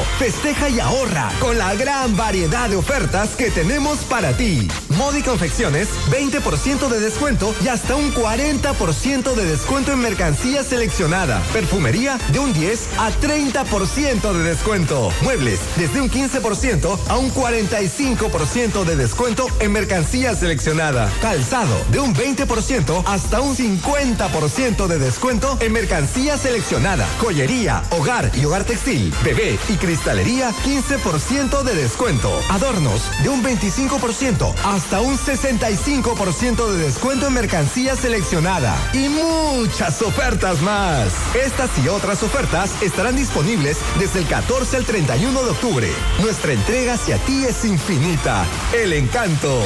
Festeja y ahorra con la gran variedad de ofertas que tenemos para ti. Moda y confecciones, 20% de descuento y hasta un 40% de descuento en mercancía seleccionada. Perfumería de un 10 a 30% de descuento. Muebles desde un 15% a un 45% de descuento en mercancía seleccionada. Calzado de un 20% hasta un 50% de descuento en mercancía seleccionada. Joyería, hogar y hogar textil, bebé y cristalería, 15% de descuento. Adornos de un 25% hasta un 65% de descuento en mercancía seleccionada. Y muchas ofertas más. Estas y otras ofertas estarán disponibles desde el 14 al 31 de octubre. Nuestra entrega hacia ti es infinita. El encanto.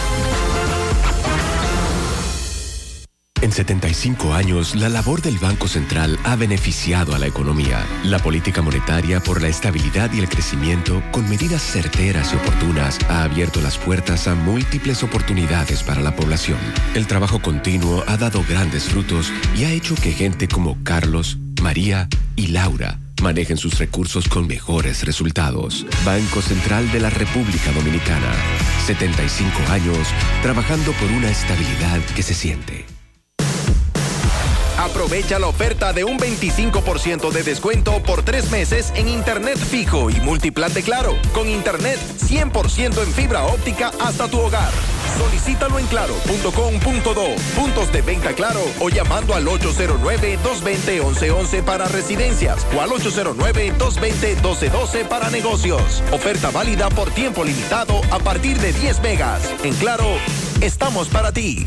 En 75 años, la labor del Banco Central ha beneficiado a la economía. La política monetaria por la estabilidad y el crecimiento, con medidas certeras y oportunas, ha abierto las puertas a múltiples oportunidades para la población. El trabajo continuo ha dado grandes frutos y ha hecho que gente como Carlos, María y Laura manejen sus recursos con mejores resultados. Banco Central de la República Dominicana. 75 años trabajando por una estabilidad que se siente. Aprovecha la oferta de un 25% de descuento por 3 meses en Internet fijo y multiplan de Claro, con Internet 100% en fibra óptica hasta tu hogar. Solicítalo en claro.com.do, puntos de venta Claro o llamando al 809-220-1111 para residencias o al 809-220-1212 para negocios. Oferta válida por tiempo limitado a partir de 10 megas. En Claro, estamos para ti.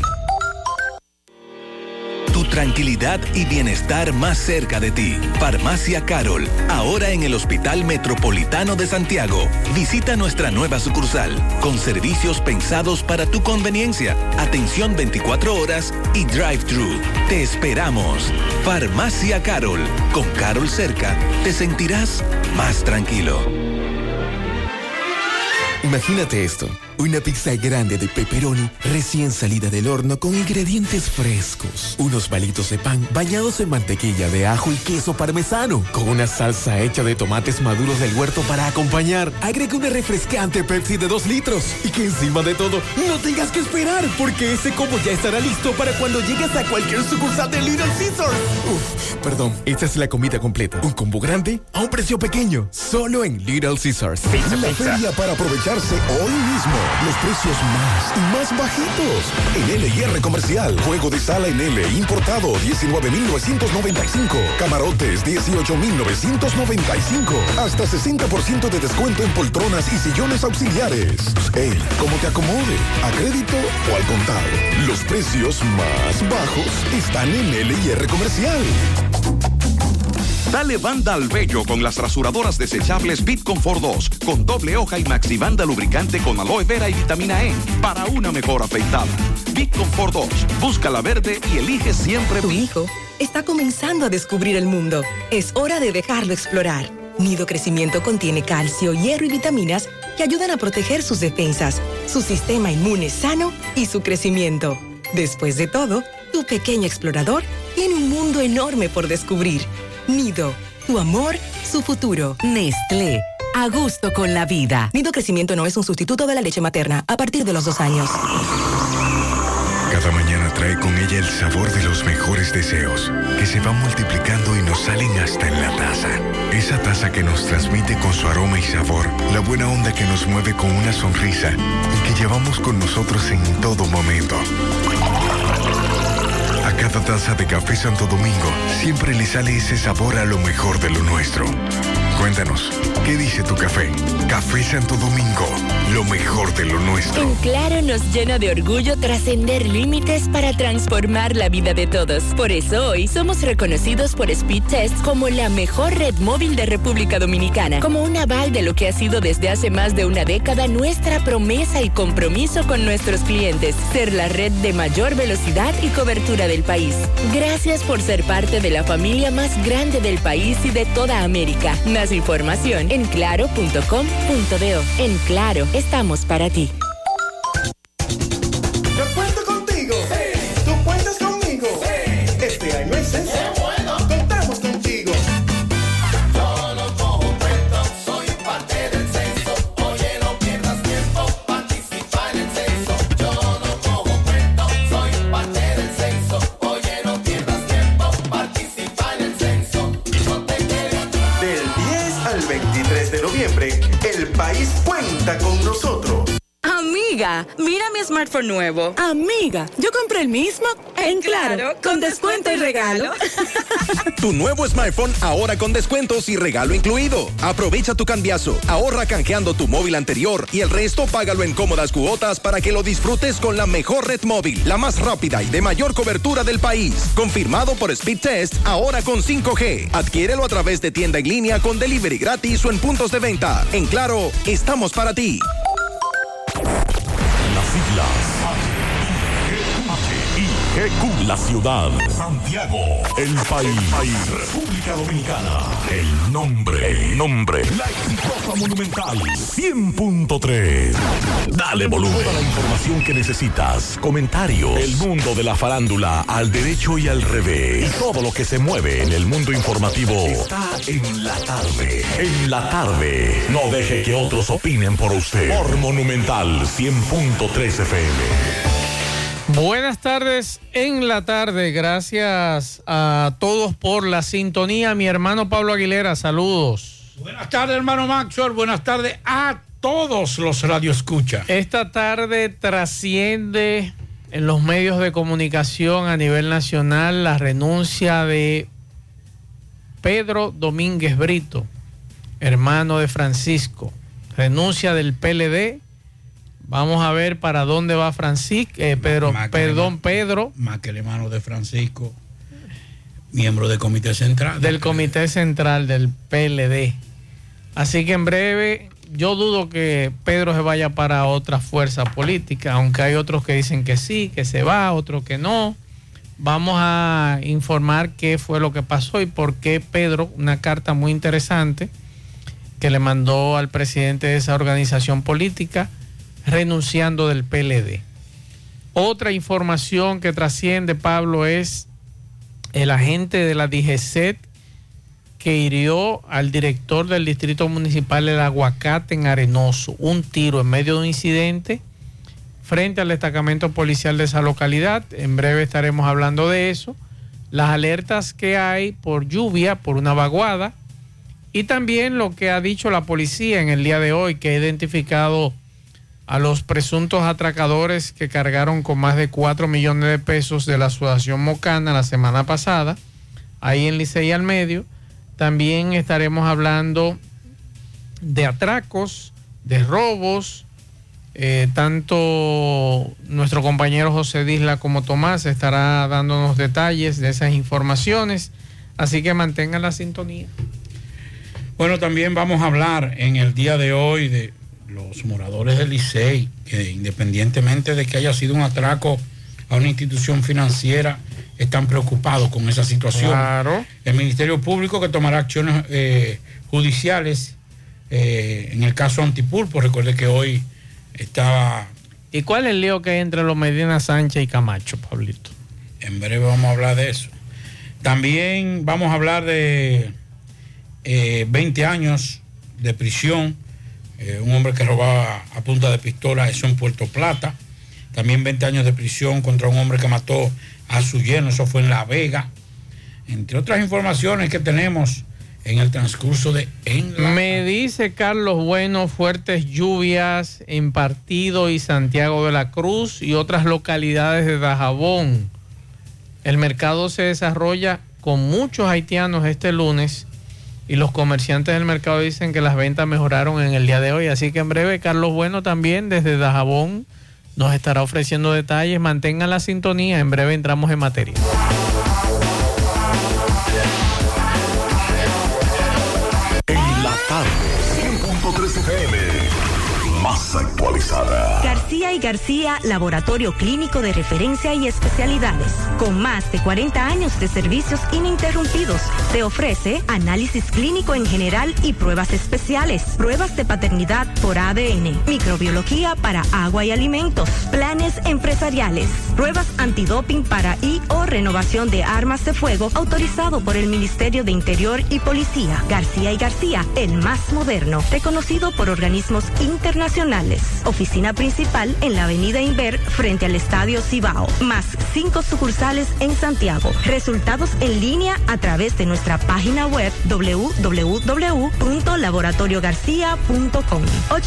Tu tranquilidad y bienestar más cerca de ti. Farmacia Carol, ahora en el Hospital Metropolitano de Santiago. Visita nuestra nueva sucursal, con servicios pensados para tu conveniencia, atención 24 horas y drive-thru. Te esperamos. Farmacia Carol, con Carol cerca, te sentirás más tranquilo. Imagínate esto, una pizza grande de pepperoni recién salida del horno con ingredientes frescos, unos palitos de pan bañados en mantequilla de ajo y queso parmesano, con una salsa hecha de tomates maduros del huerto para acompañar. Agrega una refrescante Pepsi de 2 litros y que encima de todo no tengas que esperar, porque ese combo ya estará listo para cuando llegues a cualquier sucursal de Little Caesars. Perdón, esta es la comida completa, un combo grande a un precio pequeño, solo en Little Caesars. La feria para aprovecharse hoy mismo. Los precios más y más bajitos. En L&R Comercial, juego de sala en L importado 19,995. Camarotes 18,995. Hasta 60% de descuento en poltronas y sillones auxiliares. Ey, como te acomode, a crédito o al contado. Los precios más bajos están en L&R Comercial. Dale banda al vello con las rasuradoras desechables BitComfort 2 con doble hoja y maxibanda lubricante con aloe vera y vitamina E para una mejor afeitada. BitComfort 2, busca la verde y elige siempre. Tu hijo está comenzando a descubrir el mundo. Es hora de dejarlo explorar. Nido Crecimiento contiene calcio, hierro y vitaminas que ayudan a proteger sus defensas, su sistema inmune sano y su crecimiento. Después de todo, tu pequeño explorador tiene un mundo enorme por descubrir. Nido, tu amor, su futuro. Nestlé, a gusto con la vida. Nido Crecimiento no es un sustituto de la leche materna a partir de los 2 años. Cada mañana trae con ella el sabor de los mejores deseos, que se van multiplicando y nos salen hasta en la taza. Esa taza que nos transmite con su aroma y sabor, la buena onda que nos mueve con una sonrisa y que llevamos con nosotros en todo momento. A cada taza de Café Santo Domingo siempre le sale ese sabor a lo mejor de lo nuestro. Cuéntanos, ¿qué dice tu café? Café Santo Domingo, lo mejor de lo nuestro. En Claro nos llena de orgullo trascender límites para transformar la vida de todos. Por eso hoy somos reconocidos por Speed Test como la mejor red móvil de República Dominicana, como un aval de lo que ha sido desde hace más de una década nuestra promesa y compromiso con nuestros clientes, ser la red de mayor velocidad y cobertura del país. Gracias por ser parte de la familia más grande del país y de toda América. Más información en claro.com.do. En Claro, estamos para ti. Yo cuento contigo. Sí. Tú cuentas conmigo. Sí. Este año es ¡qué bueno! Contamos contigo. Yo no cojo cuenta, soy Al 23 de noviembre, el país cuenta con nosotros. Amiga, mira mi smartphone nuevo. Amiga, yo compré el mismo en Claro, con descuento y regalo. Tu nuevo smartphone ahora con descuentos y regalo incluido. Aprovecha tu cambiazo, ahorra canjeando tu móvil anterior y el resto págalo en cómodas cuotas para que lo disfrutes con la mejor red móvil, la más rápida y de mayor cobertura del país. Confirmado por Speed Test, ahora con 5G. Adquiérelo a través de tienda en línea con delivery gratis o en puntos de venta. En Claro, estamos para ti. Las siglas HIGQ, la ciudad, Santiago, el país, República Dominicana, el nombre, la exitosa Monumental 100.3. Dale volumen. Toda la información que necesitas, comentarios, el mundo de la farándula al derecho y al revés, y todo lo que se mueve en el mundo informativo está en la tarde. En la tarde, no deje que otros opinen por usted. Por Monumental 100.3 FM. Buenas tardes en la tarde, gracias a todos por la sintonía. Mi hermano Pablo Aguilera, saludos. Buenas tardes, hermano Maxwell, buenas tardes a todos los radioescuchas. Esta tarde trasciende en los medios de comunicación a nivel nacional la renuncia de Pedro Domínguez Brito, hermano de Francisco, renuncia del PLD. Vamos a ver para dónde va Pedro. Más que el hermano de Francisco, miembro del Comité Central. Del Comité Central del PLD. Así que en breve, yo dudo que Pedro se vaya para otra fuerza política, aunque hay otros que dicen que sí, que se va, otros que no. Vamos a informar qué fue lo que pasó y por qué Pedro, una carta muy interesante que le mandó al presidente de esa organización política, renunciando del PLD. Otra información que trasciende, Pablo, es el agente de la DGCET que hirió al director del Distrito Municipal del Aguacate en Arenoso. Un tiro en medio de un incidente frente al destacamento policial de esa localidad. En breve estaremos hablando de eso. Las alertas que hay por lluvia, por una vaguada, y también lo que ha dicho la policía en el día de hoy, que ha identificado a los presuntos atracadores que cargaron con más de 4 millones de pesos de la Asociación Mocana la semana pasada, ahí en Licey al Medio. También estaremos hablando de atracos, de robos. Tanto nuestro compañero José Disla como Tomás estará dándonos detalles de esas informaciones, así que mantengan la sintonía. Bueno, también vamos a hablar en el día de hoy de los moradores del Licey, que independientemente de que haya sido un atraco a una institución financiera, están preocupados con esa situación. Claro. El Ministerio Público que tomará acciones judiciales en el caso Antipulpo. Recuerde que hoy estaba... ¿Y cuál es el lío que hay entre los Medina Sánchez y Camacho, Pablito? En breve vamos a hablar de eso. También vamos a hablar de 20 años de prisión. Un hombre que robaba a punta de pistola, eso en Puerto Plata. También 20 años de prisión contra un hombre que mató a su yerno, eso fue en La Vega. Entre otras informaciones que tenemos en el transcurso de Me dice Carlos Bueno, fuertes lluvias en Partido y Santiago de la Cruz y otras localidades de Dajabón. El mercado se desarrolla con muchos haitianos este lunes y los comerciantes del mercado dicen que las ventas mejoraron en el día de hoy. Así que en breve Carlos Bueno también desde Dajabón nos estará ofreciendo detalles. Mantengan la sintonía, en breve entramos en materia. En la tarde, 100.3 FM, más actualizada. García y García, laboratorio clínico de referencia y especialidades. Con más de 40 años de servicios ininterrumpidos, te ofrece análisis clínico en general y pruebas especiales, pruebas de paternidad por ADN, microbiología para agua y alimentos, planes empresariales, pruebas antidoping para y o renovación de armas de fuego autorizado por el Ministerio de Interior y Policía. García y García, el más moderno, reconocido por organismos internacionales internacionales. Oficina principal en la avenida Inver frente al Estadio Cibao, más 5 sucursales en Santiago. Resultados en línea a través de nuestra página web www.laboratoriogarcia.com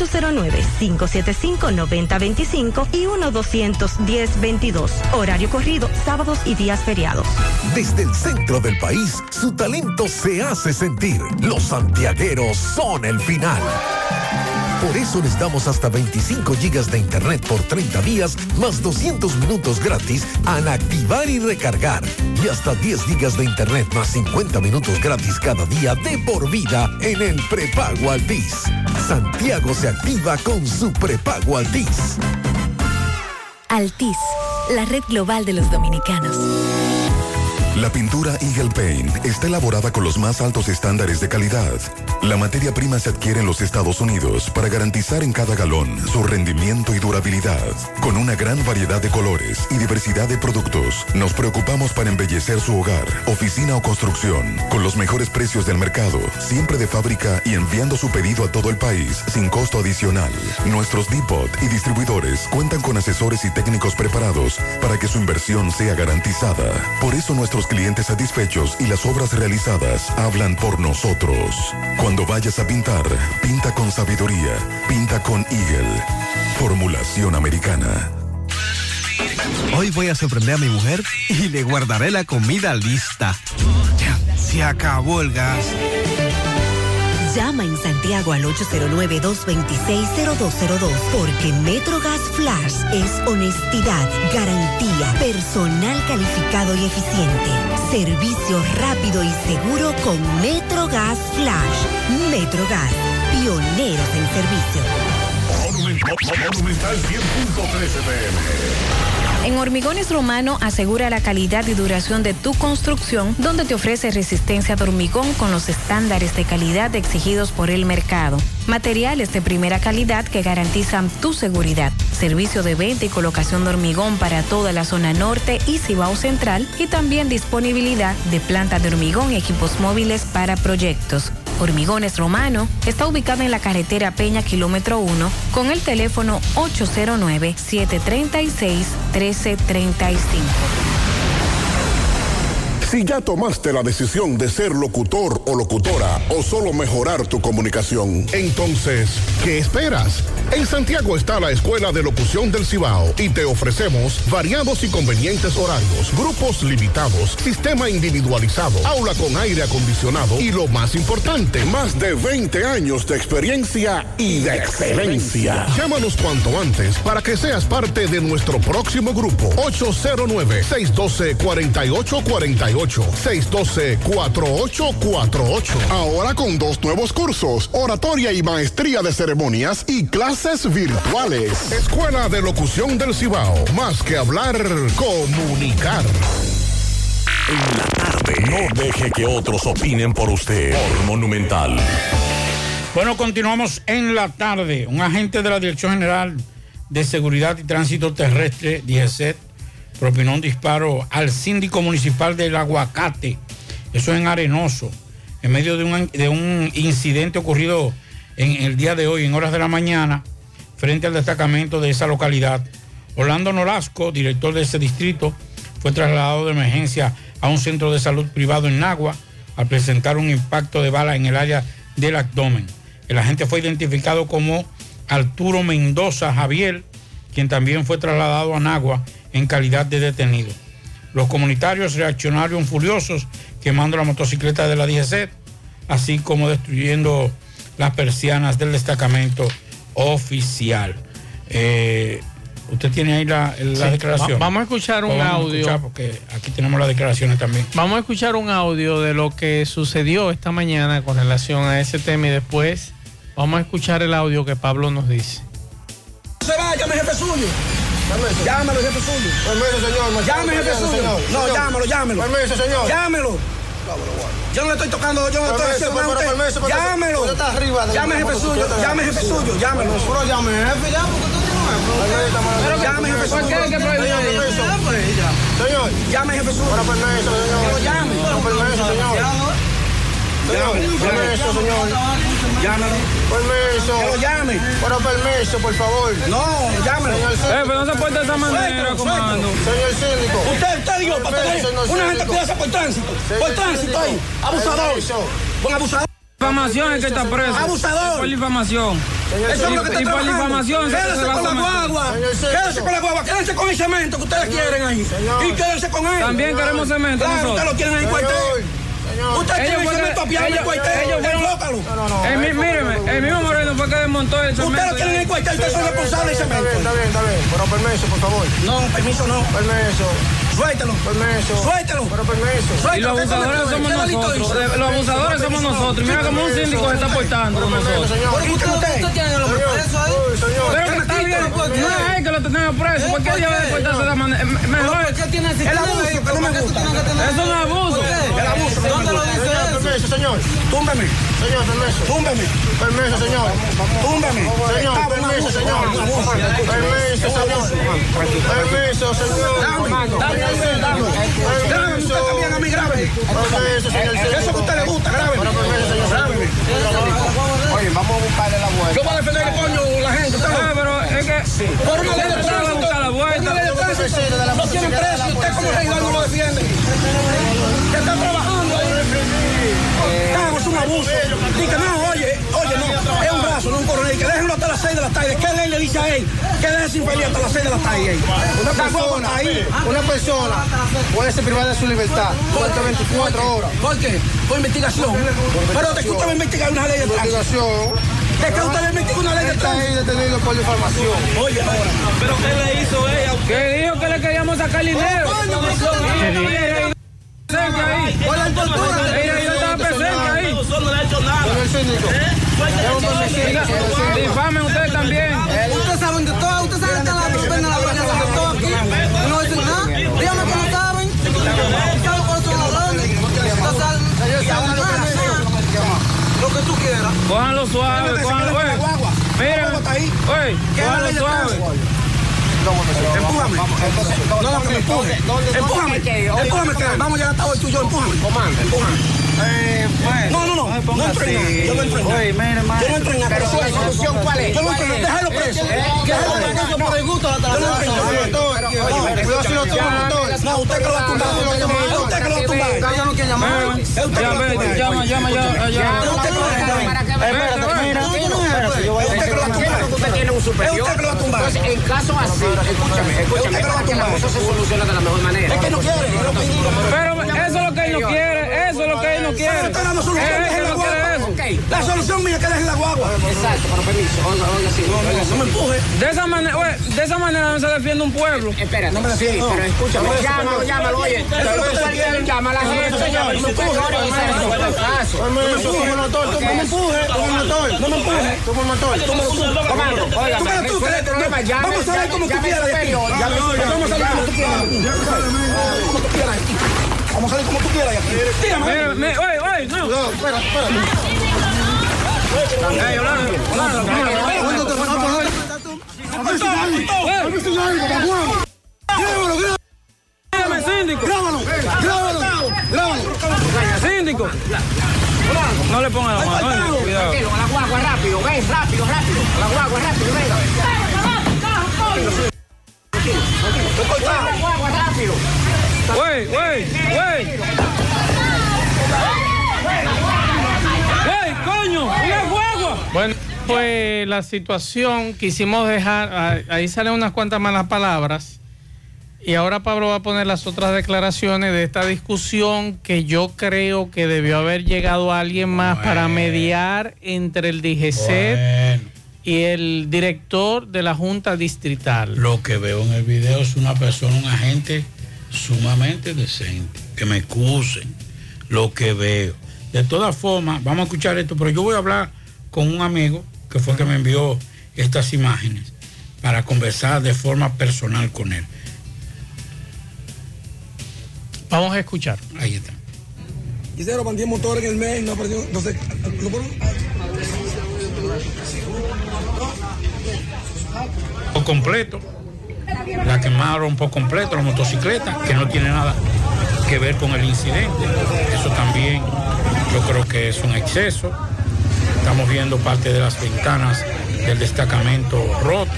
809-575-9025 y 1-210-22. Horario corrido, sábados y días feriados. Desde el centro del país, su talento se hace sentir. Los santiagueros son el final. Por eso les damos hasta 25 gigas de internet por 30 días, más 200 minutos gratis al activar y recargar. Y hasta 10 gigas de internet más 50 minutos gratis cada día de por vida en el prepago Altis. Santiago se activa con su prepago Altis. Altis, la red global de los dominicanos. La pintura Eagle Paint está elaborada con los más altos estándares de calidad. La materia prima se adquiere en los Estados Unidos para garantizar en cada galón su rendimiento y durabilidad. Con una gran variedad de colores y diversidad de productos, nos preocupamos para embellecer su hogar, oficina o construcción, con los mejores precios del mercado, siempre de fábrica y enviando su pedido a todo el país sin costo adicional. Nuestros depot y distribuidores cuentan con asesores y técnicos preparados para que su inversión sea garantizada. Por eso nuestros clientes satisfechos y las obras realizadas hablan por nosotros. Cuando vayas a pintar, pinta con sabiduría, pinta con Eagle. Formulación americana. Hoy voy a sorprender a mi mujer y le guardaré la comida lista. Ya, se acabó el gas. Llama en Santiago al 809-226-0202 porque MetroGas Flash es honestidad, garantía, personal calificado y eficiente, servicio rápido y seguro con MetroGas Flash. MetroGas, pioneros en servicio. Monumental 100.13 PM. En Hormigones Romano asegura la calidad y duración de tu construcción, donde te ofrece resistencia de hormigón con los estándares de calidad exigidos por el mercado. Materiales de primera calidad que garantizan tu seguridad. Servicio de venta y colocación de hormigón para toda la zona norte y Cibao Central, y también disponibilidad de planta de hormigón y equipos móviles para proyectos. Hormigones Romano está ubicado en la carretera Peña, kilómetro 1, con el teléfono 809-736-1335. Si ya tomaste la decisión de ser locutor o locutora o solo mejorar tu comunicación, entonces, ¿qué esperas? En Santiago está la Escuela de Locución del Cibao y te ofrecemos variados y convenientes horarios, grupos limitados, sistema individualizado, aula con aire acondicionado y lo más importante, más de 20 años de experiencia y de excelencia. Llámanos cuanto antes para que seas parte de nuestro próximo grupo. 809-612-4848. 612-4848. Ahora con 2 nuevos cursos, oratoria y maestría de ceremonias y clases virtuales. Escuela de Locución del Cibao. Más que hablar, comunicar. En la tarde. No deje que otros opinen por usted. Por Monumental. Bueno, continuamos en la tarde. Un agente de la Dirección General de Seguridad y Tránsito Terrestre, DGCET, propinó un disparo al síndico municipal del Aguacate, eso en Arenoso, en medio de un incidente ocurrido en el día de hoy, en horas de la mañana, frente al destacamento de esa localidad. Orlando Nolasco, director de ese distrito, fue trasladado de emergencia a un centro de salud privado en Nagua al presentar un impacto de bala en el área del abdomen. El agente fue identificado como Arturo Mendoza Javier, quien también fue trasladado a Nagua en calidad de detenido. Los comunitarios reaccionaron furiosos quemando la motocicleta de la DGCET, así como destruyendo las persianas del destacamento oficial. Usted tiene ahí la declaración. Vamos a escuchar un audio. Porque aquí tenemos las declaraciones también. Vamos a escuchar un audio de lo que sucedió esta mañana con relación a ese tema y después vamos a escuchar el audio que Pablo nos dice. Se va, llame jefe suyo. Permiso. Llámelo, jefe suyo. Permiso, señor. Llame, jefe suyo. Señor. No, llámelo. Permiso, señor. Llámelo. Yo no le estoy tocando, yo no le estoy haciendo nada. Llámelo. Usted está arriba. Llame, jefe suyo. Llame, jefe suyo. Llámelo. Pero llame, jefe, ya, porque usted tiene un jefe. Llame, jefe suyo. Señor. Llame, jefe suyo. Pero permiso, señor. Llame. Permiso, señor. Permiso, señor. Llámalo. Permiso. Que lo llame. Pero permiso, por favor. No, llámalo. Pero no se puede de esa manera, comando. Señor síndico. Usted dijo para tener una gente cuidarse por tránsito. Por tránsito ahí. Abusador. Un abusador. Difamación es que está preso. Abusador. Por difamación. Eso es lo que está por difamación. Quédese con la guagua. Quédese con la guagua. Quédense con el cemento que ustedes quieren ahí. Y quédense con él. También queremos cemento. Claro, ustedes lo quieren ahí en cuartel. Ustedes quieren cemento apiado en el cuartel. Míreme, el mismo Moreno fue que desmontó el cemento. Ustedes lo quieren en el cuartel. Ustedes son responsables del cemento. Está bien. Pero permiso, por favor. No, permiso no. Permiso. Suéltalo. Permiso. Suéltalo. Pero permiso. Y los abusadores somos nosotros. Los abusadores somos nosotros. Mira cómo un síndico se está portando con nosotros. ¿Usted tiene los presos ahí? Pero que está bien. No es él que lo tenemos preso. ¿Por qué debe de portarse de la manera? Mejor. El abuso que no me gusta. Eso no es abuso. El abuso. ¿Dónde lo dice eso? Permiso, señor. Túmbeme. Señor, permiso. Túmbeme. Permiso, señor. Túmbeme. Señor, permiso, señor. Permiso, señor. Permiso, señor. Grábeme usted también a mí, grábeme. Eso que a usted le gusta, grábeme. Oye, vamos a buscarle la vuelta. Yo voy a defender el coño la gente. Pero es que por una ley de tránsito, buscar la vuelta. Una ley de tránsito, no tienen precio. Usted como regidor no lo defiende. Que está trabajando ahí. Es un abuso. Dice, no, oye, no, es un brazo, no un coronel. Que déjenlo hasta las 6 de la tarde. ¿Qué ley le dice a él? Que deje sin infeliz hasta las 6 de la tarde. Una persona puede ser privada de su libertad durante 24 horas. ¿Por qué? Por investigación. Pero te escucha investigar una ley de investigación. ¿De qué usted le investiga una ley de tránsito? Está ahí detenido por difamación. Oye, ahora. ¿Pero qué le hizo ella? Que dijo que le queríamos sacar dinero. Por la tortura. Ella estaba presente ahí. No le ha hecho nada. Difamen ustedes también. Ustedes saben de todo. Ustedes saben que la pena la organización de todo aquí. No dicen nada. Díganme que no saben. ¿Saben por eso no hablan? Lo que tú quieras. Cójanlo suave, cójanlo. Miren, cójanlo suave. Empújame. No, que me empuje. Empújame, que vamos a llegar hasta hoy tú y yo. Empújame. No entreno. Yo no entreno. Yo no entreno. Pero su solución, ¿cuál es? Yo no entreno. Déjalo preso. Por el gusto de la no, usted que lo va a tumbar. Usted que lo va a tumbar. Yo no quiero llamar. Llama ya. Usted tiene un superior. Entonces, en caso así, escúchame, la cosa se soluciona de la mejor manera. Es que no quiere. Pero eso es lo que él no quiere. Eso es lo que él no quiere. La solución mía es que dejen la guagua. Exacto, pero permiso. No me empuje. De esa manera no se defiende un pueblo. Espérate. No me defiende. Pero escúchame. Llámalo, oye. Llama a la gente. No me empuje. No me empuje. No me empuje. Toma el motor. Comando, oiga, vamos a ver como tú quieras. Vamos a ver como tú quieras. Vamos a ver como tú quieras. Tírame. Oye, no. Espera. Grábame, síndico. Grábalo. Síndico. No le ponga la mano. Cuidado. A la guagua, rápido. Rápido. A la guagua, rápido. A la guagua, rápido. Coño, una guagua. Bueno, pues la situación quisimos dejar, ahí salen unas cuantas malas palabras. Y ahora Pablo va a poner las otras declaraciones de esta discusión que yo creo que debió haber llegado alguien más para mediar entre el DGCET y el director de la Junta Distrital. Lo que veo en el video es una persona, un agente sumamente decente. Que me excusen lo que veo. De todas formas, vamos a escuchar esto, pero yo voy a hablar con un amigo que fue que me envió estas imágenes para conversar de forma personal con él. Vamos a escuchar. Ahí está. Quisiera van 10 motores en el mes, no perdió, no sé, por completo, la quemaron por completo, la motocicleta, que no tiene nada que ver con el incidente. Eso también yo creo que es un exceso. Estamos viendo parte de las ventanas del destacamento roto.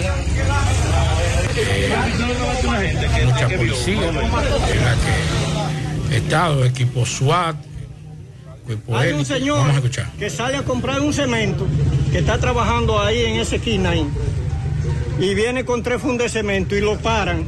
Mucha policía en la que Estado, equipo SWAT, cuerpo Hay un élite. señor Vamos a escuchar. que sale a comprar un cemento, que está trabajando ahí en esa esquina ahí, y viene con 3 fundas de cemento y lo paran.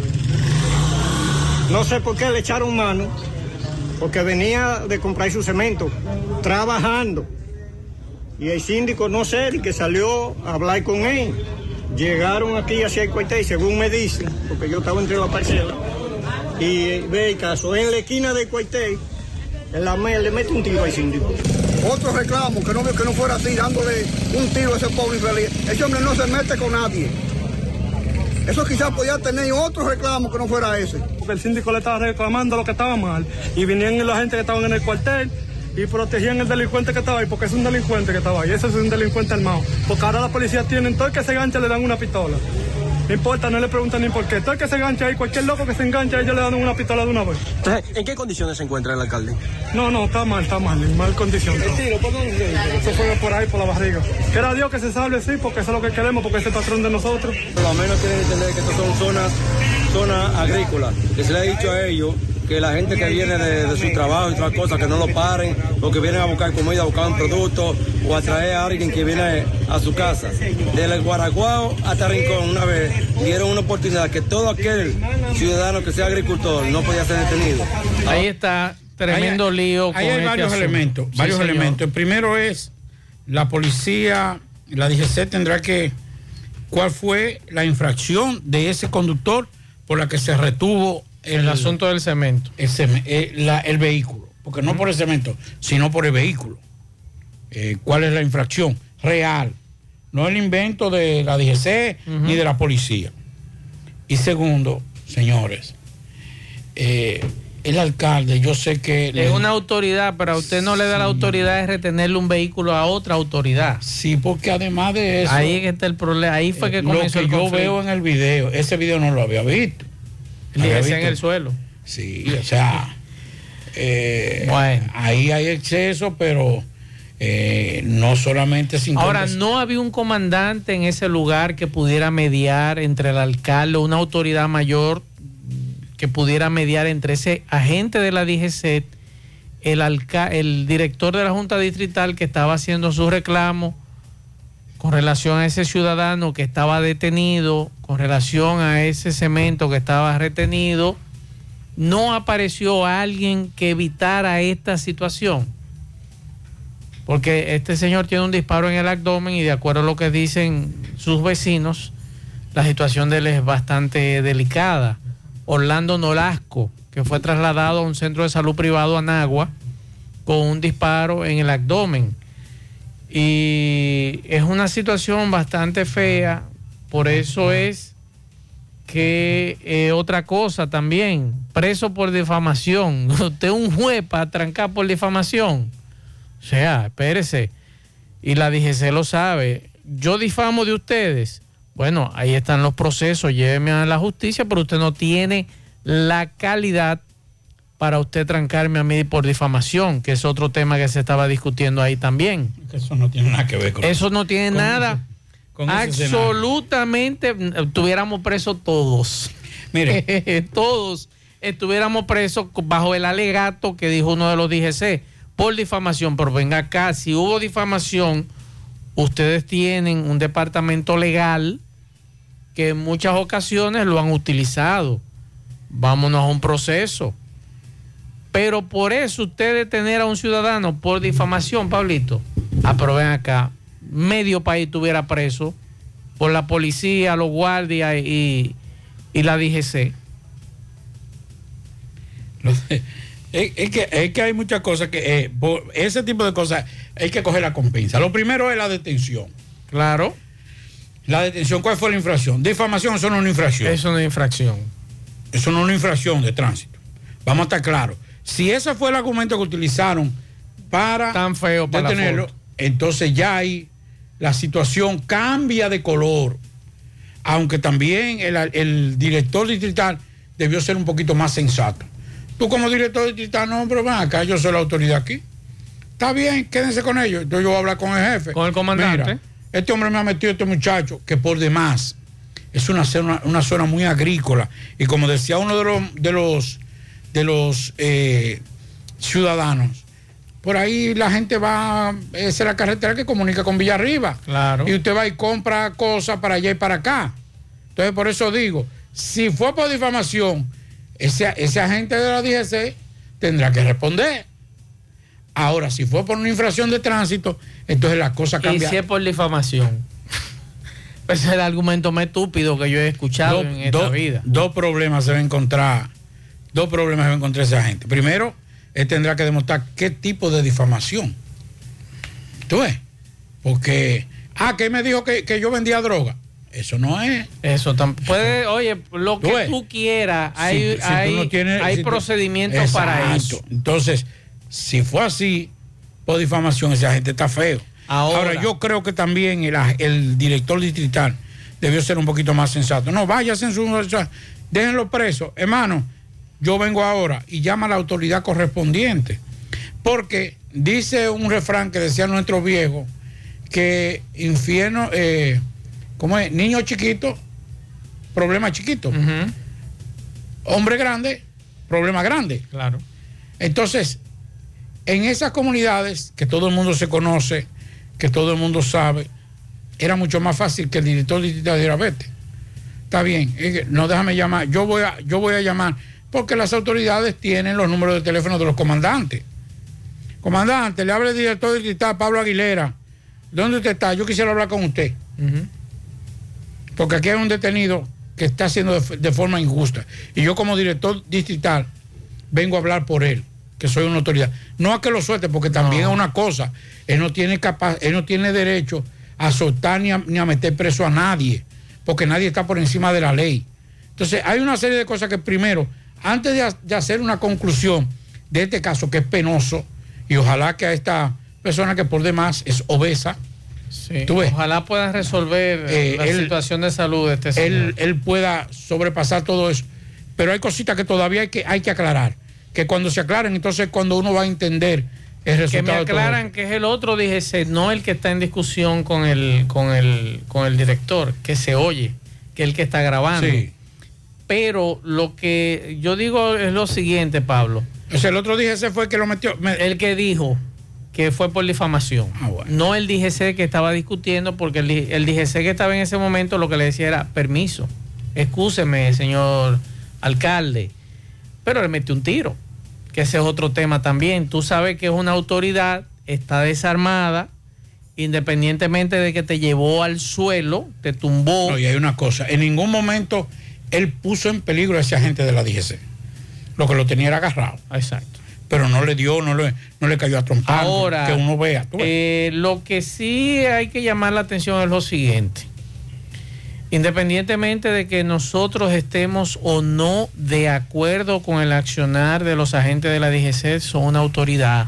No sé por qué le echaron mano, porque venía de comprar su cemento, trabajando. Y el síndico, no sé, el que salió a hablar con él, llegaron aquí hacia el cuartel, según me dicen, porque yo estaba entre la parcela, y ve el caso, en la esquina del cuartel, en la mesa le mete un tiro al síndico. Otro reclamo, que no fuera así, dándole un tiro a ese pobre infeliz. Ese hombre no se mete con nadie. Eso quizás podía tener otro reclamo que no fuera ese. Porque el síndico le estaba reclamando lo que estaba mal, y venían la gente que estaban en el cuartel y protegían el delincuente que estaba ahí, porque es un delincuente que estaba ahí, ese es un delincuente armado. Porque ahora la policía tiene, todo el que se gancha le dan una pistola. No importa, no le preguntan ni por qué. Todo el que se engancha ahí, cualquier loco que se engancha, ellos le dan una pistola de una vez. Entonces, ¿en qué condiciones se encuentra el alcalde? No, está mal, en mal condición. ¿El tiro por dónde? Eso fue por ahí, por la barriga. Quiera Dios que se salve, sí, porque eso es lo que queremos, porque es el patrón de nosotros. Por lo menos tienen que entender que estas son zonas agrícolas. Que se le ha dicho a ellos que la gente que viene de su trabajo y otras cosas, que no lo paren, o que vienen a buscar comida, a buscar un producto, o a traer a alguien que viene a su casa. Desde el Guaraguao hasta Rincón, una vez dieron una oportunidad que todo aquel ciudadano que sea agricultor no podía ser detenido. Ahí está tremendo lío. Ahí hay varios elementos. El primero es la policía, la DGC tendrá que, ¿cuál fue la infracción de ese conductor por la que se retuvo el asunto del cemento? El vehículo, porque no por el cemento, sino por el vehículo. ¿Cuál es la infracción? Real. No el invento de la DGC ni de la policía. Y segundo, señores, el alcalde, yo sé que... Es una autoridad, pero a usted no le da la autoridad de retenerle un vehículo a otra autoridad. Sí, porque además de eso... Ahí está el problema, ahí fue que comenzó el conflicto. Yo veo en el video, ese video no lo había visto. En el suelo. Sí, o sea, bueno, ahí hay exceso, pero no solamente 50. Ahora, no había un comandante en ese lugar que pudiera mediar entre el alcalde, una autoridad mayor que pudiera mediar entre ese agente de la DGC, el director de la Junta Distrital que estaba haciendo su reclamo con relación a ese ciudadano que estaba detenido, con relación a ese cemento que estaba retenido. No apareció alguien que evitara esta situación, porque este señor tiene un disparo en el abdomen y de acuerdo a lo que dicen sus vecinos, la situación de él es bastante delicada. Orlando Nolasco, que fue trasladado a un centro de salud privado Anagua con un disparo en el abdomen. Y es una situación bastante fea, por eso es que otra cosa también, preso por difamación. Usted es un juez para trancar por difamación. O sea, espérese. Y la DGC lo sabe. Yo difamo de ustedes. Bueno, ahí están los procesos, lléveme a la justicia, pero usted no tiene la calidad para usted trancarme a mí por difamación, que es otro tema que se estaba discutiendo ahí también. Eso no tiene nada que ver con eso. No tiene nada. Con absolutamente, estuviéramos presos todos. Mire. Todos estuviéramos presos bajo el alegato que dijo uno de los DGC por difamación. Pero venga acá, si hubo difamación, ustedes tienen un departamento legal que en muchas ocasiones lo han utilizado. Vámonos a un proceso. Pero por eso usted detener a un ciudadano por difamación, Pablito, pero ven acá, medio país estuviera preso por la policía, los guardias y la DGC. Es que hay muchas cosas que por ese tipo de cosas hay que coger la compensa. Lo primero es la detención. Claro. La detención, ¿cuál fue la infracción? Difamación, eso no es una infracción. Eso no es infracción. Eso no es una infracción de tránsito. Vamos a estar claros. Si ese fue el argumento que utilizaron para tan feo para detenerlo, entonces ya ahí la situación cambia de color. Aunque también el director distrital debió ser un poquito más sensato. Tú como director distrital, no, pero ven acá, yo soy la autoridad aquí. Está bien, quédense con ellos. Entonces yo voy a hablar con el jefe. Con el comandante. Mira, este hombre me ha metido este muchacho, que por demás es una zona muy agrícola. Y como decía uno de los ciudadanos, por ahí la gente va, esa es la carretera que comunica con Villarriba. Claro. Y usted va y compra cosas para allá y para acá. Entonces, por eso digo, si fue por difamación, ese agente de la DGC tendrá que responder. Ahora, si fue por una infracción de tránsito, entonces las cosas cambian. Y si es por difamación. Ese es el argumento más estúpido que yo he escuchado en esta vida. Dos problemas se va a encontrar ese agente. Primero, él tendrá que demostrar qué tipo de difamación. ¿Tú ves? Porque, que me dijo que yo vendía droga. Eso no es. Eso tampoco. Oye, lo que tú quieras, hay procedimientos para eso. Entonces, si fue así, por difamación, ese agente está feo. Ahora yo creo que también el director distrital debió ser un poquito más sensato. No, váyanse en su... Déjenlo preso. Hermano, yo vengo ahora y llama a la autoridad correspondiente. Porque dice un refrán que decían nuestros viejos, que infierno... ¿cómo es? Niño chiquito, problema chiquito. Hombre grande, problema grande. Claro. Entonces, en esas comunidades que todo el mundo se conoce, que todo el mundo sabe, era mucho más fácil que el director distrital dijera, vete. Está bien, no, déjame llamar. Yo voy a llamar, porque las autoridades tienen los números de teléfono de los comandantes. Comandante, le habla el director distrital Pablo Aguilera. ¿Dónde usted está? Yo quisiera hablar con usted. Porque aquí hay un detenido que está haciendo de forma injusta. Y yo como director distrital vengo a hablar por él, que soy una autoridad. No a que lo suelte, porque también es una cosa. Él no tiene derecho a soltar ni a meter preso a nadie, porque nadie está por encima de la ley. Entonces hay una serie de cosas que primero, antes de hacer una conclusión de este caso que es penoso, y ojalá que a esta persona que por demás es obesa, sí, ojalá pueda resolver la situación de salud de este señor. Él pueda sobrepasar todo eso. Pero hay cositas que todavía hay que aclarar. Que cuando se aclaren, entonces cuando uno va a entender el resultado. Que me aclaran que es el otro DGC, no el que está en discusión con el director, que se oye, que es el que está grabando. Sí. Pero lo que yo digo es lo siguiente, Pablo. O sea, el otro DGC fue el que lo metió. El que dijo que fue por difamación. Bueno. No el DGC que estaba discutiendo, porque el DGC que estaba en ese momento lo que le decía era permiso, excúseme, señor alcalde. Pero le metió un tiro, que ese es otro tema también. Tú sabes que es una autoridad, está desarmada, independientemente de que te llevó al suelo, te tumbó. No, y hay una cosa, en ningún momento él puso en peligro a ese agente de la DGC. Lo que lo tenía era agarrado. Exacto. Pero no le dio, no le cayó a trompar. Ahora, que uno vea. Lo que sí hay que llamar la atención es lo siguiente. Independientemente de que nosotros estemos o no de acuerdo con el accionar de los agentes de la DGC, son una autoridad.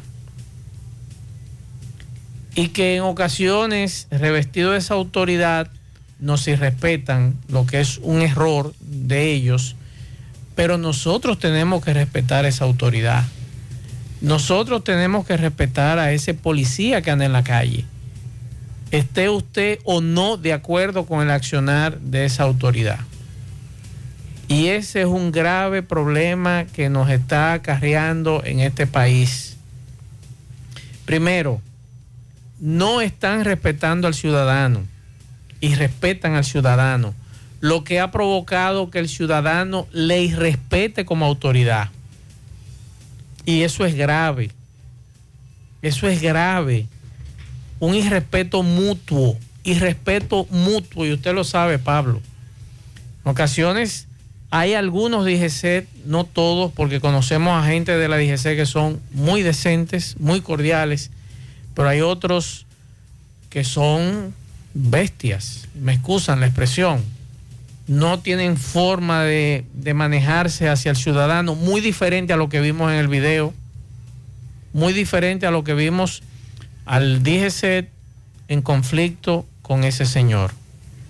Y que en ocasiones, revestido de esa autoridad, no se respetan, lo que es un error de ellos, pero nosotros tenemos que respetar esa autoridad. Nosotros tenemos que respetar a ese policía que anda en la calle, esté usted o no de acuerdo con el accionar de esa autoridad. Y ese es un grave problema que nos está acarreando en este país. Primero, no están respetando al ciudadano y respetan al ciudadano, lo que ha provocado que el ciudadano le irrespete como autoridad. Y eso es grave. Eso es grave. Un irrespeto mutuo, y usted lo sabe, Pablo. En ocasiones hay algunos DGC, no todos, porque conocemos a gente de la DGC que son muy decentes, muy cordiales, pero hay otros que son bestias, me excusan la expresión, no tienen forma de manejarse hacia el ciudadano, muy diferente a lo que vimos en el video, muy diferente a lo que vimos al DGC en conflicto con ese señor.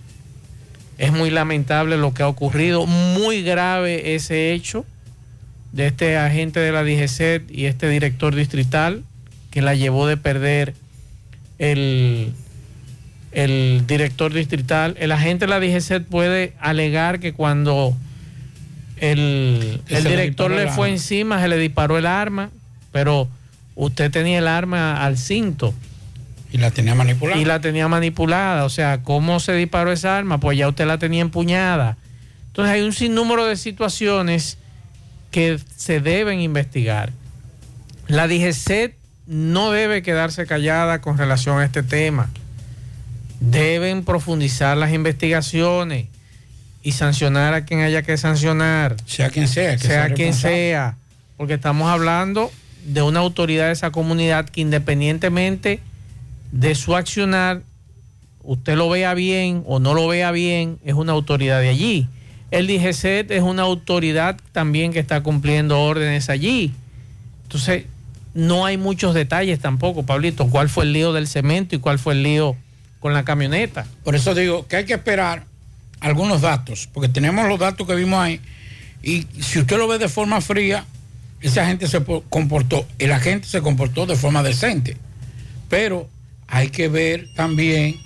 Es muy lamentable lo que ha ocurrido, muy grave ese hecho de este agente de la DGCET y este director distrital que la llevó de perder el director distrital. El agente de la DGCET puede alegar que cuando el director le fue encima, se le disparó el arma, pero usted tenía el arma al cinto. Y la tenía manipulada. O sea, ¿cómo se disparó esa arma? Pues ya usted la tenía empuñada. Entonces hay un sinnúmero de situaciones que se deben investigar. La DGCET no debe quedarse callada con relación a este tema. Deben profundizar las investigaciones y sancionar a quien haya que sancionar. Sea quien sea. Sea quien sea. Porque estamos hablando de una autoridad de esa comunidad que, independientemente de su accionar, usted lo vea bien o no lo vea bien, es una autoridad de allí. El DGCET es una autoridad también que está cumpliendo órdenes allí. Entonces, no hay muchos detalles tampoco, Pablito. ¿Cuál fue el lío del cemento y cuál fue el lío con la camioneta? Por eso digo que hay que esperar algunos datos, porque tenemos los datos que vimos ahí, y si usted lo ve de forma fría, esa gente el agente se comportó de forma decente, pero hay que ver también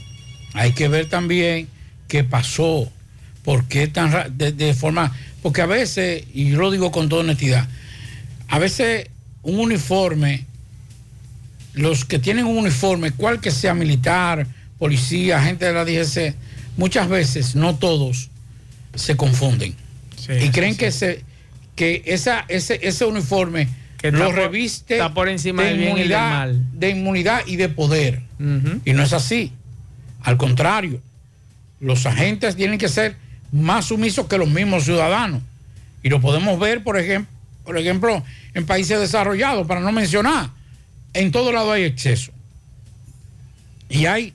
qué pasó, por qué tan de forma, porque a veces, y yo lo digo con toda honestidad, a veces un uniforme, los que tienen un uniforme, cual que sea militar, policía, agente de la DGC, muchas veces, no todos, se confunden. Sí, y creen que ese uniforme que lo reviste, está por encima del bien y del mal, de inmunidad y de poder. Y no es así. Al contrario, los agentes tienen que ser más sumisos que los mismos ciudadanos. Y lo podemos ver, por ejemplo, en países desarrollados, para no mencionar. En todo lado hay exceso. Y hay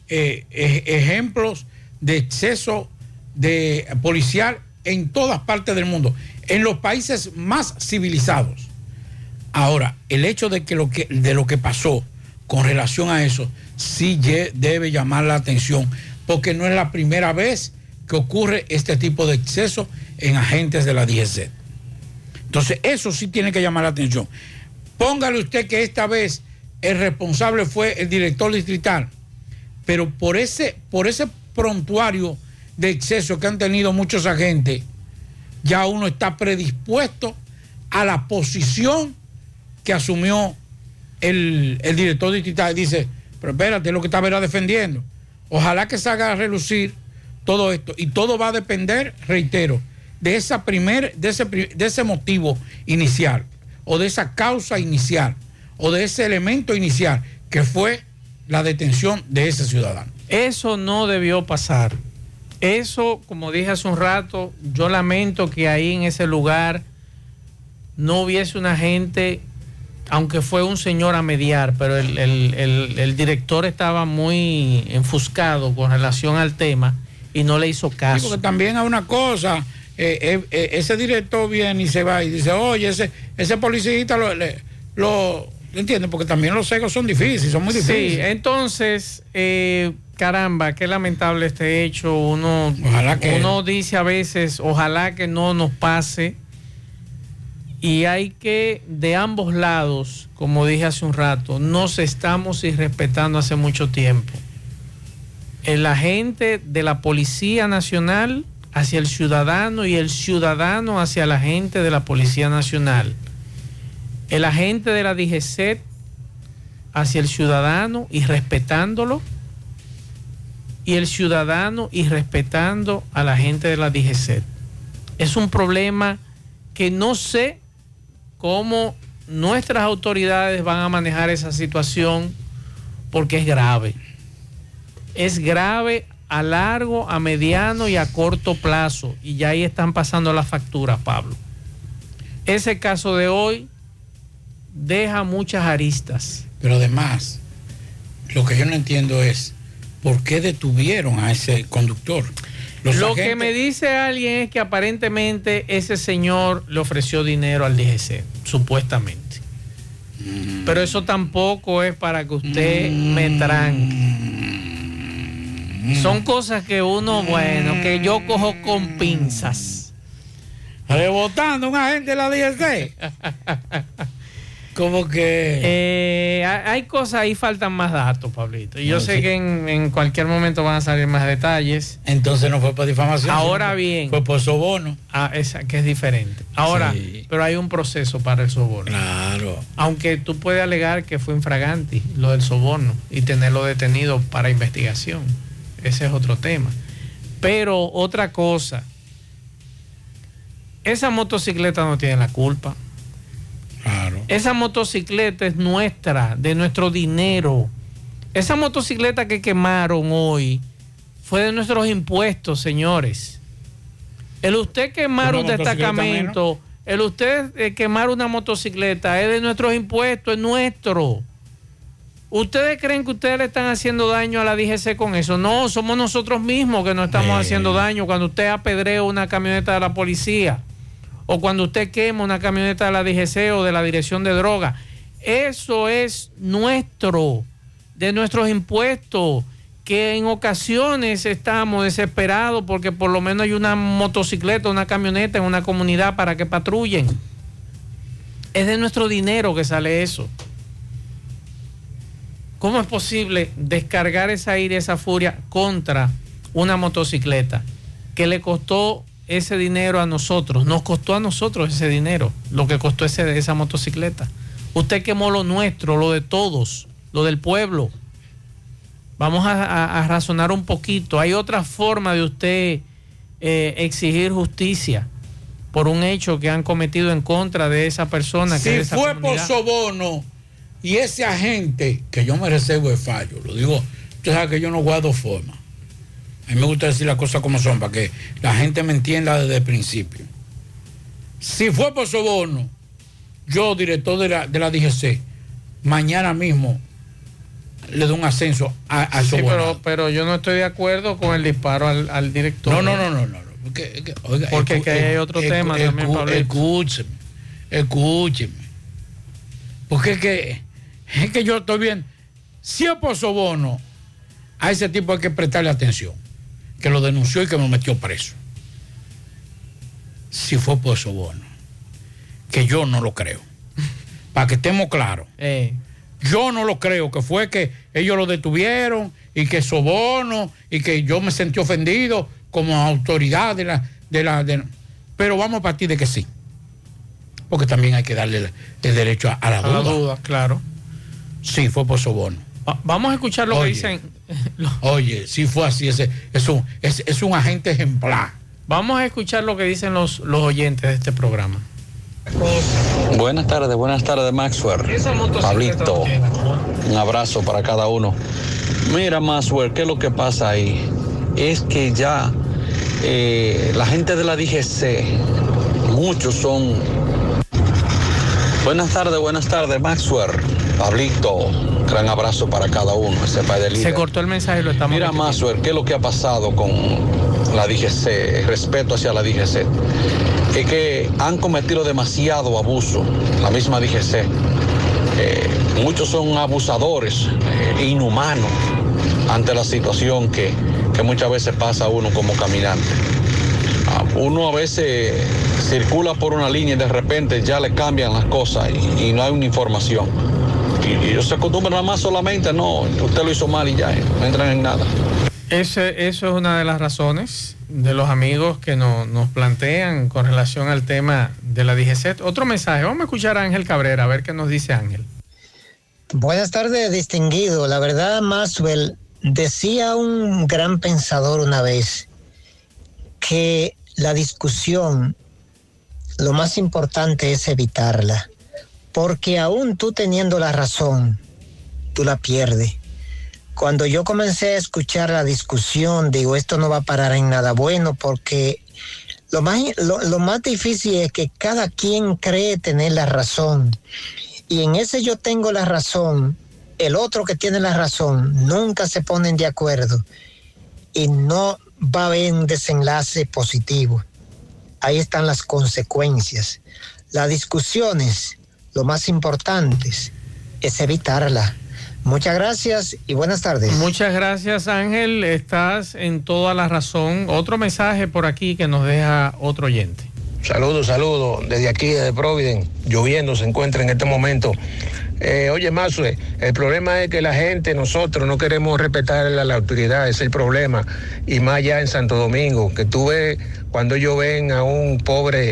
ejemplos de exceso de policial en todas partes del mundo, en los países más civilizados. Ahora, el hecho de lo que pasó con relación a eso sí debe llamar la atención, porque no es la primera vez que ocurre este tipo de exceso en agentes de la DGCET. Entonces, eso sí tiene que llamar la atención. Póngale usted que esta vez el responsable fue el director distrital, pero por ese prontuario de exceso que han tenido muchos agentes, ya uno está predispuesto a la posición que asumió el director distrital. Dice, pero espérate, lo que estaba era defendiendo. Ojalá que se haga relucir todo esto, y todo va a depender, reitero, de ese motivo inicial, o de esa causa inicial, o de ese elemento inicial, que fue la detención de ese ciudadano. Eso no debió pasar. Eso, como dije hace un rato, yo lamento que ahí en ese lugar no hubiese un agente, aunque fue un señor a mediar, pero el director estaba muy enfuscado con relación al tema y no le hizo caso. Sí, porque también hay una cosa, ese director viene y se va y dice, oye, ese policista lo ¿entiendes? Porque también los cegos son difíciles, son muy difíciles. Sí, entonces, caramba, qué lamentable este hecho. Uno dice a veces, ojalá que no nos pase. Y hay que, de ambos lados, como dije hace un rato, nos estamos irrespetando hace mucho tiempo. El agente de la Policía Nacional hacia el ciudadano y el ciudadano hacia la gente de la Policía Nacional. El agente de la DGCET hacia el ciudadano y respetándolo, y el ciudadano y respetando a la gente de la DGCET. Es un problema que no sé cómo nuestras autoridades van a manejar esa situación, porque es grave. Es grave a largo, a mediano y a corto plazo, y ya ahí están pasando las facturas, Pablo. Ese caso de hoy deja muchas aristas. Pero además, lo que yo no entiendo es por qué detuvieron a ese conductor. Lo que me dice alguien es que aparentemente ese señor le ofreció dinero al DGC, supuestamente. Pero eso tampoco es para que usted me tranque. Son cosas que uno, que yo cojo con pinzas. Rebotando un agente de la DGC. Como que hay cosas ahí, faltan más datos, Pablito. Y yo sé que en cualquier momento van a salir más detalles. Entonces no fue por difamación. Ahora bien, fue por soborno. Que es diferente. Ahora, pero hay un proceso para el soborno. Claro. Aunque tú puedes alegar que fue infraganti lo del soborno y tenerlo detenido para investigación. Ese es otro tema. Pero otra cosa, esa motocicleta no tiene la culpa. Claro. Esa motocicleta es nuestra, de nuestro dinero. Esa motocicleta que quemaron hoy fue de nuestros impuestos, señores. El usted quemar un destacamento, el usted quemar una motocicleta es de nuestros impuestos, es nuestro. ¿Ustedes creen que ustedes le están haciendo daño a la DGC con eso? No, somos nosotros mismos que nos estamos haciendo daño cuando usted apedrea una camioneta de la policía. O cuando usted quema una camioneta de la DGC o de la Dirección de Drogas. Eso es nuestro, de nuestros impuestos, que en ocasiones estamos desesperados porque por lo menos hay una motocicleta, una camioneta en una comunidad para que patrullen. Es de nuestro dinero que sale eso. ¿Cómo es posible descargar esa ira y esa furia contra una motocicleta que le costó ese dinero a nosotros? Nos costó a nosotros ese dinero, lo que costó esa motocicleta. Usted quemó lo nuestro, lo de todos, lo del pueblo. Vamos a razonar un poquito. Hay otra forma de usted exigir justicia por un hecho que han cometido en contra de esa persona. Si que es de esa fue comunidad. por soborno y ese agente, que yo me reservo de fallo, lo digo, usted sabe que yo no guardo forma. A mí me gusta decir las cosas como son, para que la gente me entienda desde el principio. Si fue por soborno, yo, director de la DGC, mañana mismo le doy un ascenso a soborno. Sí, pero yo no estoy de acuerdo con el disparo al director. No. Porque hay otro tema también, Pablo. Escúcheme. Porque es que yo estoy bien. Si es por soborno, a ese tipo hay que prestarle atención. Que lo denunció y que me metió preso. Si fue por soborno, que yo no lo creo. Para que estemos claros. Yo no lo creo, que fue que ellos lo detuvieron y que soborno y que yo me sentí ofendido como autoridad pero vamos a partir de que sí. Porque también hay que darle el derecho a la duda. A la duda, claro. Sí, fue por soborno. Vamos a escuchar lo que dicen. Oye, si fue así, es un agente ejemplar. Vamos a escuchar lo que dicen los oyentes de este programa. Buenas tardes, Maxwell. Pablito, un abrazo para cada uno. Mira, Maxwell, ¿qué es lo que pasa ahí? Es que ya la gente de la DGC, muchos son... Buenas tardes, Maxwell. Pablito, gran abrazo para cada uno. Ese país de líder. Se cortó el mensaje, lo estamos... Mira, Maxwell, ¿qué es lo que ha pasado con la DGC? Respeto hacia la DGC. Es que han cometido demasiado abuso, la misma DGC. Muchos son abusadores, inhumanos, ante la situación que muchas veces pasa uno como caminante. Uno a veces circula por una línea y de repente ya le cambian las cosas y no hay una información. Y ellos se acostumbran nada más solamente, no, usted lo hizo mal y ya, no entran en nada. Eso es una de las razones de los amigos que nos plantean con relación al tema de la DGC. Otro mensaje, vamos a escuchar a Ángel Cabrera, a ver qué nos dice Ángel. Buenas tardes, distinguido. La verdad, Maxwell, decía un gran pensador una vez que la discusión, lo más importante es evitarla, porque aún tú teniendo la razón, tú la pierdes. Cuando yo comencé a escuchar la discusión, digo, esto no va a parar en nada bueno, porque lo más difícil es que cada quien cree tener la razón. Y en ese yo tengo la razón, el otro que tiene la razón, nunca se ponen de acuerdo y no va a haber un desenlace positivo. Ahí están las consecuencias. Las discusiones, lo más importante es evitarla. Muchas gracias y buenas tardes. Muchas gracias, Ángel. Estás en toda la razón. Otro mensaje por aquí que nos deja otro oyente. Saludos. Desde aquí, desde Providence, lloviendo se encuentra en este momento. Oye, Mazue, el problema es que la gente, nosotros no queremos respetar a la autoridad, ese es el problema. Y más allá en Santo Domingo, que tú ves cuando ellos ven a un pobre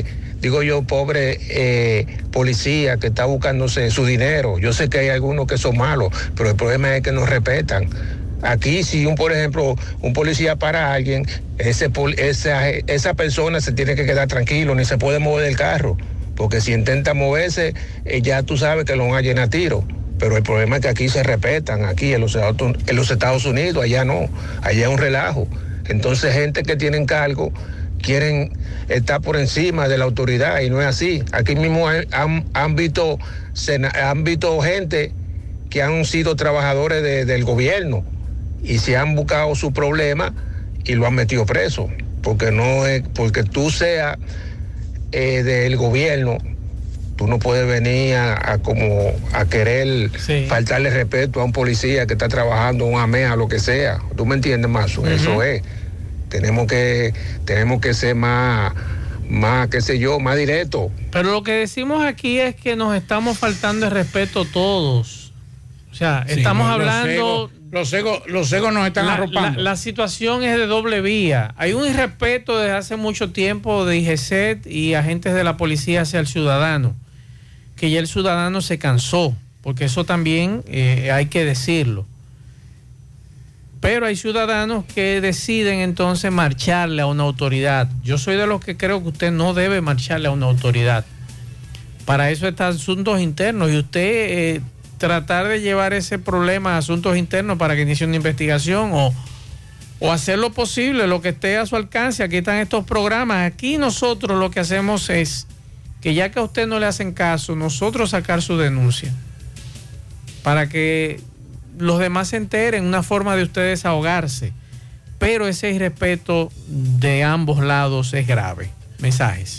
policía que está buscándose su dinero. Yo sé que hay algunos que son malos, pero el problema es que no respetan. Aquí si por ejemplo un policía para a alguien, esa persona se tiene que quedar tranquilo, ni se puede mover del carro, porque si intenta moverse, ya tú sabes que lo van a llenar a tiro. Pero el problema es que aquí se respetan, aquí en los Estados Unidos, allá no, allá es un relajo. Entonces gente que tienen cargo quieren estar por encima de la autoridad y no es así. Aquí mismo han visto gente que han sido trabajadores del gobierno y se han buscado su problema y lo han metido preso, porque no es porque tú seas del gobierno, tú no puedes venir a querer faltarle respeto a un policía que está trabajando, un AMEA, lo que sea. ¿Tú me entiendes, Mazo? Uh-huh. Eso es. Tenemos que ser más, qué sé yo, más directo. Pero lo que decimos aquí es que nos estamos faltando el respeto todos. O sea, estamos hablando... Los egos nos están arropando. La situación es de doble vía. Hay un irrespeto desde hace mucho tiempo de IGESET y agentes de la policía hacia el ciudadano, que ya el ciudadano se cansó, porque eso también hay que decirlo. Pero hay ciudadanos que deciden entonces marcharle a una autoridad. Yo soy de los que creo que usted no debe marcharle a una autoridad. Para eso están asuntos internos y usted tratar de llevar ese problema a asuntos internos para que inicie una investigación o hacer lo posible, lo que esté a su alcance. Aquí están estos programas. Aquí nosotros lo que hacemos es que ya que a usted no le hacen caso, nosotros sacar su denuncia para que los demás se enteren, una forma de usted desahogarse. Pero ese irrespeto de ambos lados es grave. Mensajes.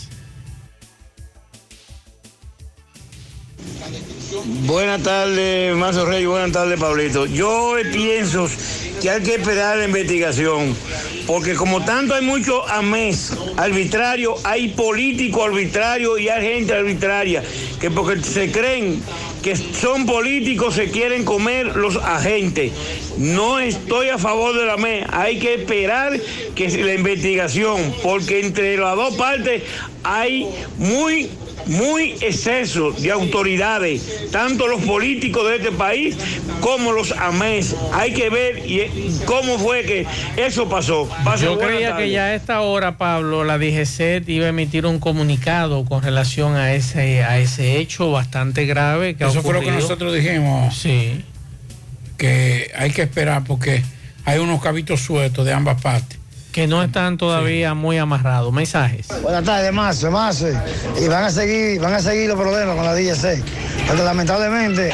Buenas tardes, Mazo Rey, buenas tardes, Pablito. Yo pienso que hay que esperar la investigación, porque como tanto hay mucho amés arbitrario, hay políticos arbitrarios y hay gente arbitraria, que porque se creen que son políticos se quieren comer los agentes. No estoy a favor de la AME, hay que esperar que la investigación, porque entre las dos partes hay muy exceso de autoridades, tanto los políticos de este país como los AMES. Hay que ver cómo fue que eso pasó. Yo creía que ya a esta hora, Pablo, la DGCET iba a emitir un comunicado con relación a ese hecho bastante grave que eso fue lo que nosotros dijimos. Sí. Que hay que esperar porque hay unos cabitos sueltos de ambas partes que no están todavía muy amarrados. Mensajes. Buenas tardes, Mazo. Y van a seguir los problemas con la DGC. Porque lamentablemente,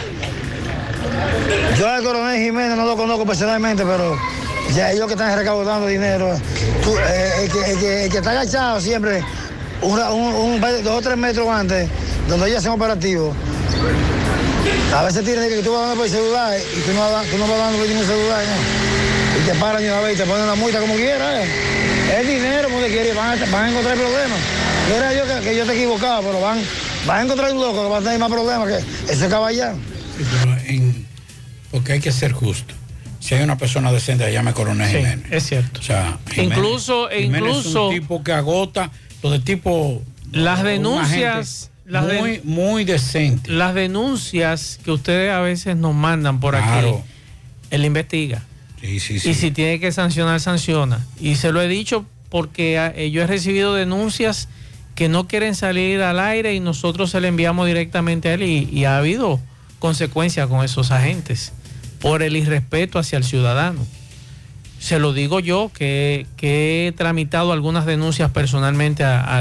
yo al coronel Jiménez no lo conozco personalmente, pero ya ellos que están recaudando dinero, el que está agachado siempre, 2 o 3 metros antes, donde ellos hacen operativos, a veces tienen que tú vas dando por el celular y tú no vas dando por ningún celular, ¿no? Y te paran y una vez y te ponen una multa como quieras. Es dinero, como te quieres, van a encontrar problemas. Yo era yo que yo te equivocaba, pero van a encontrar un loco que va a tener más problemas que ese caballero. Porque hay que ser justo. Si hay una persona decente, llame Coronel Jiménez. Es cierto. O sea, incluso es un tipo que agota, los de tipo... Las denuncias... muy decente. Las denuncias que ustedes a veces nos mandan por aquí, él investiga. Sí. Y si tiene que sancionar, sanciona. Y se lo he dicho porque yo he recibido denuncias que no quieren salir al aire y nosotros se le enviamos directamente a él y ha habido consecuencias con esos agentes por el irrespeto hacia el ciudadano. Se lo digo yo que he tramitado algunas denuncias personalmente a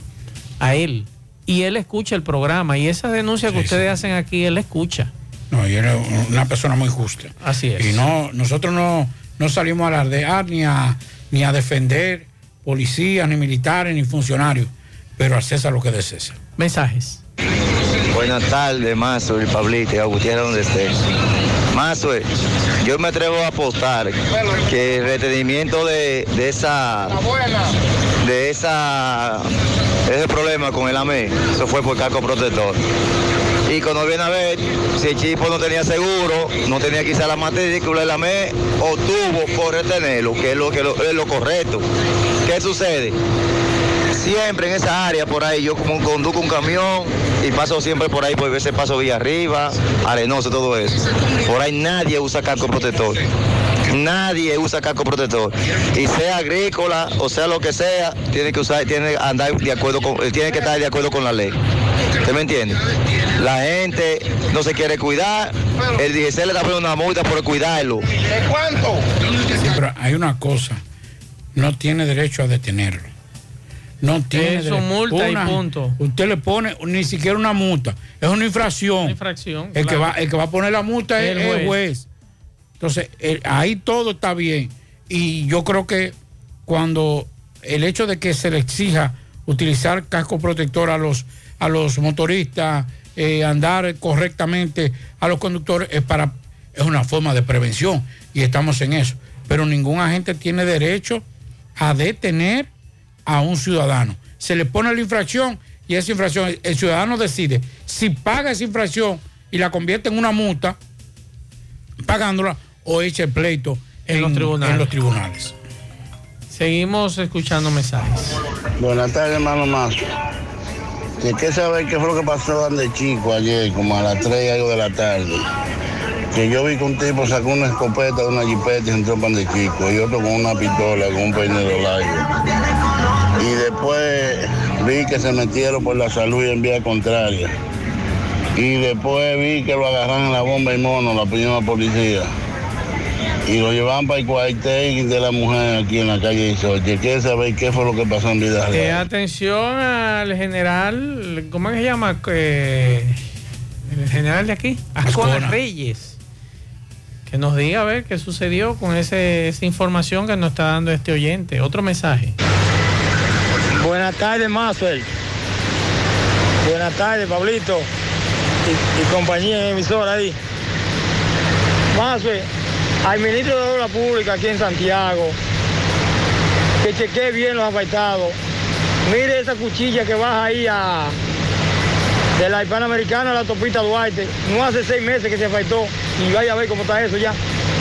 él y él escucha el programa y esas denuncias que ustedes hacen aquí, él escucha. No, y era una persona muy justa. Así es. Y nosotros no salimos a alardear ni a defender policías, ni militares, ni funcionarios, pero a César lo que es de César. Mensajes. Buenas tardes, Mazo y Pablito, y a Gutiérrez donde esté. Mazo, yo me atrevo a apostar que el retenimiento de esa Ese problema con el AME, eso fue por casco protector. Y cuando viene a ver, si el chico no tenía seguro, no tenía quizá la matrícula del AME, obtuvo por retenerlo, que es lo correcto. ¿Qué sucede? Siempre en esa área por ahí, yo como conduzco un camión y paso siempre por ahí, por veces paso Villa Arriba, Arenoso, todo eso. Por ahí nadie usa casco protector. Nadie usa casco protector. Y sea agrícola o sea lo que sea, tiene que estar de acuerdo con la ley. ¿Usted me entiende? La gente no se quiere cuidar. El DGC le está poniendo una multa por cuidarlo. ¿De cuánto? Sí, pero hay una cosa. No tiene derecho a detenerlo. No tiene eso, multa y punto. Usted le pone ni siquiera una multa. Es una infracción. Una infracción. El claro. que va a poner la multa es el juez. Entonces, ahí todo está bien. Y yo creo que cuando el hecho de que se le exija utilizar casco protector a los motoristas, andar correctamente a los conductores, es una forma de prevención. Y estamos en eso. Pero ningún agente tiene derecho a detener a un ciudadano. Se le pone la infracción y esa infracción, el ciudadano decide si paga esa infracción y la convierte en una multa, pagándola, o echa el pleito en los tribunales. Seguimos escuchando mensajes. Buenas tardes, hermano Mazo. ¿Qué saber qué fue lo que pasó de chico ayer, como a las 3 y algo de la tarde? Que yo vi que un tipo sacó una escopeta de una jipeta y entró pan de chico, y otro con una pistola, con un peinero largo. Y después vi que se metieron por la salud y en vía contraria. Y después vi que lo agarraron en la bomba y mono, la pidió la policía. Y lo llevaban para el cuartel de la mujer aquí en la calle Isoche. ¿Qué saber qué fue lo que pasó en vida real? Atención al general, ¿cómo es que se llama? El general de aquí, Ascona Reyes. Que nos diga a ver qué sucedió con esa información que nos está dando este oyente. Otro mensaje. Buenas tardes, Maxwell. Buenas tardes, Pablito. Y compañía en emisora ahí. Maxwell, al ministro de Obras Públicas aquí en Santiago, que chequee bien los afectados. Mire esa cuchilla que baja ahí de la Hispanoamericana a la autopista Duarte. No hace 6 meses que se afectó. Y vaya a ver cómo está eso ya.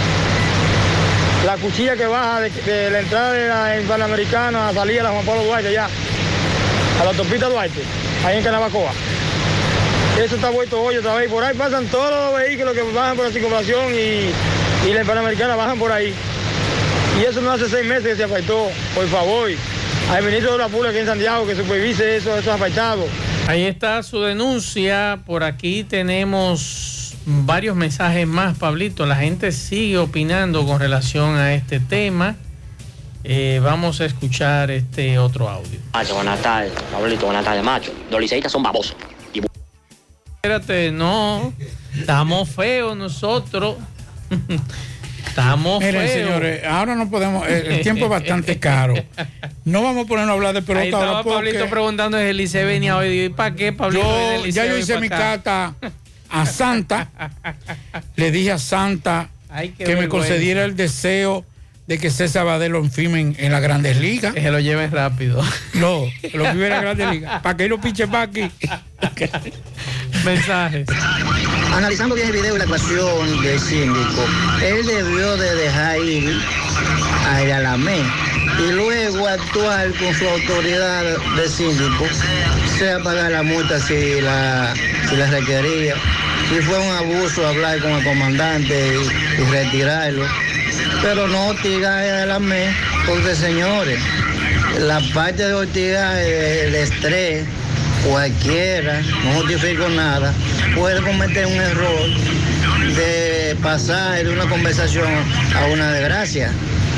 La cuchilla que baja de la entrada de la Hispanoamericana a salir a la Juan Pablo Duarte ya. A la autopista Duarte, ahí en Canabacoa. Eso está vuelto hoy otra vez. Por ahí pasan todos los vehículos que bajan por la circulación y la Hispanoamericana bajan por ahí. Y eso no hace 6 meses que se afectó. Por favor, al ministro de Obras Públicas aquí en Santiago que supervise esos afectados. Ahí está su denuncia. Por aquí tenemos varios mensajes más, Pablito. La gente sigue opinando con relación a este tema. Vamos a escuchar este otro audio. Macho, buenas tardes, Pablito, buenas tardes, macho. Los liceístas son babosos. Espérate, no. Estamos feos nosotros. Estamos Miren, feos. señores, ahora no podemos, el tiempo es bastante caro. No vamos a ponernos a hablar de pelota. Ahí estaba ahora porque Pablito preguntando si el Licey venía hoy. ¿Y para qué, Pablito? Ya yo hice mi carta a Santa. Le dije a Santa que me concediera el deseo de que César Badel lo firmen en las Grandes Ligas. Que se lo lleven rápido. No, que lo firmen en las Grandes Ligas. ¿Para qué lo pinche para aquí? Mensajes. Analizando bien el video y la actuación del síndico, él debió de dejar ir a el Alamé y luego actuar con su autoridad de síndico, sea pagar la multa si la requería. Si fue un abuso hablar con el comandante y retirarlo, pero no hostigar a Alamé, porque señores, la parte de hostigar el estrés, cualquiera, no justifico nada, puede cometer un error de pasar de una conversación a una desgracia.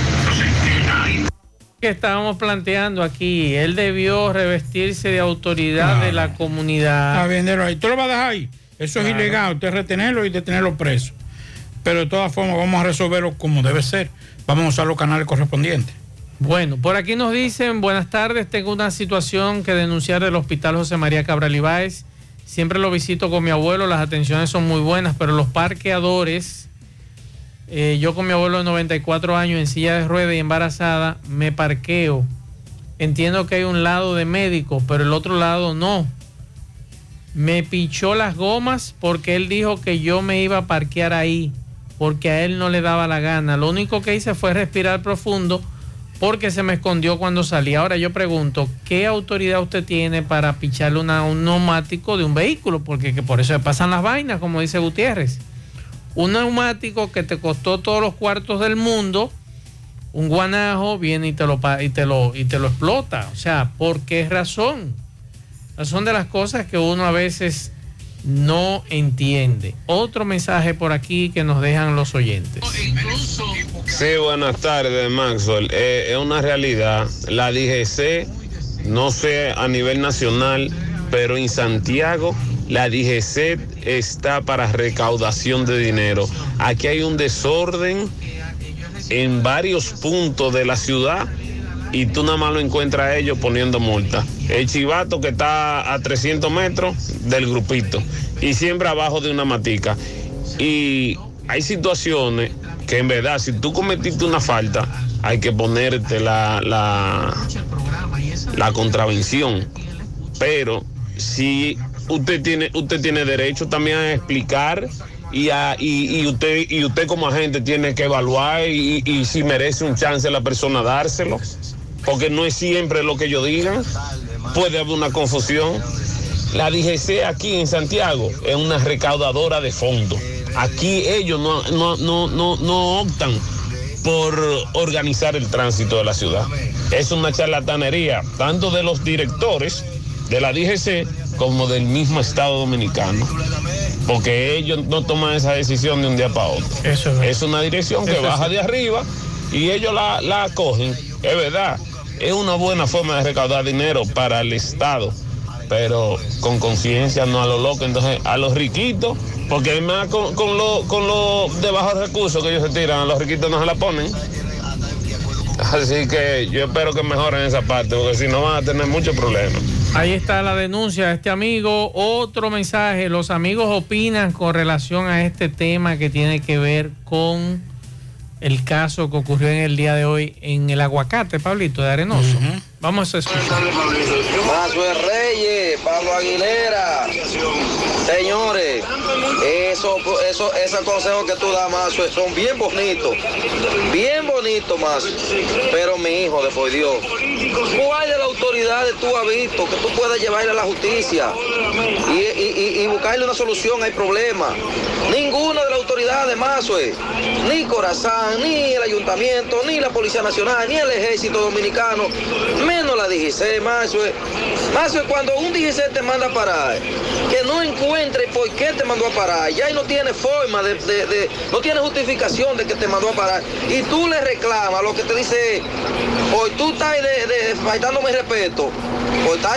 Que estábamos planteando aquí, él debió revestirse de autoridad de la comunidad. A venderlo ahí. ¿Tú lo vas a dejar ahí? Eso es ilegal, usted retenerlo y detenerlo preso. Pero de todas formas vamos a resolverlo como debe ser. Vamos a usar los canales correspondientes. Bueno, por aquí nos dicen, buenas tardes, tengo una situación que denunciar del Hospital José María Cabral Ibáez. Siempre lo visito con mi abuelo, las atenciones son muy buenas, pero los parqueadores, yo con mi abuelo de 94 años en silla de ruedas y embarazada, me parqueo entiendo que hay un lado de médicos, pero el otro lado no. Me pichó las gomas porque él dijo que yo me iba a parquear ahí, porque a él no le daba la gana. Lo único que hice fue respirar profundo porque se me escondió cuando salí. Ahora yo pregunto, ¿qué autoridad usted tiene para picharle un neumático de un vehículo? Porque que por eso se pasan las vainas, como dice Gutiérrez. Un neumático que te costó todos los cuartos del mundo, un guanajo viene y te lo explota. O sea, ¿por qué razón? Son de las cosas que uno a veces no entiende. Otro mensaje por aquí que nos dejan los oyentes. Sí, buenas tardes, Maxwell. Es una realidad. La DGC, no sé a nivel nacional, pero en Santiago la DGC está para recaudación de dinero. Aquí hay un desorden en varios puntos de la ciudad y tú nada más lo encuentras a ellos poniendo multa. El chivato que está a 300 metros del grupito y siempre abajo de una matica. Y hay situaciones que en verdad, si tú cometiste una falta, hay que ponerte la contravención. Pero si usted tiene derecho también a explicar y usted como agente tiene que evaluar y si merece un chance la persona dárselo, porque no es siempre lo que ellos digan, puede haber una confusión. La DGC aquí en Santiago es una recaudadora de fondos. Aquí ellos no optan por organizar el tránsito de la ciudad. Es una charlatanería, tanto de los directores de la DGC como del mismo Estado Dominicano, porque ellos no toman esa decisión de un día para otro. Es una dirección que baja de arriba y ellos la cogen. Es verdad, es una buena forma de recaudar dinero para el Estado, pero con conciencia, no a lo loco. Entonces, a los riquitos, porque además con los de bajos recursos que ellos se tiran, a los riquitos no se la ponen. Así que yo espero que mejoren esa parte, porque si no van a tener muchos problemas. Ahí está la denuncia de este amigo. Otro mensaje, los amigos opinan con relación a este tema que tiene que ver con el caso que ocurrió en el día de hoy en el Aguacate, Pablito, de Arenoso. Vamos a escuchar. Maxwell Reyes, Pablo Aguilera. Señores, esos consejos que tú das, Maxwell, son bien bonitos, más. Pero mi hijo, de por Dios, ¿cuál de las autoridades tú has visto que tú puedas llevarle a la justicia y buscarle una solución al problema? Ninguna de las autoridades, Maxwell, ni Corazán, ni el ayuntamiento, ni la Policía Nacional, ni el Ejército Dominicano, menos la DGC, Maxwell. Maxwell, cuando un DGC te manda a parar, que no encuentre por qué te mandó a parar, ya no tiene forma no tiene justificación de que te mandó a parar, y tú le reclamas, lo que te dice, hoy tú estás faltándome respeto, hoy estás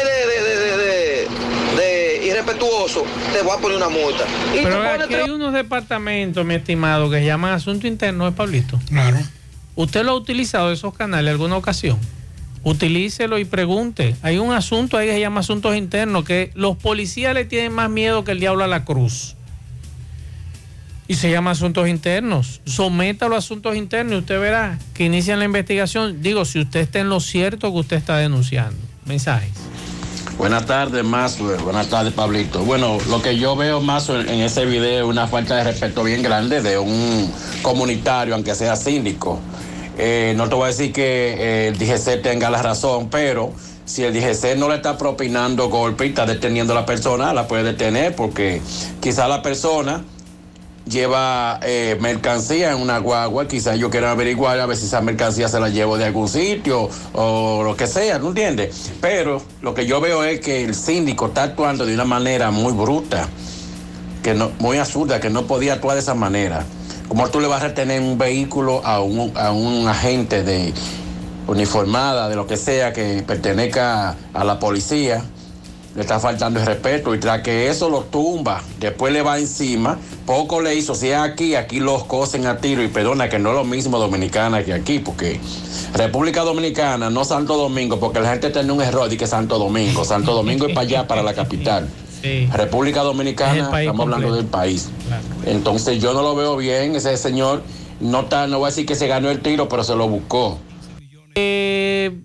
de irrespetuoso, te voy a poner una multa. Y pero aquí hay unos departamentos, mi estimado, que se llaman Asunto Interno, ¿es, Pablito? Claro. ¿Usted lo ha utilizado esos canales alguna ocasión? Utilícelo y pregunte. Hay un asunto ahí que se llama Asuntos Internos, que los policías le tienen más miedo que el diablo a la cruz. Y se llama Asuntos Internos. Sométalo a Asuntos Internos y usted verá que inician la investigación. Digo, si usted está en lo cierto que usted está denunciando. Mensajes. Buenas tardes, Maxwell. Buenas tardes, Pablito. Bueno, lo que yo veo, Maxwell, en ese video es una falta de respeto bien grande de un comunitario, aunque sea síndico. No te voy a decir que el DGC tenga la razón, pero si el DGC no le está propinando golpe y está deteniendo a la persona, la puede detener, porque quizá la persona lleva mercancía en una guagua, quizá ellos quieran averiguar a ver si esa mercancía se la llevo de algún sitio o lo que sea, ¿no entiendes? Pero lo que yo veo es que el síndico está actuando de una manera muy bruta, muy absurda, que no podía actuar de esa manera. ¿Cómo tú le vas a retener un vehículo a un agente de uniformada, de lo que sea, que pertenezca a la policía? Le está faltando el respeto, y tras que eso lo tumba, después le va encima. Poco le hizo, si es aquí los cosen a tiro, y perdona que no es lo mismo Dominicana que aquí, porque República Dominicana, no Santo Domingo, porque la gente tiene un error de que Santo Domingo es para allá, para la capital. Sí. República Dominicana, estamos hablando del país. Claro. Entonces yo no lo veo bien, ese señor no voy a decir que se ganó el tiro, pero se lo buscó.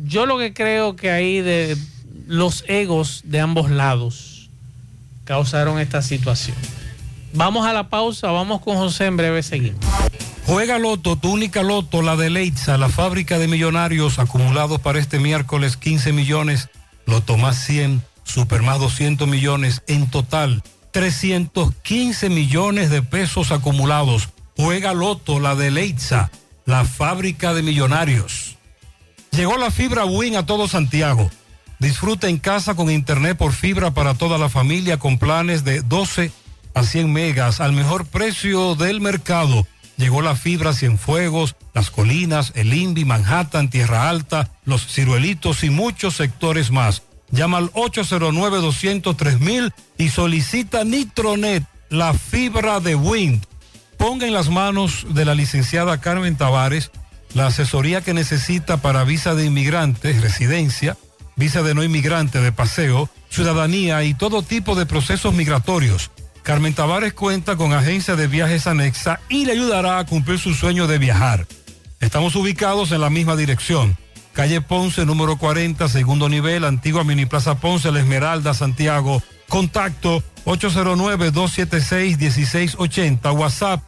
Yo lo que creo que ahí de los egos de ambos lados causaron esta situación. Vamos a la pausa, vamos con José, en breve seguimos. Juega Loto, tu única Loto, la de Leitza, la fábrica de millonarios acumulados para este miércoles 15 millones, Loto más 100, Super más 200 millones, en total 315 millones de pesos acumulados. Juega Loto, la de Leitza, la fábrica de millonarios. Llegó la fibra Win a todo Santiago. Disfruta en casa con internet por fibra para toda la familia con planes de 12 a 100 megas al mejor precio del mercado. Llegó la fibra Cienfuegos, Las Colinas, El Invi, Manhattan, Tierra Alta, Los Ciruelitos y muchos sectores más. Llama al 809-203,000 y solicita Nitronet, la fibra de Wind. Ponga en las manos de la licenciada Carmen Tavares la asesoría que necesita para visa de inmigrante, residencia, visa de no inmigrante, de paseo, ciudadanía y todo tipo de procesos migratorios. Carmen Tavares cuenta con agencia de viajes anexa y le ayudará a cumplir su sueño de viajar. Estamos ubicados en la misma dirección. Calle Ponce, número 40, segundo nivel, antigua Mini Plaza Ponce, La Esmeralda, Santiago. Contacto 809-276-1680, WhatsApp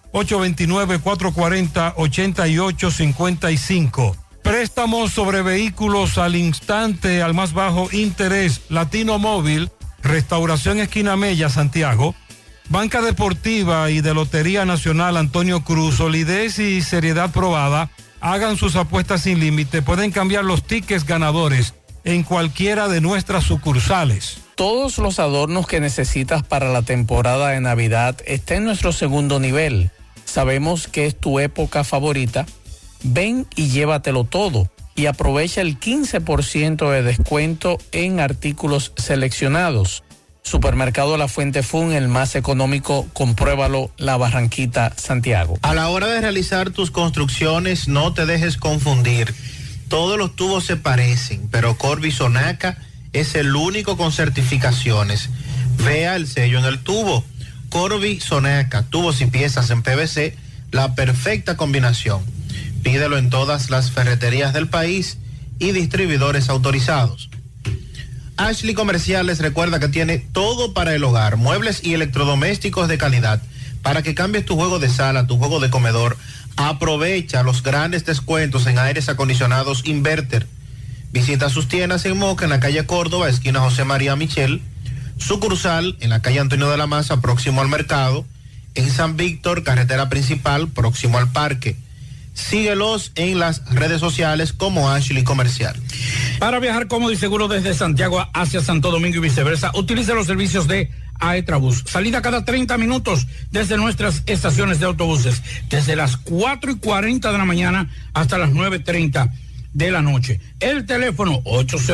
829-440-8855. Préstamos sobre vehículos al instante, al más bajo interés. Latino Móvil, Restauración Esquina Mella, Santiago. Banca Deportiva y de Lotería Nacional Antonio Cruz, solidez y seriedad probada. Hagan sus apuestas sin límite. Pueden cambiar los tickets ganadores en cualquiera de nuestras sucursales. Todos los adornos que necesitas para la temporada de Navidad están en nuestro segundo nivel. Sabemos que es tu época favorita. Ven y llévatelo todo y aprovecha el 15% de descuento en artículos seleccionados. Supermercado La Fuente Fun, el más económico, compruébalo, La Barranquita, Santiago. A la hora de realizar tus construcciones, no te dejes confundir. Todos los tubos se parecen, pero Corby Sonaca es el único con certificaciones. Vea el sello en el tubo. Corby Sonaca, tubos y piezas en PVC, la perfecta combinación. Pídelo en todas las ferreterías del país y distribuidores autorizados. Ashley Comerciales recuerda que tiene todo para el hogar, muebles y electrodomésticos de calidad, para que cambies tu juego de sala, tu juego de comedor. Aprovecha los grandes descuentos en aires acondicionados Inverter. Visita sus tiendas en Moca, en la calle Córdoba, esquina José María Michel, sucursal en la calle Antonio de la Maza, próximo al mercado, en San Víctor, carretera principal, próximo al parque. Síguelos en las redes sociales como Ashley Comercial. Para viajar cómodo y seguro desde Santiago hacia Santo Domingo y viceversa, utilice los servicios de Aetrabús. Salida cada 30 minutos desde nuestras estaciones de autobuses, desde las 4:40 de la mañana hasta las 9:30 de la noche. El teléfono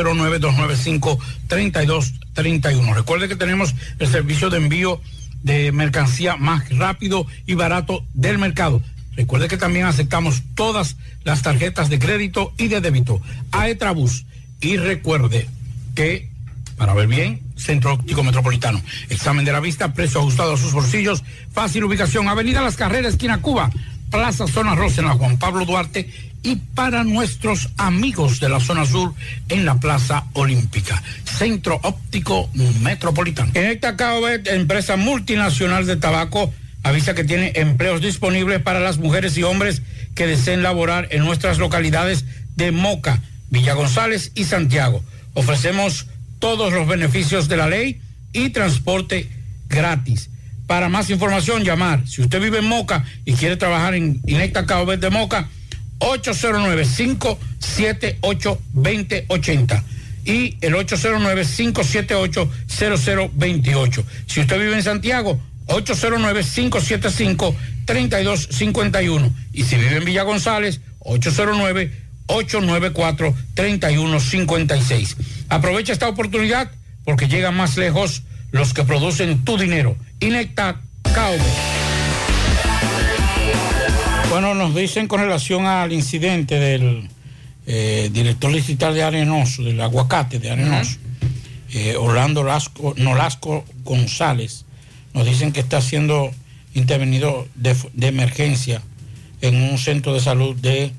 809-295-3231. Recuerde que tenemos el servicio de envío de mercancía más rápido y barato del mercado. Recuerde que también aceptamos todas las tarjetas de crédito y de débito. Aetrabús. Y recuerde que, para ver bien, Centro Óptico Metropolitano. Examen de la vista, precio ajustado a sus bolsillos, fácil ubicación, Avenida Las Carreras, esquina Cuba, Plaza Zona Rosa en la Juan Pablo Duarte, y para nuestros amigos de la zona sur en la Plaza Olímpica. Centro Óptico Metropolitano. En esta CAOBET, empresa multinacional de tabaco, avisa que tiene empleos disponibles para las mujeres y hombres que deseen laborar en nuestras localidades de Moca, Villa González y Santiago. Ofrecemos todos los beneficios de la ley y transporte gratis. Para más información, llamar. Si usted vive en Moca y quiere trabajar en Inecta CAOBET de Moca, 809-578-2080 y el 809-578-0028. Si usted vive en Santiago, 809-575-3251. Y si vive en Villa González, 809-894-3156. Aprovecha esta oportunidad porque llegan más lejos los que producen tu dinero. Inecta CAOBET. Bueno, nos dicen con relación al incidente del director distrital de Arenoso, del aguacate de Arenoso, Orlando Nolasco González, nos dicen que está siendo intervenido de emergencia en un centro de salud de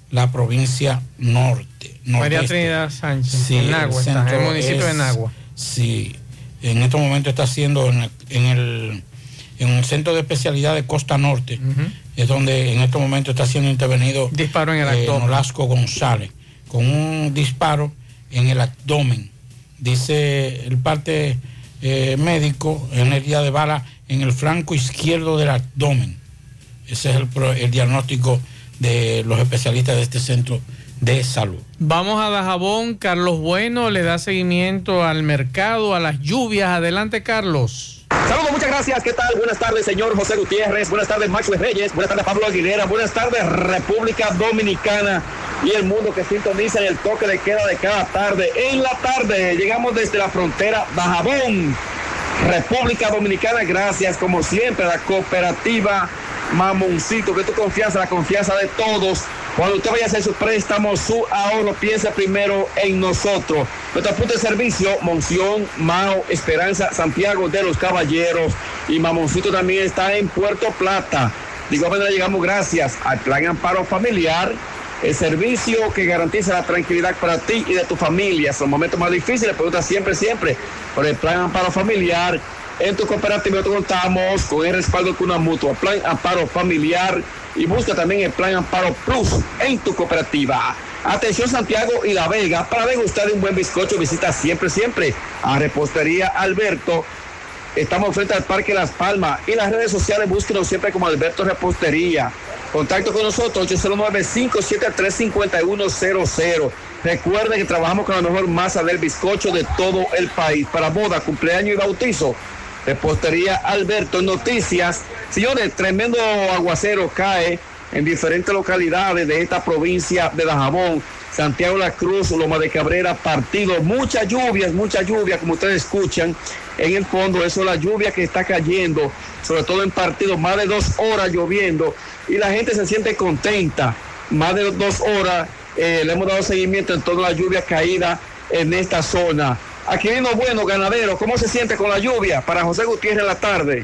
la provincia nordeste. María Trinidad Sánchez, sí, en Nagua, en el municipio de Nagua. Sí, en estos momentos está haciendo en el centro de especialidad de Costa Norte, es donde en estos momentos está siendo intervenido disparo en el abdomen. Nolasco González, con un disparo en el abdomen. Dice el parte médico, en herida de bala en el flanco izquierdo del abdomen. Ese es el diagnóstico de los especialistas de este centro de salud. Vamos a Dajabón. Carlos Bueno le da seguimiento al mercado, a las lluvias. Adelante, Carlos. Saludos, muchas gracias. ¿Qué tal? Buenas tardes, señor José Gutiérrez. Buenas tardes, Maxwell Reyes. Buenas tardes, Pablo Aguilera. Buenas tardes, República Dominicana y el mundo que sintoniza en el toque de queda de cada tarde. En la tarde llegamos desde la frontera Dajabón, República Dominicana. Gracias, como siempre, a la cooperativa Mamoncito, que tu confianza, la confianza de todos. Cuando usted vaya a hacer su préstamo, su ahorro, piensa primero en nosotros. Nuestro punto de servicio: Monción, Mao, Esperanza, Santiago de los Caballeros, y Mamoncito también está en Puerto Plata. De igual manera llegamos gracias al Plan Amparo Familiar, el servicio que garantiza la tranquilidad para ti y de tu familia. Son momentos más difíciles, pregunta siempre por el Plan Amparo Familiar. En tu cooperativa contamos con el respaldo de una mutua, Plan Amparo Familiar, y busca también el Plan Amparo Plus en tu cooperativa. Atención, Santiago y La Vega, para degustar de un buen bizcocho, visita siempre a Repostería Alberto. Estamos frente al Parque Las Palmas, y en las redes sociales búsquenos siempre como Alberto Repostería. Contacto con nosotros 809-573-5100. Recuerden que trabajamos con la mejor masa del bizcocho de todo el país para boda, cumpleaños y bautizo. Repostería Alberto. Noticias, señores, tremendo aguacero cae en diferentes localidades de esta provincia de Dajabón, Santiago de la Cruz, Loma de Cabrera, Partido. Mucha lluvia, como ustedes escuchan en el fondo. Eso es la lluvia que está cayendo, sobre todo en Partido, más de 2 horas lloviendo, y la gente se siente contenta. Más de 2 horas le hemos dado seguimiento en toda la lluvia caída en esta zona. Aquilino Bueno, ganadero, ¿cómo se siente con la lluvia? Para José Gutiérrez en la tarde.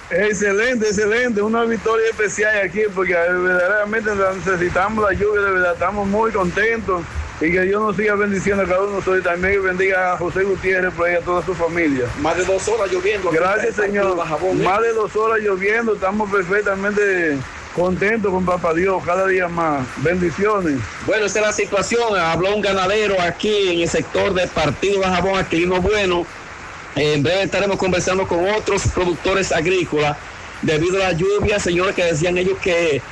Excelente, una victoria especial aquí, porque verdaderamente necesitamos la lluvia, de verdad, estamos muy contentos, y que Dios nos siga bendiciendo a cada uno de nosotros, y también que bendiga a José Gutiérrez y a toda su familia. Más de 2 horas lloviendo. Gracias, Señor. Más de 2 horas lloviendo, estamos perfectamente contentos con Papá Dios, cada día más. Bendiciones. Bueno, esta es la situación. Habló un ganadero aquí en el sector de Partido Dajabón, Aquilino Bueno. En breve estaremos conversando con otros productores agrícolas debido a la lluvia, señores, que decían ellos que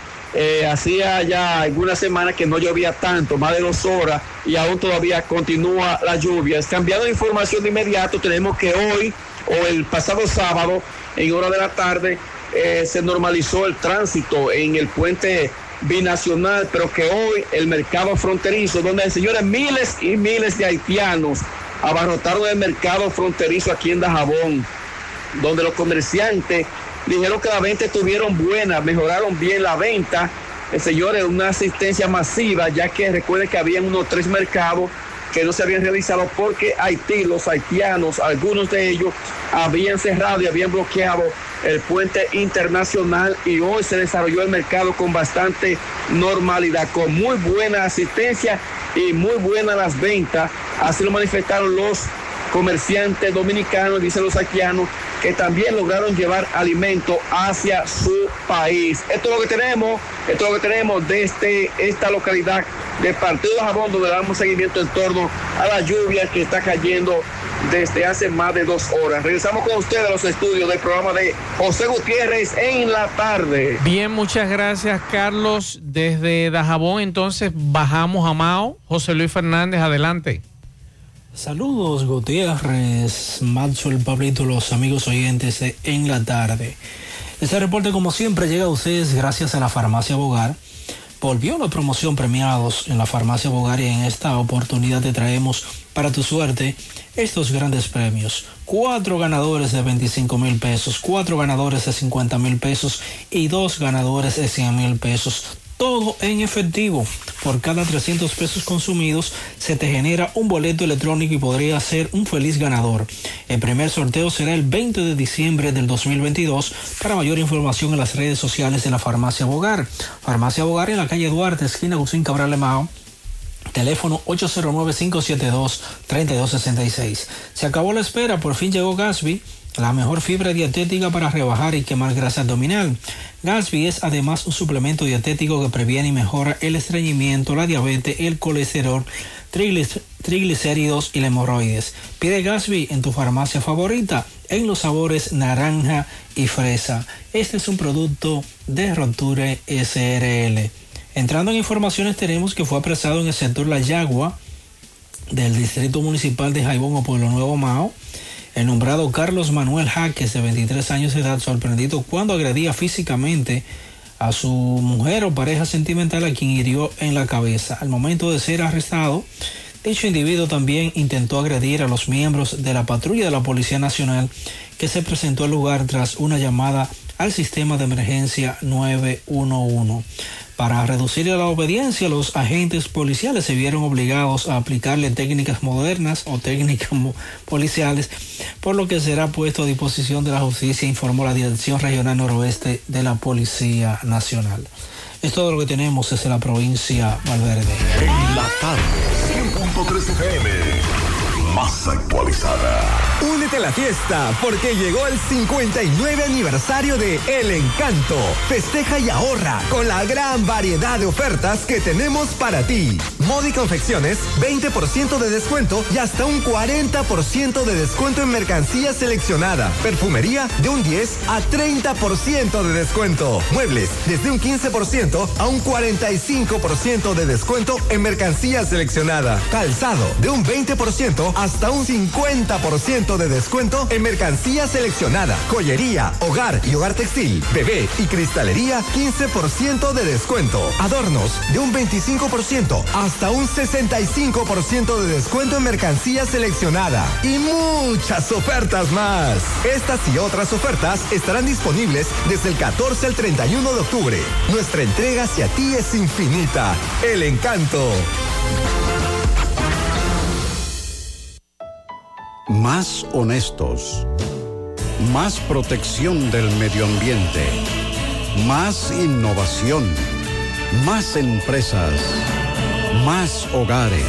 hacía ya algunas semanas que no llovía tanto, más de 2 horas, y aún todavía continúa la lluvia. Cambiando de información de inmediato, tenemos que hoy o el pasado sábado, en hora de la tarde, se normalizó el tránsito en el puente binacional, pero que hoy el mercado fronterizo, donde, señores, miles y miles de haitianos abarrotaron el mercado fronterizo aquí en Dajabón, donde los comerciantes dijeron que la venta estuvieron buenas, mejoraron bien la venta. Señores, una asistencia masiva, ya que recuerden que habían unos 3 mercados que no se habían realizado porque Haití, los haitianos, algunos de ellos habían cerrado y habían bloqueado el puente internacional, y hoy se desarrolló el mercado con bastante normalidad, con muy buena asistencia y muy buenas las ventas. Así lo manifestaron los comerciantes dominicanos, dicen los haitianos, que también lograron llevar alimento hacia su país. Esto es lo que tenemos desde esta localidad de Partido Dajabón, donde damos seguimiento en torno a la lluvia que está cayendo desde hace más de 2 horas. Regresamos con ustedes a los estudios del programa de José Gutiérrez en la tarde. Bien, muchas gracias, Carlos. Desde Dajabón, entonces, bajamos a Mao. José Luis Fernández, adelante. Saludos, Gutiérrez, Maxwell, Pablito, los amigos oyentes de En la Tarde. Este reporte, como siempre, llega a ustedes gracias a la Farmacia Bogar. Volvió la promoción premiados en la Farmacia Bogar, y en esta oportunidad te traemos para tu suerte estos grandes premios. 4 ganadores de 25,000 pesos, 4 ganadores de 50,000 pesos y 2 ganadores de 100,000 pesos. Todo en efectivo. por cada 300 pesos consumidos se te genera un boleto electrónico y podría ser un feliz ganador. El primer sorteo será el 20 de diciembre del 2022. Para mayor información en las redes sociales de la Farmacia Bogar. Farmacia Bogar en la calle Duarte, esquina Agustín Cabral Lemao. Teléfono 809-572-3266. Se acabó la espera, por fin llegó Gatsby, la mejor fibra dietética para rebajar y quemar grasa abdominal. Gatsby es además un suplemento dietético que previene y mejora el estreñimiento, la diabetes, el colesterol, triglicéridos y la hemorroides. Pide Gatsby en tu farmacia favorita en los sabores naranja y fresa. Este es un producto de Roture SRL. Entrando en informaciones, tenemos que fue apresado en el sector La Yagua del Distrito Municipal de Jaibón o Pueblo Nuevo Mao el nombrado Carlos Manuel Jaques, de 23 años de edad, sorprendido cuando agredía físicamente a su mujer o pareja sentimental, a quien hirió en la cabeza. Al momento de ser arrestado, dicho individuo también intentó agredir a los miembros de la patrulla de la Policía Nacional que se presentó al lugar tras una llamada al sistema de emergencia 911. Para reducir la obediencia, los agentes policiales se vieron obligados a aplicarle técnicas modernas o técnicas policiales, por lo que será puesto a disposición de la justicia, informó la Dirección Regional Noroeste de la Policía Nacional. Es todo lo que tenemos desde la provincia Valverde. En la tarde, 100.3 FM, más actualizada. Únete a la fiesta porque llegó el 59 aniversario de El Encanto. Festeja y ahorra con la gran variedad de ofertas que tenemos para ti. Moda y confecciones, 20% de descuento y hasta un 40% de descuento en mercancía seleccionada. Perfumería de un 10 a 30% de descuento. Muebles desde un 15% a un 45% de descuento en mercancía seleccionada. Calzado de un 20% hasta un 50% de descuento en mercancía seleccionada. Joyería, hogar y hogar textil, bebé y cristalería, 15% de descuento. Adornos de un 25% hasta un 65% de descuento en mercancía seleccionada. Y muchas ofertas más. Estas y otras ofertas estarán disponibles desde el 14 al 31 de octubre. Nuestra entrega hacia ti es infinita. El Encanto. Más honestos, más protección del medio ambiente, más innovación, más empresas, más hogares,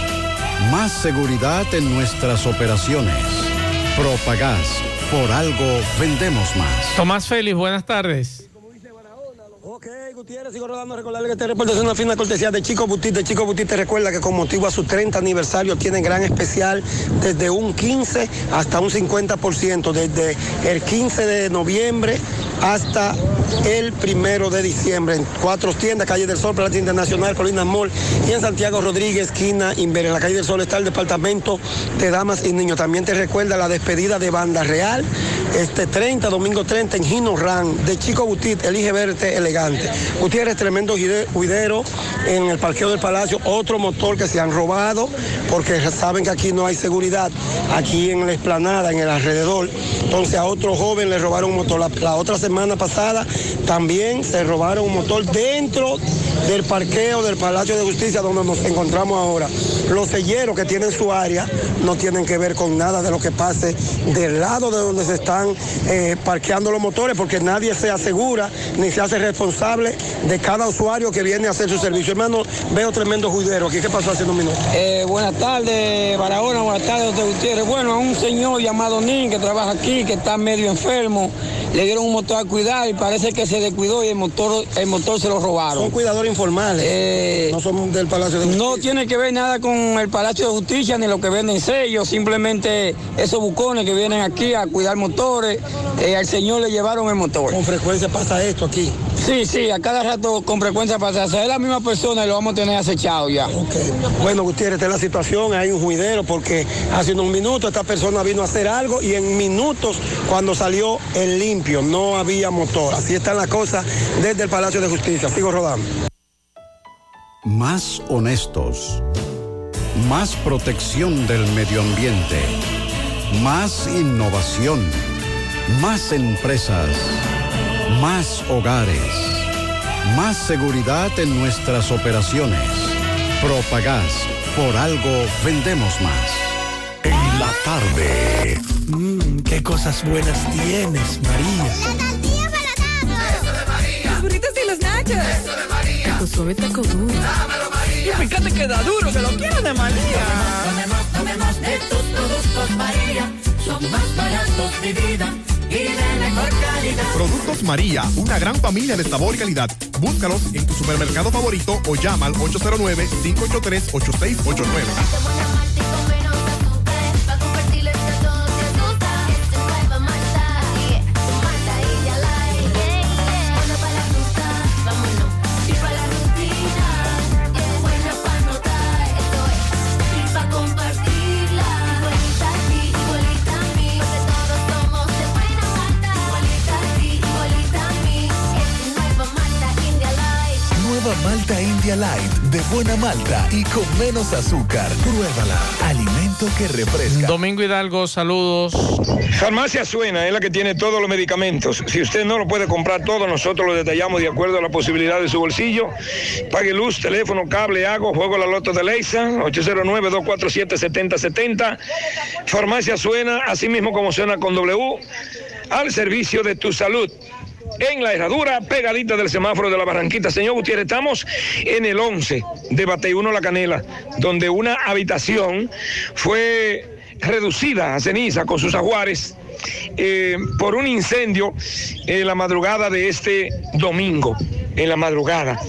más seguridad en nuestras operaciones. Propagás, por algo vendemos más. Tomás Félix, buenas tardes. Ok, Gutiérrez, sigo rodando. Recordarle que este reporte es una fina cortesía de Chico Butit. De Chico Butit te recuerda que con motivo a su 30 aniversario tienen gran especial desde un 15 hasta un 50%, desde el 15 de noviembre hasta el 1 de diciembre. En 4 tiendas, Calle del Sol, Plaza Internacional, Colinas Mall, y en Santiago Rodríguez, esquina Inver. En la Calle del Sol está el departamento de damas y niños. También te recuerda la despedida de Banda Real, domingo 30 en Gino Ran. De Chico Butit, elige verte elegante. Gutiérrez, tremendo juidero en el parqueo del Palacio. Otro motor que se han robado, porque saben que aquí no hay seguridad, aquí en la explanada, en el alrededor. Entonces a otro joven le robaron un motor. La otra semana pasada también se robaron un motor dentro del parqueo del Palacio de Justicia, donde nos encontramos ahora. Los selleros que tienen su área no tienen que ver con nada de lo que pase del lado de donde se están parqueando los motores, porque nadie se asegura ni se hace responsable de cada usuario que viene a hacer su servicio. Hermano, veo tremendo juidero aquí. ¿Qué pasó hace unos minutos? Buenas tardes, Barahona. Buenas tardes, doctor Gutiérrez. Bueno, a un señor llamado Nin que trabaja aquí, que está medio enfermo, le dieron un motor a cuidar y parece que se descuidó y el motor se lo robaron. Son cuidadores informales, no son del Palacio de Justicia. No tiene que ver nada con el Palacio de Justicia ni lo que venden sellos, simplemente esos bucones que vienen aquí a cuidar motores, al señor le llevaron el motor. ¿Con frecuencia pasa esto aquí? Sí, a cada rato con frecuencia pasa. Es la misma persona y lo vamos a tener acechado ya. Okay. Bueno, Gutiérrez, esta es la situación, hay un juidero porque hace unos minutos esta persona vino a hacer algo y en minutos cuando salió el limpio no había motor. Así están las cosas desde el Palacio de Justicia. Sigo rodando. Más honestos, más protección del medio ambiente, más innovación, más empresas, más hogares, Más seguridad en nuestras operaciones. Propagás, por algo vendemos más. En la tarde. Qué cosas buenas tienes, María. La tortilla para Eso de María. Los burritos y los nachos. Eso de María. Taco suave, taco duro. Dámelo, María. Y fíjate que da duro, que lo quiero de María. Tomemos de tus productos, María. Son más baratos, mi vida. Y de mejor calidad. Productos María, una gran familia de sabor y calidad. Búscalos en tu supermercado favorito o llama al 809-583-8689. Malta India Light, de buena malta y con menos azúcar. Pruébala. Alimento que refresca. Domingo Hidalgo, saludos. Farmacia Suena es la que tiene todos los medicamentos. Si usted no lo puede comprar todo, nosotros lo detallamos de acuerdo a la posibilidad de su bolsillo. Pague luz, teléfono, cable, agua, juego la loto de Leisa, 809-247-7070. Farmacia Suena, así mismo como suena con W, al servicio de tu salud. En la Herradura, pegadita del semáforo de la Barranquita. Señor Gutiérrez, estamos en el 11 de Bateyuno La Canela, donde una habitación fue reducida a ceniza con sus ajuares por un incendio en la madrugada de este domingo, en la madrugada.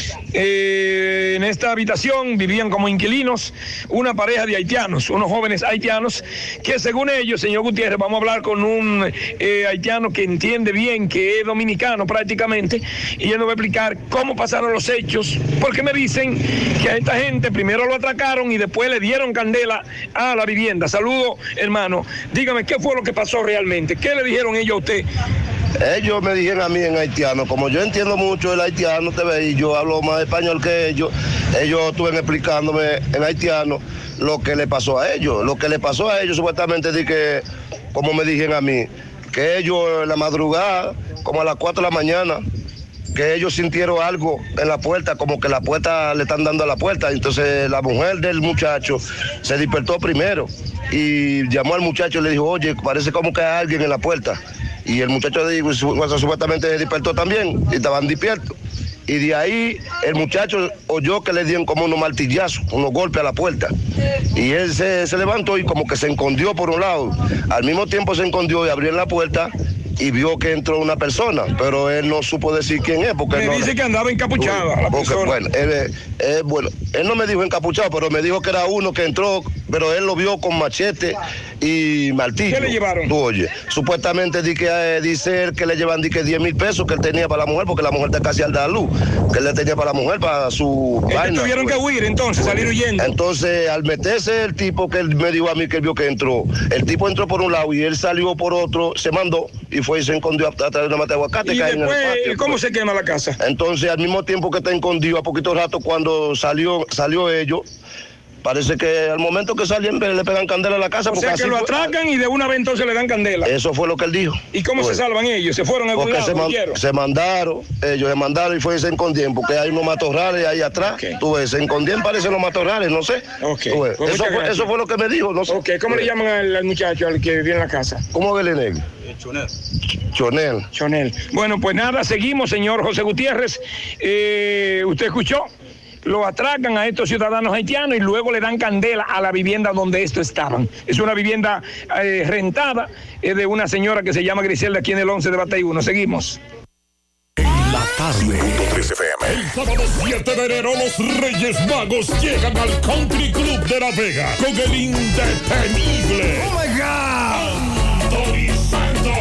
En esta habitación vivían como inquilinos una pareja de haitianos, unos jóvenes haitianos que según ellos, señor Gutiérrez, vamos a hablar con un haitiano que entiende bien, que es dominicano prácticamente, y él nos va a explicar cómo pasaron los hechos, porque me dicen que a esta gente primero lo atracaron y después le dieron candela a la vivienda. Saludo, hermano. Dígame, ¿qué fue lo que pasó realmente? ¿Qué le dijeron ellos a usted? Ellos me dijeron a mí en haitiano, como yo entiendo mucho el haitiano, te ve, y yo hablo más español que ellos estuvieron explicándome en haitiano lo que le pasó a ellos. Lo que le pasó a ellos supuestamente di que, como me dijeron a mí, que ellos en la madrugada, como a las 4 de la mañana, que ellos sintieron algo en la puerta, como que la puerta le están dando a la puerta. Entonces la mujer del muchacho se despertó primero y llamó al muchacho y le dijo, oye, parece como que hay alguien en la puerta. Y el muchacho supuestamente se despertó también y estaban despiertos. Y de ahí el muchacho oyó que le dieron como unos martillazos, unos golpes a la puerta. Y él se levantó y como que se escondió por un lado. Al mismo tiempo se escondió y abrió la puerta y vio que entró una persona, pero él no supo decir quién es. Porque me dice que andaba encapuchada la persona. Bueno, él no me dijo encapuchado, pero me dijo que era uno que entró, pero él lo vio con machete y martillo. ¿Qué le llevaron? Tú oye, supuestamente dice él que le llevan 10,000 pesos que él tenía para la mujer, porque la mujer está casi al dar luz, que él le tenía para la mujer, para su vaina. Tuvieron que huir entonces, salir huyendo. Entonces, al meterse el tipo que él me dijo a mí que él vio que entró, el tipo entró por un lado y él salió por otro, se mandó y fue y se escondió atrás de una mata de aguacate. Y después, ¿cómo se quema la casa? Entonces, al mismo tiempo que está escondido, a poquito rato, cuando salió ellos, parece que al momento que salen le pegan candela a la casa. O sea, que lo atracan y de una vez entonces le dan candela. Eso fue lo que él dijo. ¿Y cómo se salvan ellos? ¿Se fueron a algún lado? Ellos se mandaron y fue y se escondieron, porque hay unos matorrales ahí atrás. Okay. Tú ves, se escondieron, parecen los matorrales, no sé. Okay. Pues eso fue lo que me dijo, no sé. Okay. ¿Cómo le llaman al muchacho, al que vivía en la casa? ¿Cómo que le negro? Chonel. Bueno, pues nada, seguimos, señor José Gutiérrez. ¿Usted escuchó? Lo atracan a estos ciudadanos haitianos y luego le dan candela a la vivienda donde estos estaban. Es una vivienda rentada, es de una señora que se llama Griselda, aquí en el 11 de Bateyuno. Seguimos. En la tarde, 103 FM. El sábado 7 de enero, los Reyes Magos llegan al Country Club de La Vega con el indetenible. ¡Oh, my God! Anthony Santos.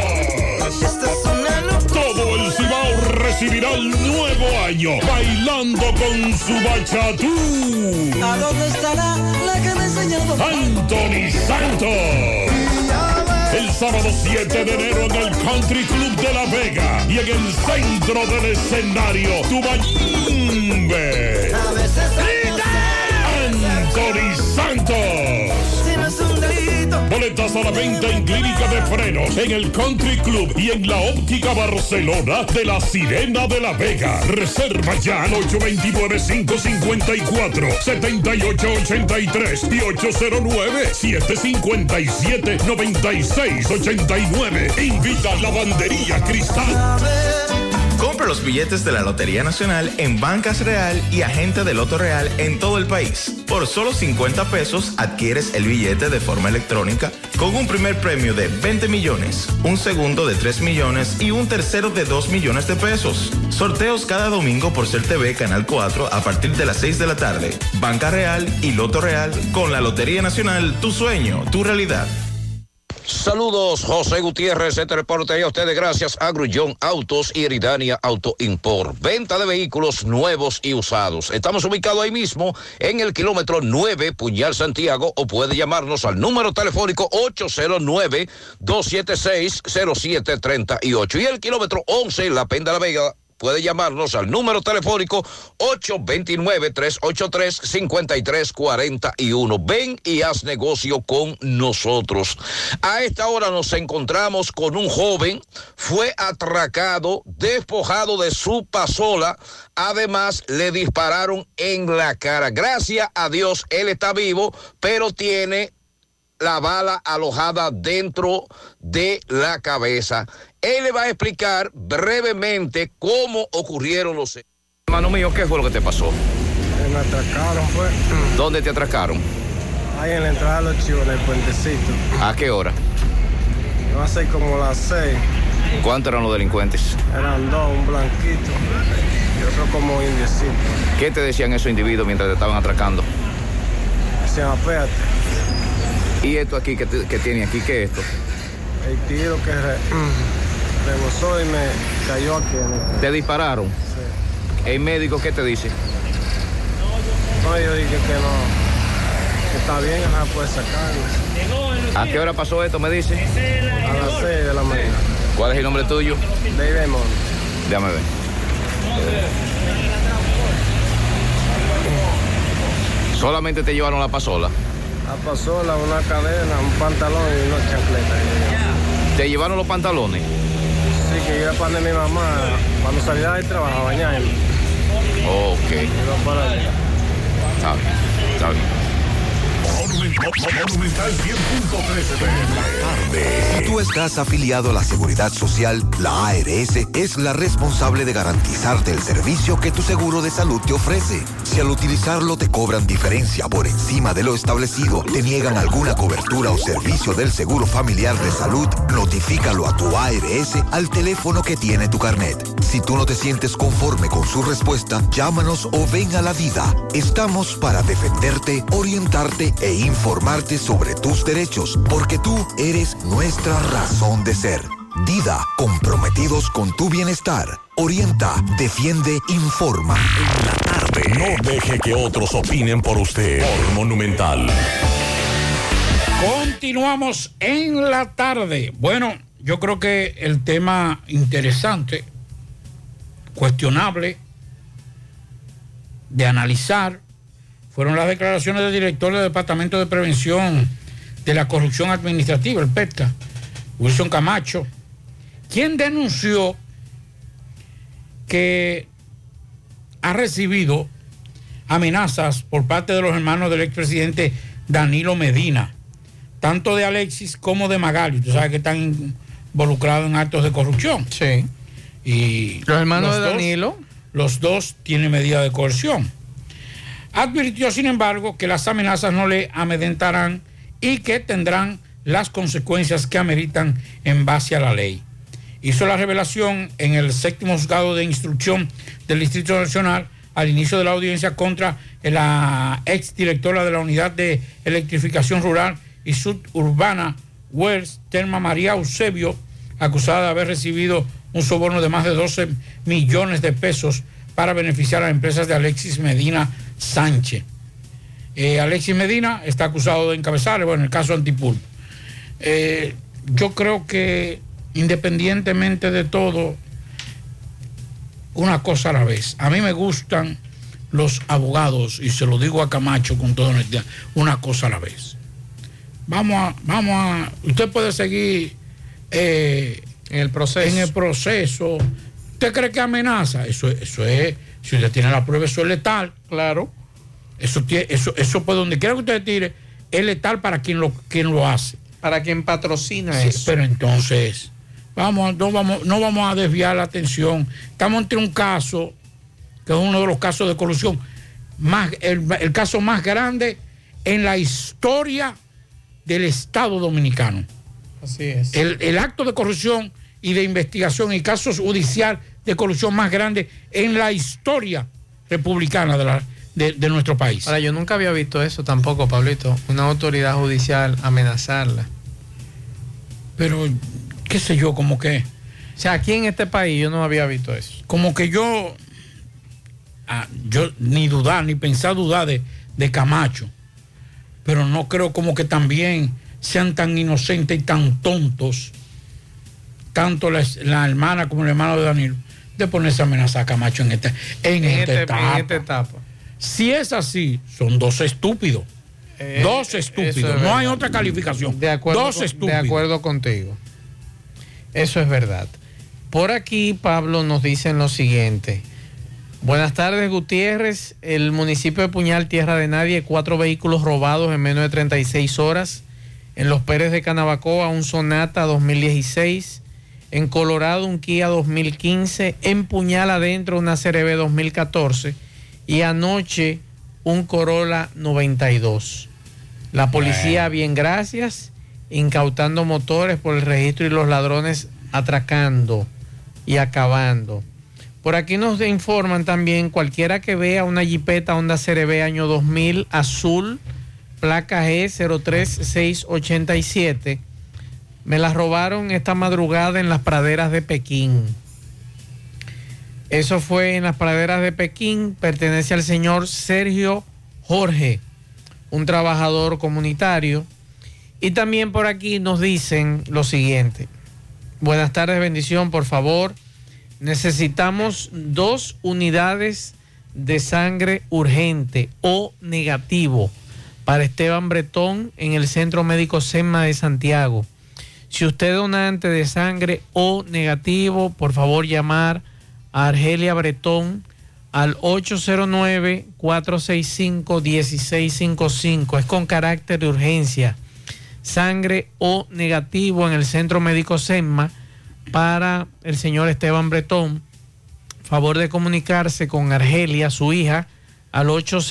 Todo el Cibao recibirá el nuevo año bailando con su bachatú. ¿A dónde estará la que me enseñó? Anthony Santos. El sábado 7 de enero en el Country Club de La Vega y en el centro del escenario, Tubayimbe. Anthony Santos. Boletas a la venta en Clínica de Frenos, en el Country Club y en la Óptica Barcelona de la Sirena de la Vega. Reserva ya al 829-554-7883 y 809-757-9689. Invita a Lavandería Cristal. Compra los billetes de la Lotería Nacional en Bancas Real y Agente de Loto Real en todo el país. Por solo 50 pesos adquieres el billete de forma electrónica con un primer premio de 20 millones, un segundo de 3 millones y un tercero de 2 millones de pesos. Sorteos cada domingo por Ser TV Canal 4 a partir de las 6 de la tarde. Banca Real y Loto Real con la Lotería Nacional, tu sueño, tu realidad. Saludos, José Gutiérrez, este reporte a ustedes gracias a Grullón Autos y Eridania Auto Import. Venta de vehículos nuevos y usados. Estamos ubicados ahí mismo en el kilómetro 9, Puñal Santiago, o puede llamarnos al número telefónico 809-276-0738. Y el kilómetro 11, La Penda La Vega, puede llamarnos al número telefónico 829-383-5341. Ven y haz negocio con nosotros. A esta hora nos encontramos con un joven, fue atracado, despojado de su pasola, además le dispararon en la cara. Gracias a Dios, él está vivo, pero tiene la bala alojada dentro de la cabeza. Él le va a explicar brevemente cómo ocurrieron los hechos. Hermano mío, ¿qué fue lo que te pasó? Me atracaron, fue. ¿Dónde te atracaron? Ahí en la entrada de los Chivos, en el puentecito. ¿A qué hora? Va a ser como las 6. ¿Cuántos eran los delincuentes? Eran dos, un blanquito y otro como indiecito. ¿Qué te decían esos individuos mientras te estaban atracando? Decían, apéate. ¿Y esto aquí que tiene aquí? ¿Qué es esto? El tiro que rebosó y me cayó aquí. ¿Te dispararon? Sí. ¿El médico qué te dice? No, yo dije que no, que está bien, puede sacarlo. ¿A qué hora pasó esto, me dice? A las 6 de la mañana. ¿Cuál es el nombre tuyo? David Mon. Déjame ver. ¿Solamente te llevaron la pasola? La pasola, una cadena, un pantalón y una chancleta. ¿Te llevaron los pantalones? Sí, que iba para mi mamá cuando salía del trabajo a bañarme. Ok. Iba para allá. Está bien, está bien. Monumental 100.13 de la tarde. Si tú estás afiliado a la Seguridad Social, la ARS es la responsable de garantizarte el servicio que tu seguro de salud te ofrece. Si al utilizarlo te cobran diferencia por encima de lo establecido, te niegan alguna cobertura o servicio del Seguro Familiar de Salud, notifícalo a tu ARS al teléfono que tiene tu carnet. Si tú no te sientes conforme con su respuesta, llámanos o ven a la Dida. Estamos para defenderte, orientarte e informarte sobre tus derechos, porque tú eres nuestra razón de ser. Dida, comprometidos con tu bienestar. Orienta, defiende, informa. En la tarde. No deje que otros opinen por usted. Por Monumental. Continuamos en la tarde. Bueno, yo creo que el tema interesante, cuestionable, de analizar, fueron las declaraciones del director del Departamento de Prevención de la Corrupción Administrativa, el PETCA, Wilson Camacho, quien denunció que ha recibido amenazas por parte de los hermanos del expresidente Danilo Medina, tanto de Alexis como de Magali. Tú sabes que están involucrados en actos de corrupción. Sí. Y los hermanos de Danilo. Los dos tienen medida de coerción. Advirtió, sin embargo, que las amenazas no le amedrentarán y que tendrán las consecuencias que ameritan en base a la ley. Hizo la revelación en el 7º Juzgado de Instrucción del Distrito Nacional al inicio de la audiencia contra la exdirectora de la Unidad de Electrificación Rural y Suburbana Wells, Telma María Eusebio, acusada de haber recibido un soborno de más de 12 millones de pesos para beneficiar a empresas de Alexis Medina Sánchez. Alexis Medina está acusado de encabezar, el caso Antipulpo. Yo creo que independientemente de todo, una cosa a la vez. A mí me gustan los abogados, y se lo digo a Camacho con toda honestidad, una cosa a la vez. usted puede seguir en el proceso. ¿Usted cree que amenaza? Eso es, si usted tiene la prueba, eso es letal. Claro. Eso puede, donde quiera que usted tire, es letal para quien lo hace. Para quien patrocina sí, eso. Pero entonces, no vamos a desviar la atención. Estamos ante un caso, que es uno de los casos de corrupción, el caso más grande en la historia del Estado Dominicano. Así es. El acto de corrupción y de investigación y casos judicial de corrupción más grande en la historia republicana de nuestro país. Ahora, yo nunca había visto eso tampoco, Pablito, una autoridad judicial amenazarla. Pero, qué sé yo, como que... O sea, aquí en este país yo no había visto eso. Como que yo ni pensar dudar de Camacho, pero no creo como que también sean tan inocentes y tan tontos, tanto la hermana como el hermano de Danilo, de ponerse a amenazar a Camacho en esta etapa. Si es así, son dos estúpidos. Dos estúpidos. No hay otra calificación. Dos estúpidos. De acuerdo contigo. Eso es verdad. Por aquí, Pablo, nos dicen lo siguiente. Buenas tardes, Gutiérrez. El municipio de Puñal, tierra de nadie, 4 vehículos robados en menos de 36 horas. En Los Pérez de Canabacoa, un Sonata 2016. En Colorado, un Kia 2015. En Puñal adentro, una CRB 2014. Y anoche, un Corolla 92. La policía, bien, gracias, incautando motores por el registro y los ladrones atracando y acabando. Por aquí nos informan también, cualquiera que vea una Jeepeta Honda CRB año 2000 azul, placa G03687, me la robaron esta madrugada en las praderas de Pekín. Eso fue en las praderas de Pekín, pertenece al señor Sergio Jorge, un trabajador comunitario. Y también por aquí nos dicen lo siguiente. Buenas tardes, bendición, por favor. Necesitamos 2 unidades de sangre urgente o negativo para Esteban Bretón en el Centro Médico SEMA de Santiago. Si usted es donante de sangre o negativo, por favor llamar a Argelia Bretón al 809-465-1655. Es con carácter de urgencia. Sangre o negativo en el Centro Médico SEMA para el señor Esteban Bretón. Favor de comunicarse con Argelia, su hija, al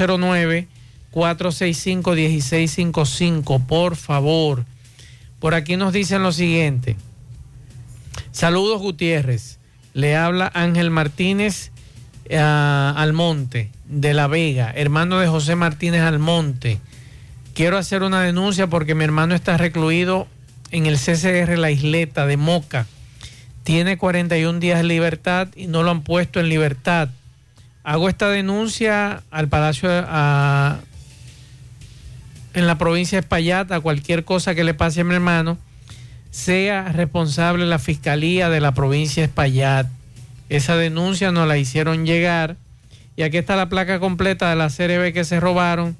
809-465-1655. Por favor. Por aquí nos dicen lo siguiente. Saludos, Gutiérrez. Le habla Ángel Martínez Almonte, de La Vega, hermano de José Martínez Almonte. Quiero hacer una denuncia porque mi hermano está recluido en el CCR La Isleta de Moca. Tiene 41 días de libertad y no lo han puesto en libertad. Hago esta denuncia al Palacio en la provincia de Espaillat. A cualquier cosa que le pase a mi hermano, sea responsable la Fiscalía de la provincia de Espaillat. Esa denuncia nos la hicieron llegar y aquí está la placa completa de la CRB que se robaron,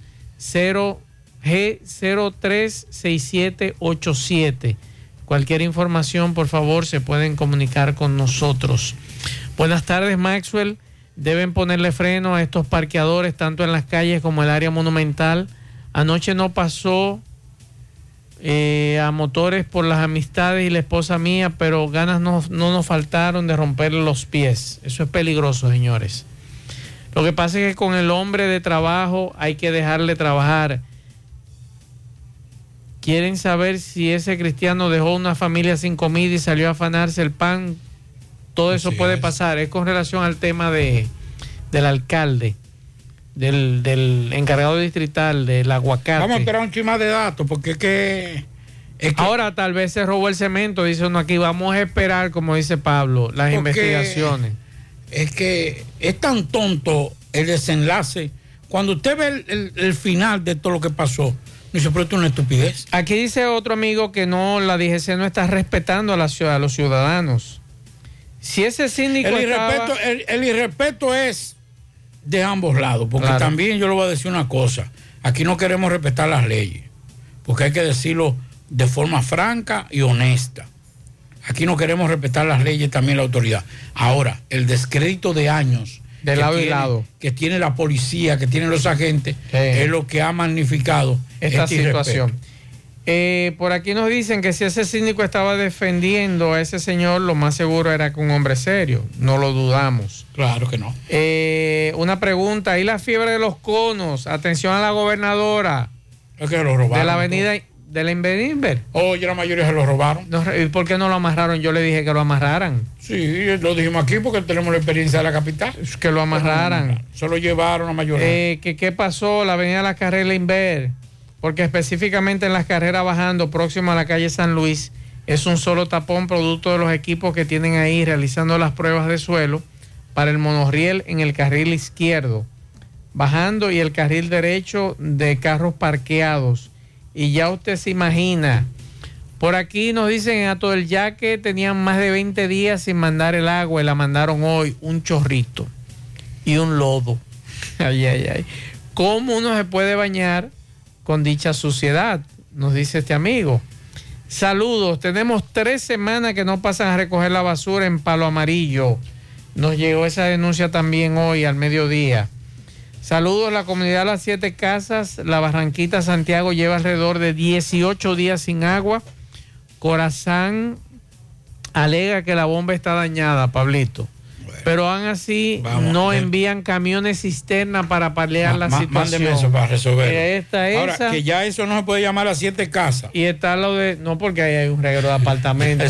G036787. Cualquier información, por favor, se pueden comunicar con nosotros. Buenas tardes, Maxwell. Deben ponerle freno a estos parqueadores, tanto en las calles como en el área monumental. Anoche no pasó a motores por las amistades y la esposa mía, pero ganas no nos faltaron de romperle los pies. Eso es peligroso, señores. Lo que pasa es que con el hombre de trabajo hay que dejarle trabajar. Quieren saber si ese cristiano dejó una familia sin comida y salió a afanarse el pan. Todo eso puede pasar. Es con relación al tema del alcalde, del encargado distrital, del aguacate. Vamos a esperar un chisme de datos, porque es que ahora tal vez se robó el cemento, dice uno aquí. Vamos a esperar, como dice Pablo, las investigaciones. Es que es tan tonto el desenlace. Cuando usted ve el final de todo lo que pasó, dice, pero esto es una estupidez. Aquí dice otro amigo que no, la DGC no está respetando a los ciudadanos. Si ese síndico el irrespeto es de ambos lados, porque claro, también yo le voy a decir una cosa. Aquí no queremos respetar las leyes, porque hay que decirlo de forma franca y honesta. Aquí no queremos respetar las leyes, también la autoridad. Ahora, el descrédito de años de lado y lado que tiene la policía, que tienen los agentes, es lo que ha magnificado esta situación. Por aquí nos dicen que si ese síndico estaba defendiendo a ese señor, lo más seguro era que un hombre serio. No lo dudamos. Claro que no. Una pregunta, ¿ahí la fiebre de los conos? Atención a la gobernadora. Es que lo robaron. De la avenida de la Inver. Oye, la mayoría se lo robaron. ¿Y por qué no lo amarraron? Yo le dije que lo amarraran. Sí, lo dijimos aquí porque tenemos la experiencia de la capital. Que lo amarraran. Se lo llevaron a mayoría. ¿Qué pasó? La avenida Las Carreras Inver. Porque específicamente en las carreras bajando próximo a la calle San Luis es un solo tapón producto de los equipos que tienen ahí realizando las pruebas de suelo para el monorriel en el carril izquierdo, bajando, y el carril derecho de carros parqueados. Y ya usted se imagina. Por aquí nos dicen en Hato del Yaque tenían más de 20 días sin mandar el agua y la mandaron hoy, un chorrito y un lodo. Ay, ay, ay. ¿Cómo uno se puede bañar con dicha suciedad? Nos dice este amigo. Saludos, tenemos 3 semanas que no pasan a recoger la basura en Palo Amarillo. Nos llegó esa denuncia también hoy al mediodía. Saludos, la comunidad Las 7 Casas, la Barranquita Santiago lleva alrededor de 18 días sin agua. Corazán alega que la bomba está dañada, Pablito. Pero aún así no envían camiones cisterna para paliar la situación. Mándeme eso para resolver. Ahora, que ya eso no se puede llamar Las 7 Casas. Y está lo de... No, porque ahí hay un reguero de apartamentos.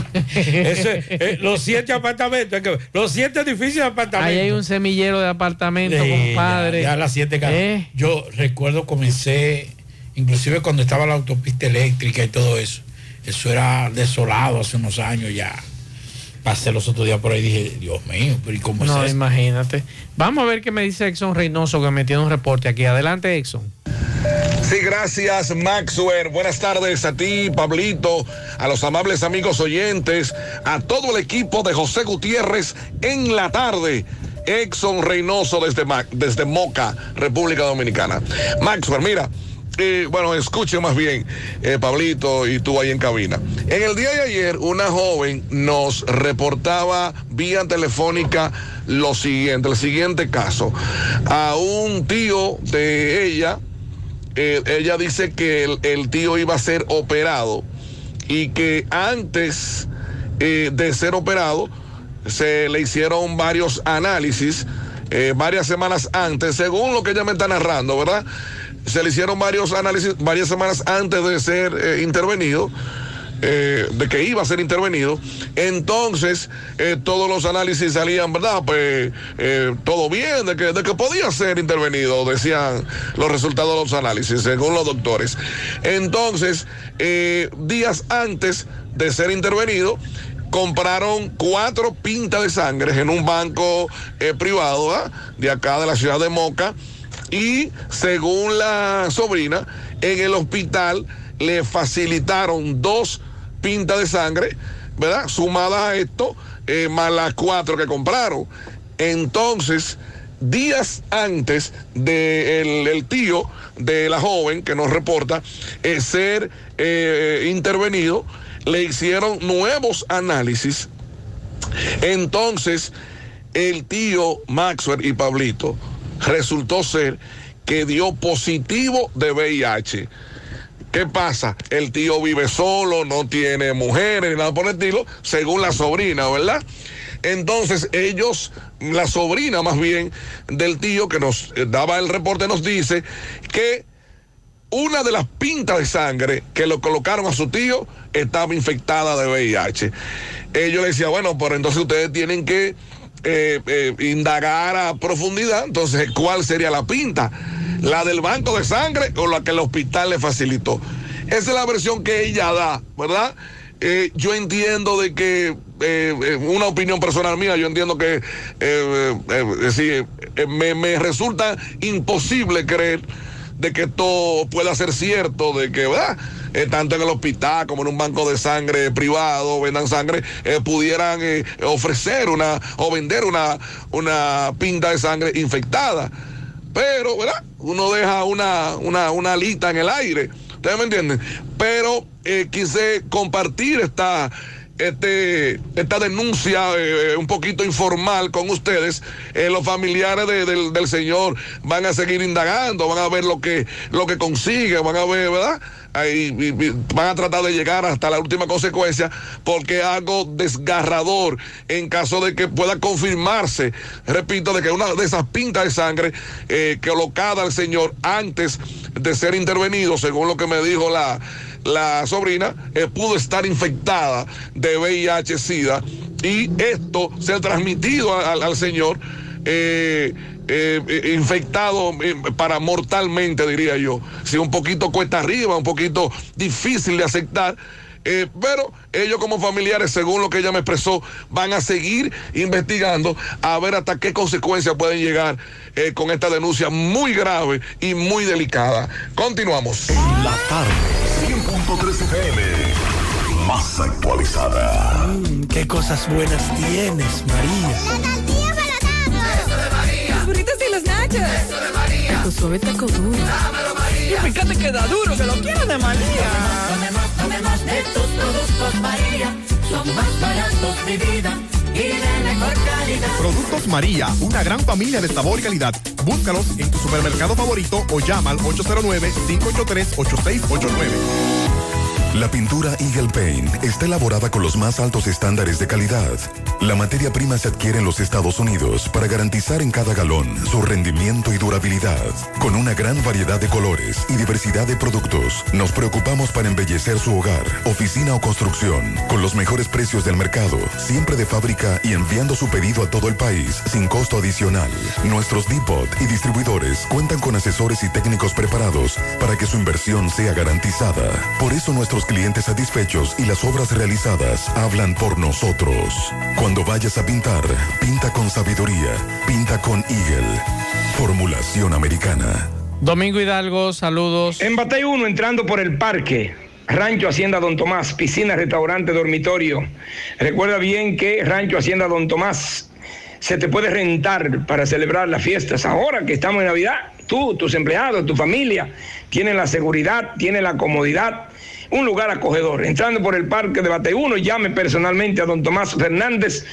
Los 7 apartamentos. Los 7 edificios de apartamentos. Ahí hay un semillero de apartamentos, compadre. Ya Las 7 Casas. Yo recuerdo, comencé, inclusive cuando estaba la autopista eléctrica y todo eso. Eso era desolado hace unos años ya. Pasé los otros días por ahí y dije, Dios mío, pero ¿y cómo es eso? No, imagínate. Vamos a ver qué me dice Exxon Reynoso, que me tiene un reporte aquí. Adelante, Exxon. Sí, gracias, Maxwell. Buenas tardes a ti, Pablito, a los amables amigos oyentes, a todo el equipo de José Gutiérrez en la tarde. Exxon Reynoso desde Moca, República Dominicana. Maxwell, mira. Bueno, escuche más bien, Pablito, y tú ahí en cabina. En el día de ayer, una joven nos reportaba vía telefónica el siguiente caso. A un tío de ella, ella dice que el tío iba a ser operado y que antes de ser operado se le hicieron varios análisis, varias semanas antes, según lo que ella me está narrando, ¿verdad? Se le hicieron varios análisis varias semanas antes de ser intervenido, de que iba a ser intervenido. Entonces, todos los análisis salían, ¿verdad? Pues todo bien, de que podía ser intervenido, decían los resultados de los análisis, según los doctores. Entonces, días antes de ser intervenido, compraron 4 pintas de sangre en un banco privado, ¿verdad?, de acá de la ciudad de Moca. Y según la sobrina, en el hospital le facilitaron 2 pintas de sangre, ¿verdad?, sumadas a esto, más las 4 que compraron. Entonces, días antes de el tío de la joven que nos reporta ser intervenido, le hicieron nuevos análisis. Entonces, el tío Maxwell y Pablito resultó ser que dio positivo de VIH. ¿Qué pasa? El tío vive solo, no tiene mujeres ni nada por el estilo, según la sobrina, ¿verdad? Entonces ellos, la sobrina más bien del tío que nos daba el reporte, nos dice que una de las pintas de sangre que lo colocaron a su tío estaba infectada de VIH. Ellos le decían, bueno, pero entonces ustedes tienen que indagar a profundidad. Entonces, ¿cuál sería la pinta? ¿La del banco de sangre o la que el hospital le facilitó? Esa es la versión que ella da, ¿verdad? Yo entiendo de que, una opinión personal mía, yo entiendo que me resulta imposible creer de que esto pueda ser cierto, de que, ¿verdad?, tanto en el hospital como en un banco de sangre privado, vendan sangre, pudieran ofrecer o vender una pinta de sangre infectada. Pero, ¿verdad?, uno deja una alita en el aire, ¿Ustedes me entienden? Pero quise compartir esta denuncia un poquito informal con ustedes. Los familiares del señor van a seguir indagando, van a ver lo que consigue, van a ver, ¿verdad? Ahí van a tratar de llegar hasta la última consecuencia, porque es algo desgarrador en caso de que pueda confirmarse, repito, de que una de esas pintas de sangre colocada al señor antes de ser intervenido, según lo que me dijo la sobrina, pudo estar infectada de VIH-Sida, y esto se ha transmitido al señor infectado para mortalmente, diría yo. Sí, un poquito cuesta arriba, un poquito difícil de aceptar, pero ellos como familiares, según lo que ella me expresó, van a seguir investigando a ver hasta qué consecuencias pueden llegar con esta denuncia muy grave y muy delicada. Continuamos. La tarde, 100.3 FM, más actualizada. Qué cosas buenas tienes, María. La tortilla para Eso de María. Los burritos y los nachos. Eso de María. Taco suave, taco duro. Dámelo, María. Y fíjate que da duro, que lo quiero de María. Tomemos de tus productos, María. Son más baratos, de vida. Y de mejor calidad. Productos María, una gran familia de sabor y calidad. Búscalos en tu supermercado favorito o llama al 809-583-8689. La pintura Eagle Paint está elaborada con los más altos estándares de calidad. La materia prima se adquiere en los Estados Unidos para garantizar en cada galón su rendimiento y durabilidad. Con una gran variedad de colores y diversidad de productos, nos preocupamos para embellecer su hogar, oficina o construcción, con los mejores precios del mercado, siempre de fábrica y enviando su pedido a todo el país sin costo adicional. Nuestros depot y distribuidores cuentan con asesores y técnicos preparados para que su inversión sea garantizada. Por eso nuestros clientes satisfechos y las obras realizadas hablan por nosotros. Cuando vayas a pintar, pinta con sabiduría, pinta con Eagle. Formulación americana. Domingo Hidalgo, saludos. En Batey 1, entrando por el parque, Rancho Hacienda Don Tomás, piscina, restaurante, dormitorio. Recuerda bien que Rancho Hacienda Don Tomás se te puede rentar para celebrar las fiestas. Ahora que estamos en Navidad, tú, tus empleados, tu familia, tienen la seguridad, tienen la comodidad, un lugar acogedor. Entrando por el parque de Batey 1, llame personalmente a don Tomás Fernández,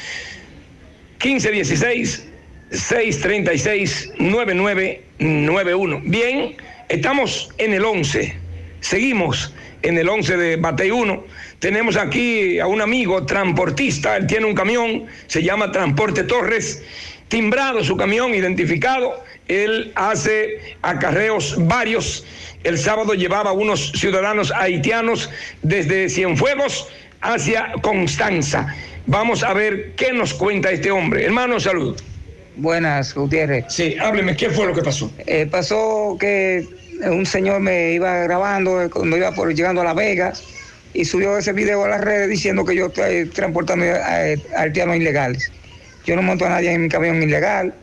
1516-636-9991. Bien, estamos en el 11, seguimos en el 11 de Batey 1. Tenemos aquí a un amigo transportista, él tiene un camión, se llama Transporte Torres, timbrado su camión, identificado. Él hace acarreos varios. El sábado llevaba unos ciudadanos haitianos desde Cienfuegos hacia Constanza. Vamos a ver qué nos cuenta este hombre. Hermano, salud. Buenas, Gutiérrez. Sí, hábleme, ¿qué fue lo que pasó? Pasó que un señor me iba grabando cuando iba llegando a Las Vegas y subió ese video a las redes diciendo que yo estoy transportando haitianos ilegales. Yo no monto a nadie en mi camión ilegal.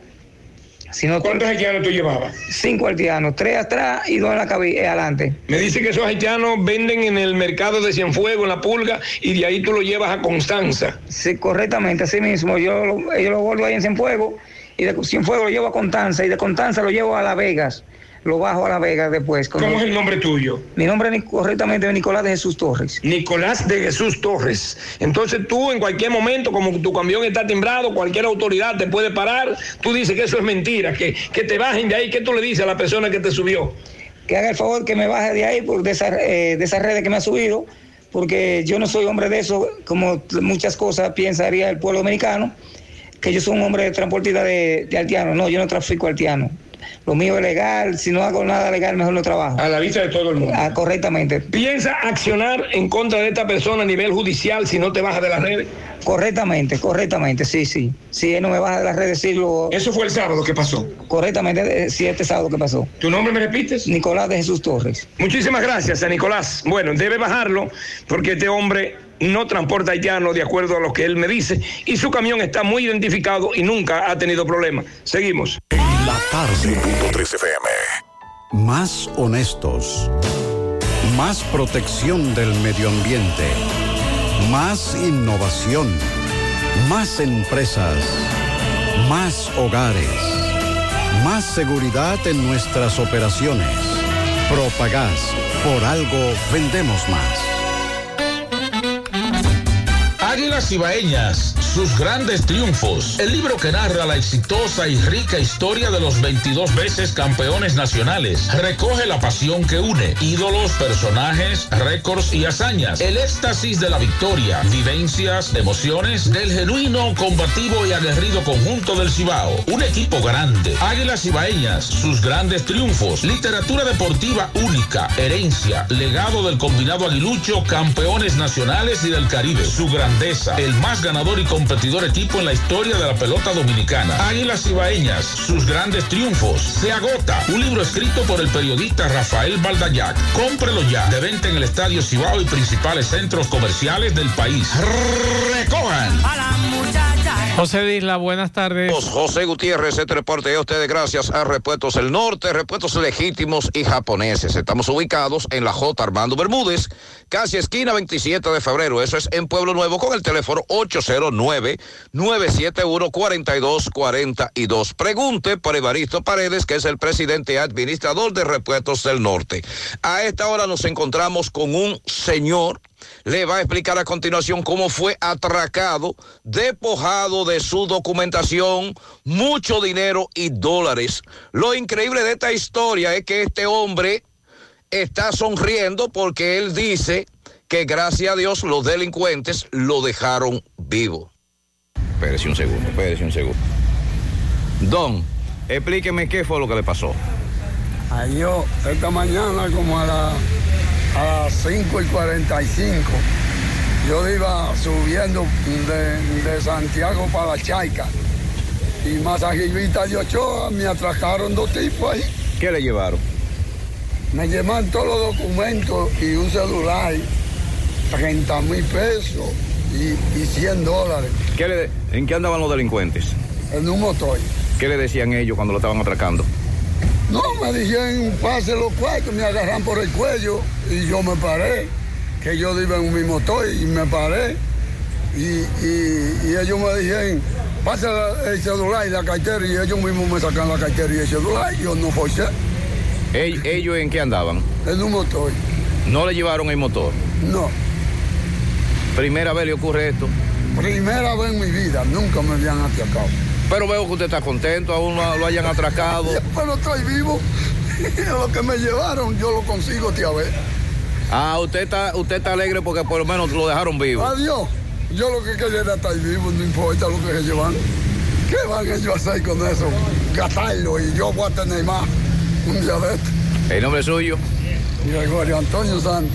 ¿Cuántos haitianos tú llevabas? 5 haitianos, 3 atrás y 2 en la cabina, adelante. Me dice que esos haitianos venden en el mercado de Cienfuegos, en La Pulga, y de ahí tú lo llevas a Constanza. Sí, correctamente, así mismo. Yo lo vuelvo ahí en Cienfuegos, y de Cienfuegos lo llevo a Constanza, y de Constanza lo llevo a Las Vegas. Lo bajo a Las Vegas después. ¿Cómo es el nombre tuyo? Mi nombre es correctamente Nicolás de Jesús Torres. Nicolás de Jesús Torres. Entonces tú en cualquier momento, como tu camión está timbrado, cualquier autoridad te puede parar. Tú dices que eso es mentira, que te bajen de ahí. ¿Qué tú le dices a la persona que te subió? Que haga el favor que me baje de ahí, de esa red que me ha subido, porque yo no soy hombre de eso, como muchas cosas pensaría el pueblo dominicano, que yo soy un hombre de transportista de haitianos. No, yo no trafico haitianos. Lo mío es legal, si no hago nada legal, mejor no trabajo. A la vista de todo el mundo. Correctamente. ¿Piensa accionar en contra de esta persona a nivel judicial si no te baja de las redes? Correctamente, sí. Si él no me baja de las redes, sí lo... ¿Eso fue el sábado que pasó? Correctamente, sí, este sábado que pasó. ¿Tu nombre me repites? Nicolás de Jesús Torres. Muchísimas gracias a Nicolás. Bueno, debe bajarlo porque este hombre no transporta haitianos de acuerdo a lo que él me dice y su camión está muy identificado y nunca ha tenido problemas. Seguimos. La tarde. 100.3 FM. Más honestos. Más protección del medio ambiente. Más innovación. Más empresas. Más hogares. Más seguridad en nuestras operaciones. Propagás. Por algo vendemos más. Águilas Ibaeñas, sus grandes triunfos. El libro que narra la exitosa y rica historia de los 22 veces campeones nacionales. Recoge la pasión que une, ídolos, personajes, récords y hazañas. El éxtasis de la victoria, vivencias, emociones del genuino, combativo y aguerrido conjunto del Cibao. Un equipo grande. Águilas Ibaeñas, sus grandes triunfos. Literatura deportiva única, herencia, legado del combinado aguilucho, campeones nacionales y del Caribe. Su grandeza, el más ganador y competidor equipo en la historia de la pelota dominicana. Águilas Ibaeñas, sus grandes triunfos. Se agota. Un libro escrito por el periodista Rafael Baldayac. Cómprelo ya. De venta en el Estadio Cibao y principales centros comerciales del país. Recojan. José Disla, buenas tardes. José Gutiérrez, este reporte a ustedes gracias a Repuestos El Norte, repuestos legítimos y japoneses. Estamos ubicados en la J. Armando Bermúdez, casi esquina 27 de febrero. Eso es en Pueblo Nuevo, con el teléfono 809-971-4242. Pregunte por Evaristo Paredes, que es el presidente y administrador de Repuestos del Norte. A esta hora nos encontramos con un señor. Le va a explicar a continuación cómo fue atracado, despojado de su documentación, mucho dinero y dólares. Lo increíble de esta historia es que este hombre está sonriendo porque él dice que gracias a Dios los delincuentes lo dejaron vivo. Espérese un segundo. Don, explíqueme qué fue lo que le pasó. Yo, esta mañana como a las 5:45, yo iba subiendo de Santiago para la Chaica y más arribita de Ochoa me atracaron dos tipos ahí. ¿Qué le llevaron? Me llevaron todos los documentos y un celular, 30,000 pesos y $100. ¿En qué andaban los delincuentes? En un motor. ¿Qué le decían ellos cuando lo estaban atracando? No, me dijeron, pase los cuartos, me agarran por el cuello y yo me paré, que yo iba en mi motor y me paré. Y ellos me dijeron, pase el celular y la cartera, y ellos mismos me sacan la cartera y el celular, y yo no forcé. ¿Ellos en qué andaban? En un motor. ¿No le llevaron el motor? No. ¿Primera vez le ocurre esto? Primera vez en mi vida, nunca me habían atracado. Pero veo que usted está contento, aún lo hayan atracado. Pero estoy vivo. Lo que me llevaron, yo lo consigo, tía vez. Usted está alegre porque por lo menos lo dejaron vivo. Adiós. Yo lo que quería era estar vivo, no importa lo que se llevan. ¿Qué van ellos a hacer con eso? Gastarlo y yo voy a tener más un día de esto. ¿El nombre suyo? Gregorio Antonio Santos.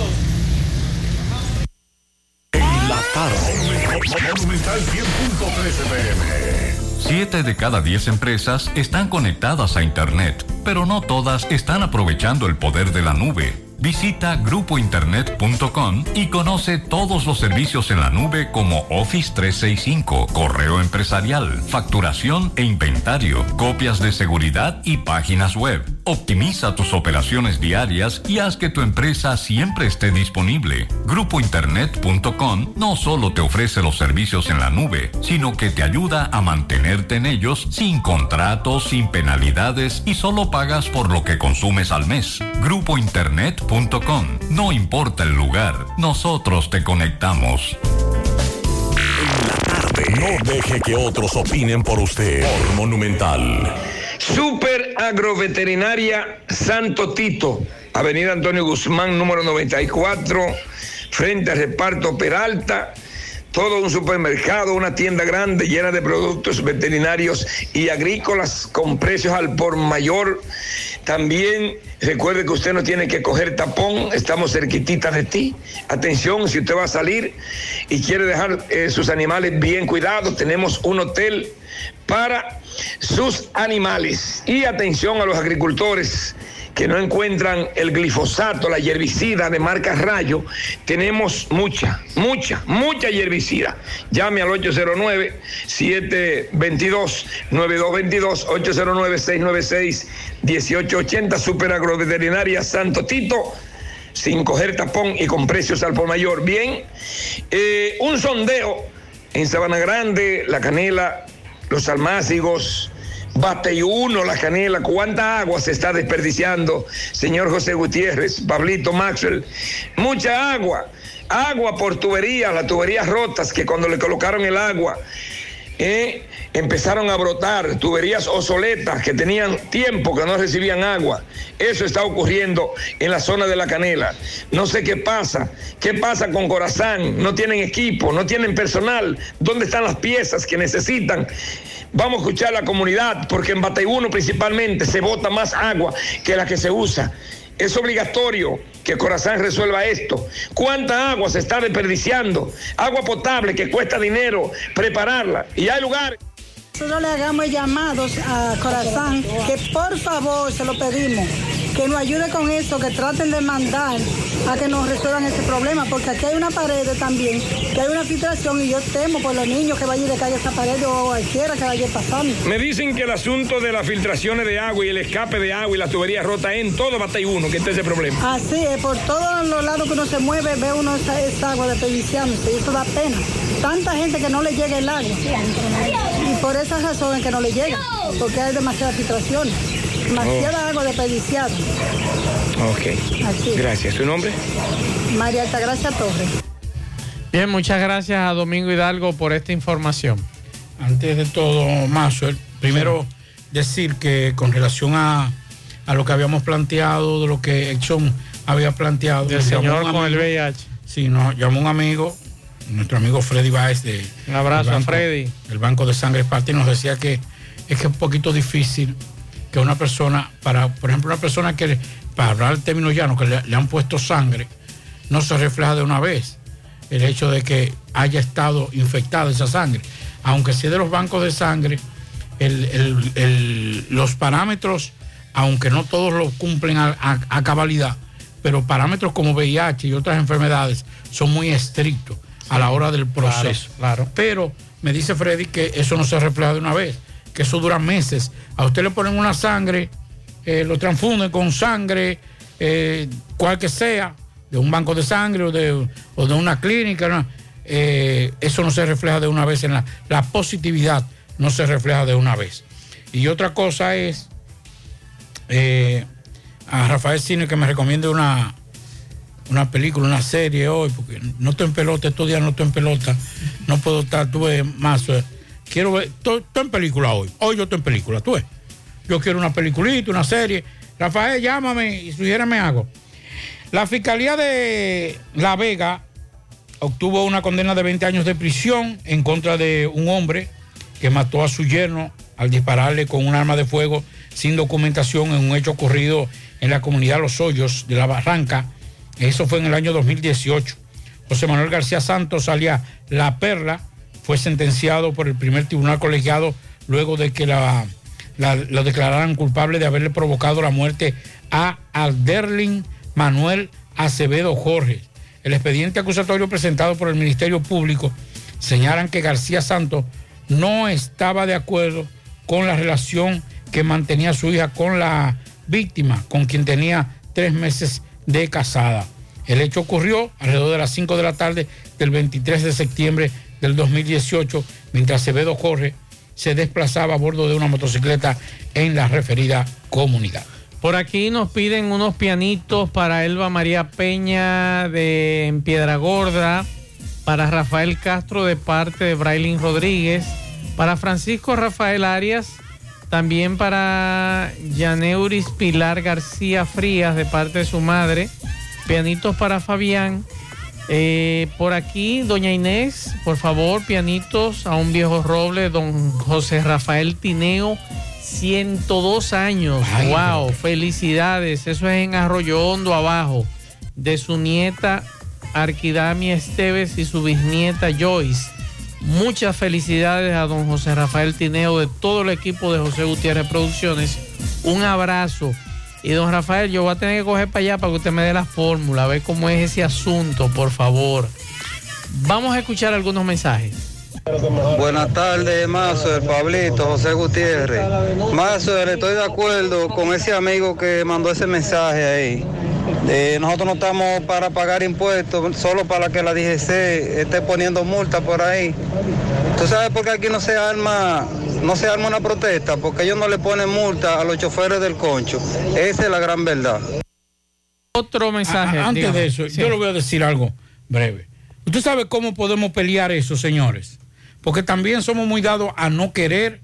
En la tarde. Monumental 100.13 PM. 7 de cada 10 empresas están conectadas a Internet, pero no todas están aprovechando el poder de la nube. Visita grupointernet.com y conoce todos los servicios en la nube como Office 365, correo empresarial, facturación e inventario, copias de seguridad y páginas web. Optimiza tus operaciones diarias y haz que tu empresa siempre esté disponible. Grupointernet.com no solo te ofrece los servicios en la nube, sino que te ayuda a mantenerte en ellos sin contratos, sin penalidades y solo pagas por lo que consumes al mes. Grupointernet.com. No importa el lugar, nosotros te conectamos. En la tarde. No deje que otros opinen por usted. Por Monumental. Super Agroveterinaria Santo Tito, Avenida Antonio Guzmán, número 94, frente al reparto Peralta. Todo un supermercado, una tienda grande llena de productos veterinarios y agrícolas con precios al por mayor. También recuerde que usted no tiene que coger tapón, estamos cerquititas de ti. Atención, si usted va a salir y quiere dejar sus animales bien cuidados, tenemos un hotel para sus animales. Y atención a los agricultores que no encuentran el glifosato, la herbicida de marca Rayo. Tenemos mucha herbicida. Llame al 809-722-9222, 809-696-1880, Super Agroveterinaria Santo Tito, sin coger tapón y con precios al por mayor. Bien, un sondeo en Sabana Grande, La Canela, Los Almácigos, Bateyuno, La Canela, ¿cuánta agua se está desperdiciando, señor José Gutiérrez, Pablito, Maxwell? Mucha agua. Agua por tuberías, las tuberías rotas que cuando le colocaron el agua empezaron a brotar, tuberías obsoletas que tenían tiempo que no recibían agua. Eso está ocurriendo en la zona de La Canela. No sé qué pasa con Corazán. No tienen equipo, no tienen personal. ¿Dónde están las piezas que necesitan? Vamos a escuchar a la comunidad, porque en Bateyuno principalmente se bota más agua que la que se usa. Es obligatorio que Corazán resuelva esto. ¿Cuánta agua se está desperdiciando? Agua potable que cuesta dinero prepararla. Y hay lugares... Nosotros le hagamos llamados a Corazán, que por favor, se lo pedimos, que nos ayude con eso, que traten de mandar a que nos resuelvan ese problema, porque aquí hay una pared también, que hay una filtración y yo temo por los niños que vayan y le caiga esa pared o cualquiera que vaya pasando. Me dicen que el asunto de las filtraciones de agua y el escape de agua y las tuberías rotas en todo Bateyuno, que está ese problema. Así es, por todos los lados que uno se mueve, ve uno esa agua desperdiciándose y eso da pena. Tanta gente que no le llega el agua. Y por esas razones que no le llega, porque hay demasiadas filtraciones, demasiada agua desperdiciada. Ok. Así. Gracias. ¿Su nombre? María Altagracia Torres. Bien, muchas gracias a Domingo Hidalgo por esta información. Antes de todo, Maxwell, primero decir que con relación a lo que habíamos planteado, de lo que Exxon había planteado. Del señor con el VIH. Sí, nos llamó un amigo, nuestro amigo Freddy Báez un abrazo a Freddy. El Banco de Sangre Parte, nos decía que es un poquito difícil que una persona, por ejemplo, una persona que, para hablar el término llano, que le han puesto sangre, no se refleja de una vez el hecho de que haya estado infectada esa sangre. Aunque sea de los bancos de sangre, los parámetros, aunque no todos lo cumplen a cabalidad, pero parámetros como VIH y otras enfermedades son muy estrictos a la hora del proceso. Claro. Pero me dice Freddy que eso no se refleja de una vez, que eso dura meses. A usted le ponen una sangre, lo transfunden con sangre, cual que sea, de un banco de sangre o de una clínica, ¿no? Eso no se refleja de una vez, la positividad no se refleja de una vez. Y otra cosa es a Rafael Cine que me recomiende una película, una serie hoy, porque no estoy en pelota, estos días no estoy en pelota, no puedo estar, tú ves más, quiero ver, estoy en película hoy yo estoy en película, tú ves, yo quiero una peliculita, una serie. Rafael, llámame y sugiérame algo. La Fiscalía de La Vega obtuvo una condena de 20 años de prisión en contra de un hombre que mató a su yerno al dispararle con un arma de fuego sin documentación en un hecho ocurrido en la comunidad Los Hoyos de La Barranca. Eso fue en el año 2018. José Manuel García Santos, alias La Perla, fue sentenciado por el primer tribunal colegiado luego de que lo declararan culpable de haberle provocado la muerte a Alderlin Manuel Acevedo Jorge. El expediente acusatorio presentado por el Ministerio Público señalan que García Santos no estaba de acuerdo con la relación que mantenía su hija con la víctima, con quien tenía 3 meses de casada. El hecho ocurrió alrededor de las 5 de la tarde del 23 de septiembre del 2018, mientras Acevedo Jorge se desplazaba a bordo de una motocicleta en la referida comunidad. Por aquí nos piden unos pianitos para Elba María Peña en Piedragorda, para Rafael Castro de parte de Brailín Rodríguez, para Francisco Rafael Arias, también para Yaneuris Pilar García Frías de parte de su madre, pianitos para Fabián. Por aquí, doña Inés, por favor, pianitos a un viejo roble, don José Rafael Tineo, 102 años. Ay, wow, felicidades. Eso es en Arroyo Hondo abajo, de su nieta Arquidamia Esteves y su bisnieta Joyce. Muchas felicidades a don José Rafael Tineo, de todo el equipo de José Gutiérrez Producciones. Un abrazo. Y don Rafael, yo voy a tener que coger para allá para que usted me dé la fórmula, a ver cómo es ese asunto, por favor. Vamos a escuchar algunos mensajes. Buenas tardes, Mazo, Pablito, José Gutiérrez. Mazo, estoy de acuerdo con ese amigo que mandó ese mensaje ahí. Nosotros no estamos para pagar impuestos, solo para que la DGC esté poniendo multa por ahí. ¿Tú sabes por qué aquí no se arma no se arma una protesta porque ellos no le ponen multa a los choferes del concho. Esa es la gran verdad. Otro mensaje. Antes dígame. de eso, Sí. yo le voy a decir algo breve. ¿Usted sabe cómo podemos pelear eso, señores? Porque también somos muy dados a no querer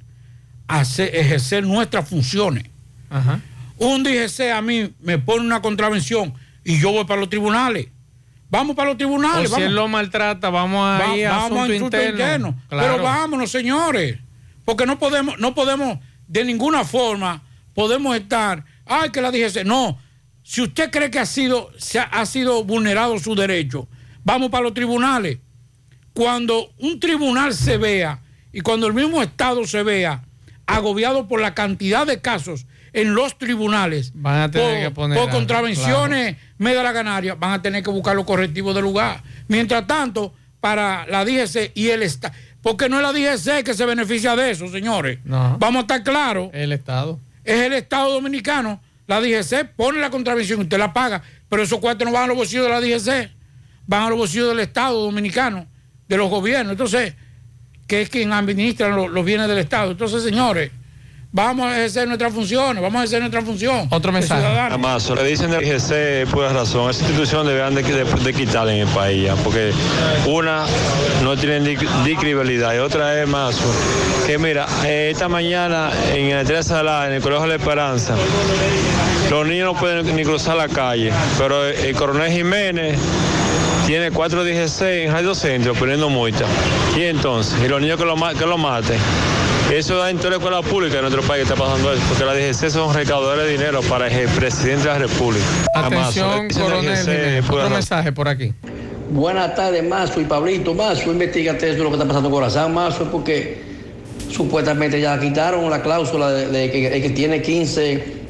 ejercer nuestras funciones. Ajá. Un DGC a mí me pone una contravención y yo voy para los tribunales. Vamos para los tribunales. O si él lo maltrata, vamos a ir a asunto interno. Claro. Pero vámonos, señores. Porque no podemos de ninguna forma, podemos estar, ay, que la DGC. No, si usted cree que ha sido vulnerado su derecho, vamos para los tribunales. Cuando un tribunal se vea y cuando el mismo Estado se vea agobiado por la cantidad de casos en los tribunales, van a tener que poner por contravenciones, medalla ganaria, van a tener que buscar los correctivos del lugar. Mientras tanto, para la DGC y el Estado, porque no es la DGC que se beneficia de eso, señores. No. Vamos a estar claros. El Estado. Es el Estado dominicano. La DGC pone la contravención, usted la paga, pero esos cuartos no van a los bolsillos de la DGC, van a los bolsillos del Estado dominicano, de los gobiernos. Entonces, que es quien administra los bienes del Estado. Entonces, señores, vamos a ejercer nuestras funciones, vamos a ejercer nuestra función. Otro mensaje. Además, lo que dicen del IGC, pura razón, esa institución deberán de quitarla en el país, ya, porque una no tiene ni credibilidad y otra es más que mira, esta mañana en el Teresa Alá, en el Colegio de la Esperanza, los niños no pueden ni cruzar la calle, pero el coronel Jiménez tiene 4 DGC en Radio Centro poniendo multa. Y entonces, y los niños que lo maten. Eso da en toda la escuela pública en nuestro país que está pasando eso, porque la DGC son recaudadores de dinero para el presidente de la República. Atención, coronel Jiménez. Otro mensaje por aquí. Buenas tardes, Mazo y Pablito. Mazo, investigate eso, lo que está pasando en Corazán, Mazo, porque supuestamente ya quitaron la cláusula de que el que tiene 15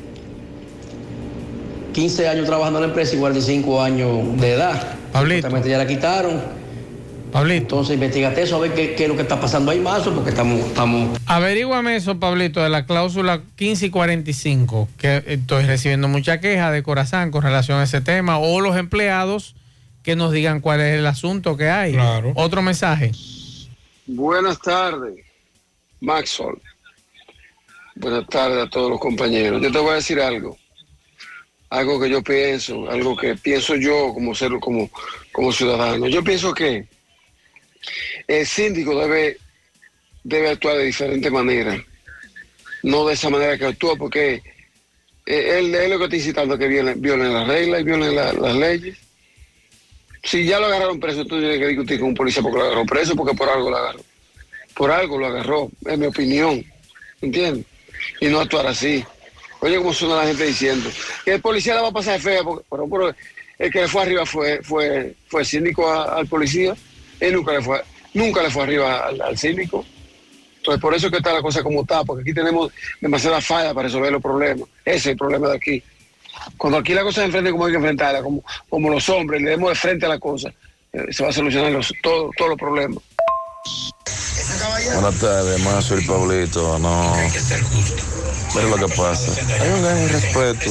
años trabajando en la empresa y 45 años de edad. Pablito. Supuestamente ya la quitaron. Pablito. Entonces, investigate eso, a ver qué es lo que está pasando ahí, Mazo, porque estamos... Averíguame eso, Pablito, de la cláusula 15 y 45, que estoy recibiendo mucha queja de Corazán con relación a ese tema, o los empleados que nos digan cuál es el asunto que hay. Claro. Otro mensaje. Buenas tardes, Maxwell. Buenas tardes a todos los compañeros. Yo te voy a decir algo que yo pienso, algo que pienso yo como ciudadano. Yo pienso que el síndico debe actuar de diferente manera, no de esa manera que actúa, porque él es lo que está incitando a que violen las reglas y violen las leyes. Si ya lo agarraron preso, tú tienes que discutir con un policía porque lo agarró preso, porque por algo lo agarró. Por algo lo agarró, es mi opinión, ¿entiendes? Y no actuar así. Oye, cómo suena la gente diciendo que el policía la va a pasar fea, pero el que le fue arriba fue el síndico al policía. Él nunca le fue arriba al síndico. Entonces, por eso es que está la cosa como está, porque aquí tenemos demasiada falla para resolver los problemas. Ese es el problema de aquí. Cuando aquí la cosa se enfrenta como hay que enfrentarla, como los hombres, le demos de frente a la cosa, se va a solucionar todos los problemas. Buenas tardes, Mazo y Pablito. No, pero lo que pasa, hay un gran respeto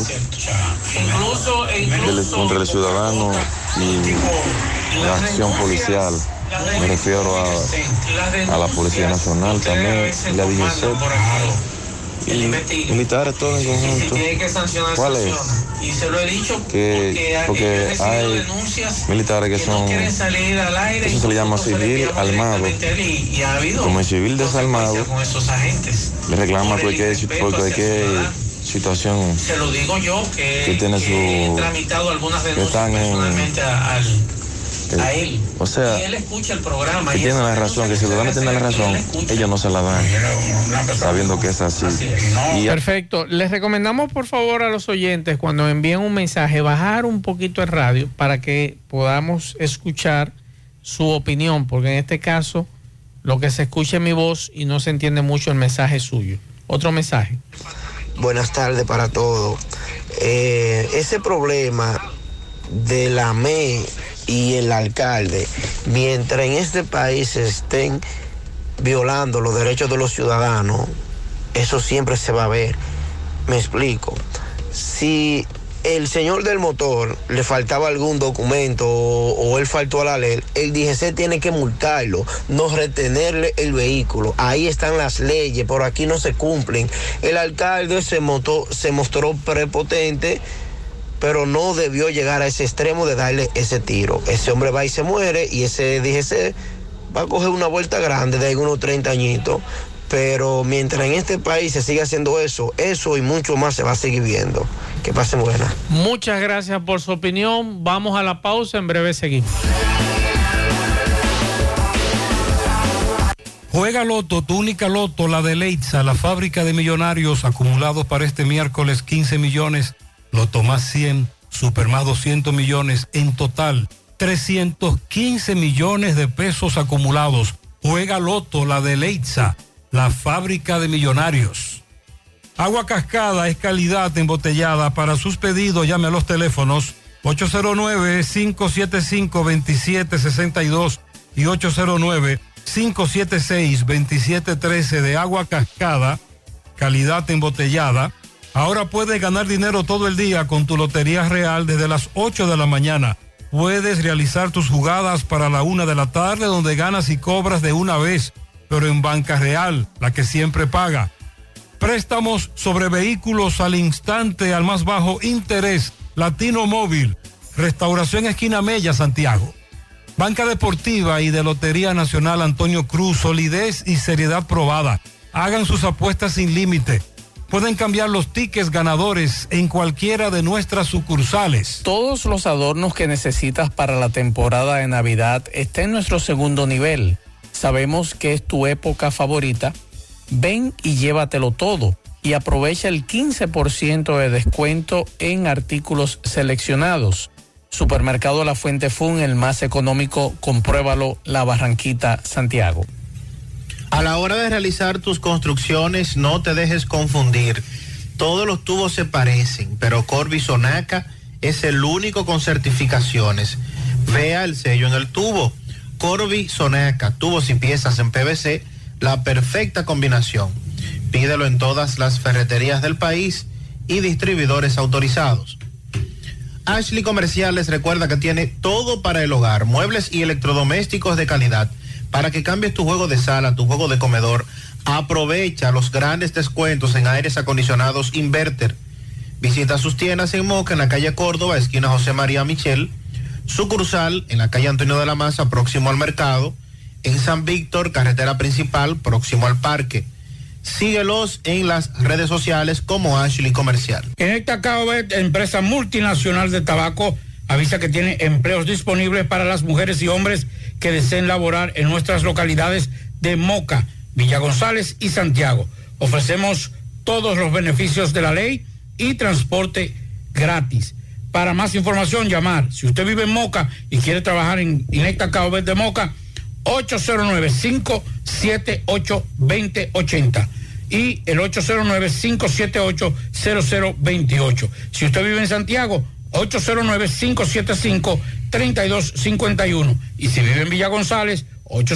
contra el ciudadano y la acción policial. Me refiero a la Policía Nacional también, y la DGC, y militares todos en conjunto. ¿Cuál es? Porque hay militares que son, eso se le llama civil armado. Como el civil desarmado, le reclama cualquier situación que tiene que están a él. O sea, y él escucha el programa, que tiene la razón, que si los ciudadanos tienen la razón, ellos no se la dan, sabiendo que es así. Perfecto. Les recomendamos, por favor, a los oyentes, cuando envíen un mensaje, bajar un poquito el radio para que podamos escuchar su opinión, porque en este caso, lo que se escucha es mi voz y no se entiende mucho el mensaje suyo. Otro mensaje. Buenas tardes para todos. Ese problema de la ME y el alcalde, mientras en este país se estén violando los derechos de los ciudadanos, eso siempre se va a ver. Me explico. Si el señor del motor le faltaba algún documento o él faltó a la ley, el DGC tiene que multarlo, no retenerle el vehículo. Ahí están las leyes, por aquí no se cumplen. El alcalde se mostró prepotente, pero no debió llegar a ese extremo de darle ese tiro. Ese hombre va y se muere y ese DGC va a coger una vuelta grande de algunos 30 añitos. Pero mientras en este país se siga haciendo eso y mucho más se va a seguir viendo. Que pasen buena. Muchas gracias por su opinión. Vamos a la pausa, en breve seguimos. Juega Loto, tu única Loto, la de Leitza, la fábrica de millonarios acumulados para este miércoles 15 millones, Loto más 100, Super más 200 millones, en total 315 millones de pesos acumulados. Juega Loto, la de Leitza, la fábrica de millonarios. Agua Cascada es calidad embotellada. Para sus pedidos llame a los teléfonos 809-575-2762 y 809-576-2713 de Agua Cascada, calidad embotellada. Ahora puedes ganar dinero todo el día con tu Lotería Real desde las 8 de la mañana. Puedes realizar tus jugadas para la 1 de la tarde, donde ganas y cobras de una vez, pero en Banca Real, la que siempre paga. Préstamos sobre vehículos al instante, al más bajo interés. Latino Móvil, Restauración Esquina Mella, Santiago. Banca Deportiva y de Lotería Nacional Antonio Cruz, solidez y seriedad probada. Hagan sus apuestas sin límite. Pueden cambiar los tickets ganadores en cualquiera de nuestras sucursales. Todos los adornos que necesitas para la temporada de Navidad están en nuestro segundo nivel. Sabemos que es tu época favorita. Ven y llévatelo todo y aprovecha el 15% de descuento en artículos seleccionados. Supermercado La Fuente Fun, el más económico, compruébalo, La Barranquita, Santiago. A la hora de realizar tus construcciones, no te dejes confundir. Todos los tubos se parecen, pero Corby Sonaca es el único con certificaciones. Vea el sello en el tubo. Corby Sonaca, tubos y piezas en PVC, la perfecta combinación. Pídelo en todas las ferreterías del país y distribuidores autorizados. Ashley Comerciales recuerda que tiene todo para el hogar, muebles y electrodomésticos de calidad. Para que cambies tu juego de sala, tu juego de comedor, aprovecha los grandes descuentos en aires acondicionados Inverter. Visita sus tiendas en Moca, en la calle Córdoba, esquina José María Michel, sucursal en la calle Antonio de la Maza, próximo al mercado, en San Víctor, carretera principal, próximo al parque. Síguelos en las redes sociales como Ashley Comercial. En esta Caobet, empresa multinacional de tabaco, avisa que tiene empleos disponibles para las mujeres y hombres que deseen laborar en nuestras localidades de Moca, Villa González y Santiago. Ofrecemos todos los beneficios de la ley y transporte gratis. Para más información, llamar. Si usted vive en Moca y quiere trabajar en Inecta Caobet de Moca, 809-578-2080 y el 809-578-0028. Si usted vive en Santiago, 809-575-3251. Y si vive en Villa González,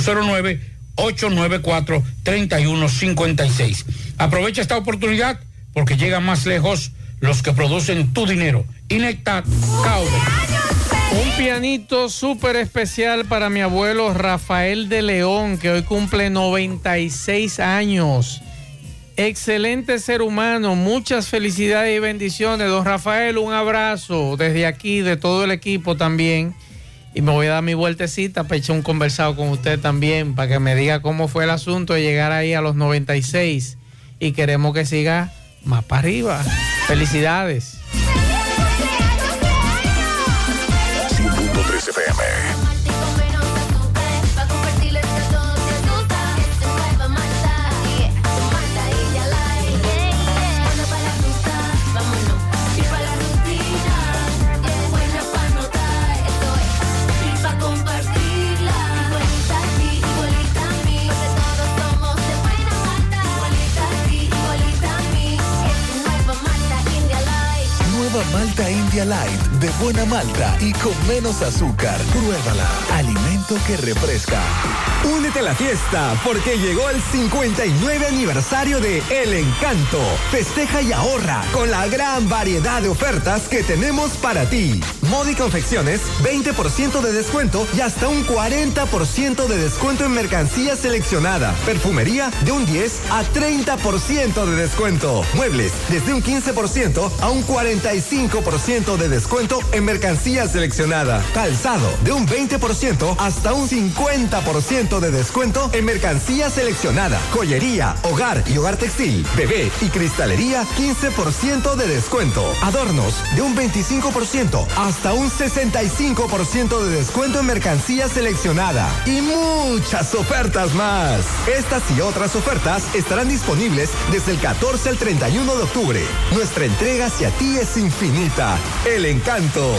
809-894-3156. Aprovecha esta oportunidad porque llegan más lejos los que producen tu dinero. Inecta Caobet. Un pianito súper especial para mi abuelo Rafael de León, que hoy cumple 96 años. Excelente ser humano, muchas felicidades y bendiciones. Don Rafael, un abrazo desde aquí, de todo el equipo también. Y me voy a dar mi vueltecita para echar un conversado con usted también, para que me diga cómo fue el asunto de llegar ahí a los 96. Y queremos que siga más para arriba. Felicidades. 100.3 FM. Malta India Light, de buena malta y con menos azúcar. Pruébala. Alimenta momento que refresca. Únete a la fiesta porque llegó el 59 aniversario de El Encanto. Festeja y ahorra con la gran variedad de ofertas que tenemos para ti. Moda y confecciones, 20% de descuento y hasta un 40% de descuento en mercancía seleccionada. Perfumería de un 10 a 30% de descuento. Muebles desde un 15% a un 45% de descuento en mercancía seleccionada. Calzado de un 20% hasta un 50% de descuento en mercancía seleccionada. Joyería, hogar y hogar textil, bebé y cristalería, 15% de descuento. Adornos de un 25% hasta un 65% de descuento en mercancía seleccionada. Y muchas ofertas más. Estas y otras ofertas estarán disponibles desde el 14 al 31 de octubre. Nuestra entrega hacia ti es infinita. El Encanto.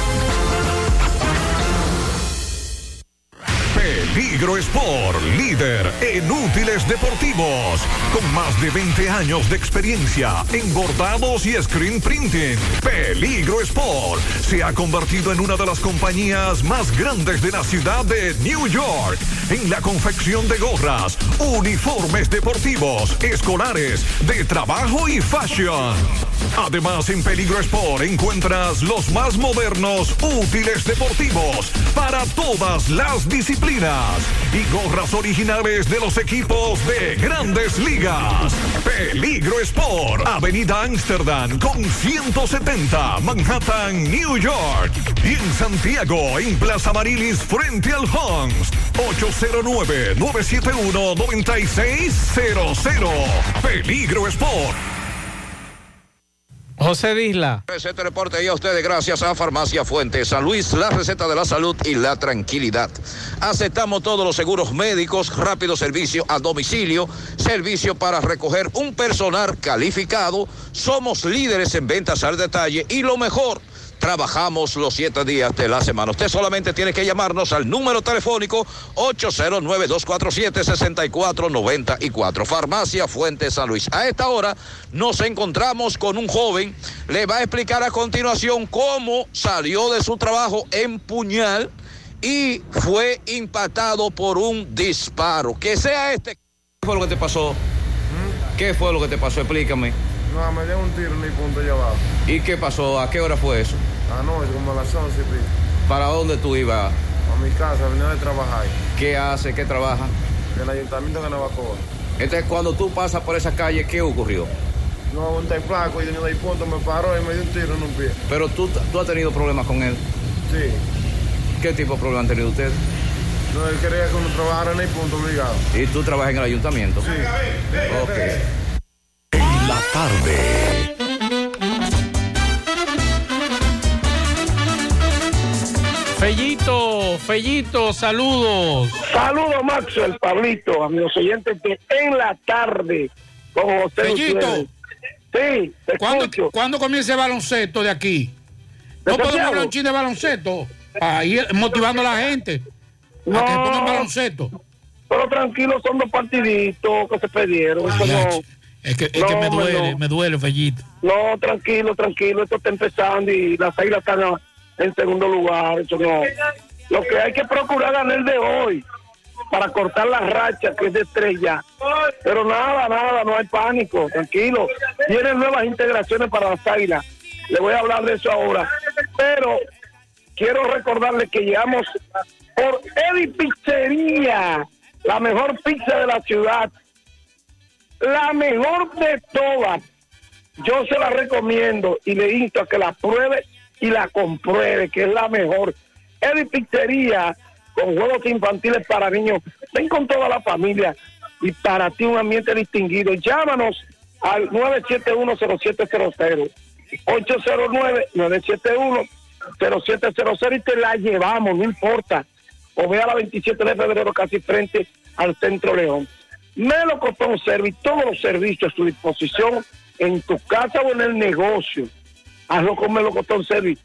Peligro Sport, líder en útiles deportivos, con más de 20 años de experiencia en bordados y screen printing. Peligro Sport se ha convertido en una de las compañías más grandes de la ciudad de New York en la confección de gorras, uniformes deportivos, escolares, de trabajo y fashion. Además, en Peligro Sport encuentras los más modernos útiles deportivos para todas las disciplinas y gorras originales de los equipos de Grandes Ligas. Peligro Sport, Avenida Amsterdam con 170, Manhattan, New York. Y en Santiago, en Plaza Marilis, frente al Hans, 809-971-9600. Peligro Sport. José Disla. Este reporte y a ustedes gracias a Farmacia Fuente San Luis, la receta de la salud y la tranquilidad. Aceptamos todos los seguros médicos, rápido servicio a domicilio, servicio para recoger un personal calificado. Somos líderes en ventas al detalle y lo mejor, trabajamos los 7 días de la semana. Usted solamente tiene que llamarnos al número telefónico 809-247-6494. Farmacia Fuente San Luis. A esta hora nos encontramos con un joven. Le va a explicar a continuación cómo salió de su trabajo en Puñal y fue impactado por un disparo. Que sea este. ¿Qué fue lo que te pasó? ¿Qué fue lo que te pasó? Explícame. No, me dio un tiro en mi punto allá abajo. ¿Y qué pasó? ¿A qué hora fue eso? Anoche, como a las 11 y pico. ¿Para dónde tú ibas? A mi casa, venía de trabajar. ¿Qué hace? ¿Qué trabaja? En el ayuntamiento de Navacoa. Entonces, cuando tú pasas por esa calle, ¿qué ocurrió? No, un tan flaco y de ahí punto me paró y me dio un tiro en un pie. Pero tú has tenido problemas con él. Sí. ¿Qué tipo de problemas han tenido ustedes? No, él quería que uno trabajara en el punto obligado. ¿Y tú trabajas en el ayuntamiento? Sí. Ok. En la tarde. Fellito, saludos. Saludos, Maxwell, Pablito, a mis oyentes de En la Tarde, con José Fellito. Sí, te escucho. ¿Cuándo comienza el baloncesto de aquí? ¿No podemos hablar un chin de baloncesto? Ahí motivando a la gente a que pongan baloncesto. Pero tranquilo, son 2 partiditos que se perdieron. Es que me duele, Fellito. No, tranquilo, esto está empezando y las Águilas están en segundo lugar. Eso no. Lo que hay que procurar ganar el de hoy para cortar la racha que es de 3 ya. Pero nada, no hay pánico, tranquilo. Vienen nuevas integraciones para las Águilas. Le voy a hablar de eso ahora. Pero quiero recordarles que llegamos por Eddie Pizzería, la mejor pizza de la ciudad. La mejor de todas. Yo se la recomiendo y le insto a que la pruebe y la compruebe, que es la mejor. Eddie Pizzería, con juegos infantiles para niños. Ven con toda la familia y para ti un ambiente distinguido. Llámanos al 971-0700, 809-971-0700 y te la llevamos, no importa. O ve a la 27 de febrero casi frente al Centro León. Melocotón Service, todos los servicios a tu disposición en tu casa o en el negocio. Hazlo con Melocotón Service,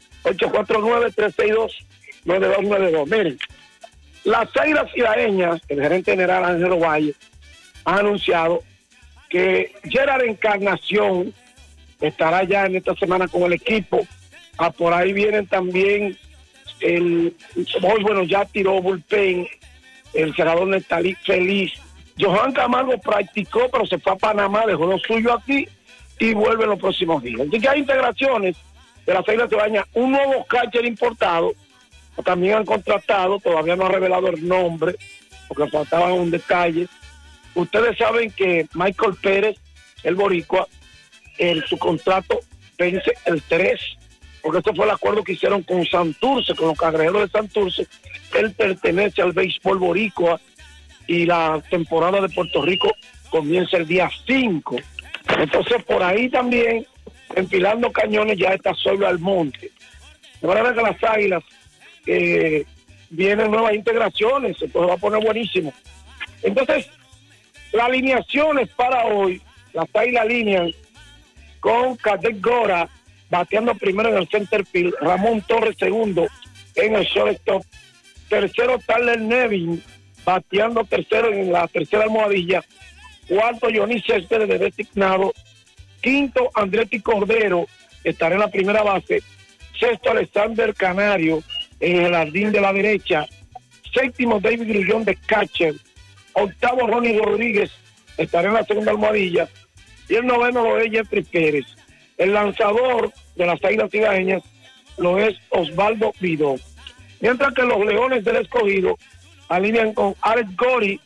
849-362-9292. Miren, las Águilas Cibaeñas, el gerente general Ángelo Valle, ha anunciado que Gerard Encarnación estará ya en esta semana con el equipo. Por ahí vienen también Hoy, bueno, ya tiró bullpen el cerrador Nestalí Feliz. Johan Camargo practicó, pero se fue a Panamá, dejó lo suyo aquí y vuelve en los próximos días. Así que hay integraciones de las Águilas Cibaeñas, un nuevo catcher importado, también han contratado, todavía no ha revelado el nombre, porque faltaba un detalle. Ustedes saben que Michael Pérez, el boricua, su contrato vence el 3, porque este fue el acuerdo que hicieron con Santurce, con los Cangrejeros de Santurce. Él pertenece al béisbol boricua y la temporada de Puerto Rico comienza el día 5. Entonces, por ahí también, empilando cañones, ya está Zoilo Almonte. De manera que las Águilas vienen nuevas integraciones, entonces va a poner buenísimo. Entonces, las alineaciones para hoy, las Águilas alinean con Cadet Gora bateando primero en el center field, Ramón Torres segundo en el shortstop, tercero Tyler Nevin bateando tercero en la tercera almohadilla, cuarto Johnny Céspedes de designado, quinto Andretti Cordero estará en la primera base, sexto Alexander Canario en el jardín de la derecha, séptimo David Grullón de catcher, octavo Ronnie Rodríguez estará en la segunda almohadilla y el noveno lo es Jeffrey Pérez. El lanzador de las Águilas Cibaeñas lo es Osvaldo Vidó. Mientras que los Leones del Escogido alinean con Alex Gotti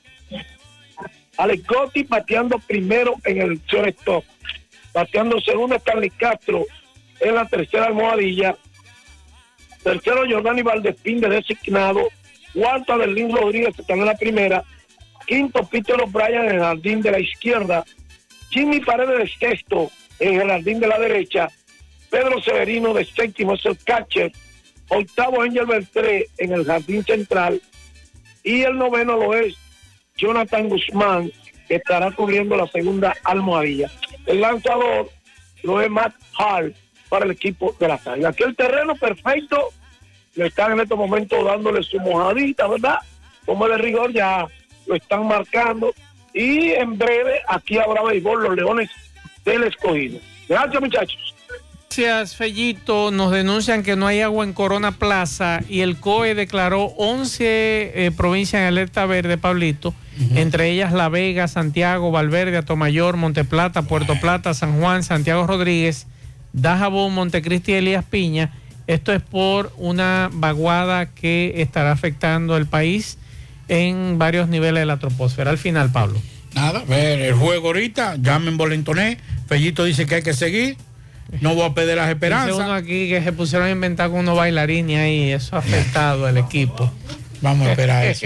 bateando primero en el shortstop, bateando segundo Stanley Castro en la tercera almohadilla, tercero Jordani Valdespín de designado, cuarto Adelín Rodríguez está en la primera, quinto Peter O'Brien en el jardín de la izquierda, Jimmy Paredes de sexto en el jardín de la derecha, Pedro Severino de séptimo es el catcher, octavo Angel Beltré en el jardín central y el noveno lo es Jonathan Guzmán, que estará cubriendo la segunda almohadilla. El lanzador lo es Matt Hall para el equipo de las Águilas. Aquí el terreno perfecto, le están en estos momentos dándole su mojadita, ¿verdad? Como de rigor ya lo están marcando y en breve aquí habrá béisbol, los Leones del Escogido. Gracias, muchachos. Gracias, Fellito. Nos denuncian que no hay agua en Corona Plaza y el COE declaró 11 provincias en alerta verde, Pablito, entre ellas La Vega, Santiago, Valverde, Atomayor, Monteplata, Puerto Plata, San Juan, Santiago Rodríguez, Dajabón, Montecristi y Elías Piña. Esto es por una vaguada que estará afectando el país en varios niveles de la troposfera. Al final, Pablo. Nada, ver el juego ahorita, ya me envolentoné. Fellito dice que hay que seguir. No voy a perder las esperanzas. Dice uno aquí que se pusieron a inventar con unos bailarines ahí, eso ha afectado al equipo. Vamos a esperar eso.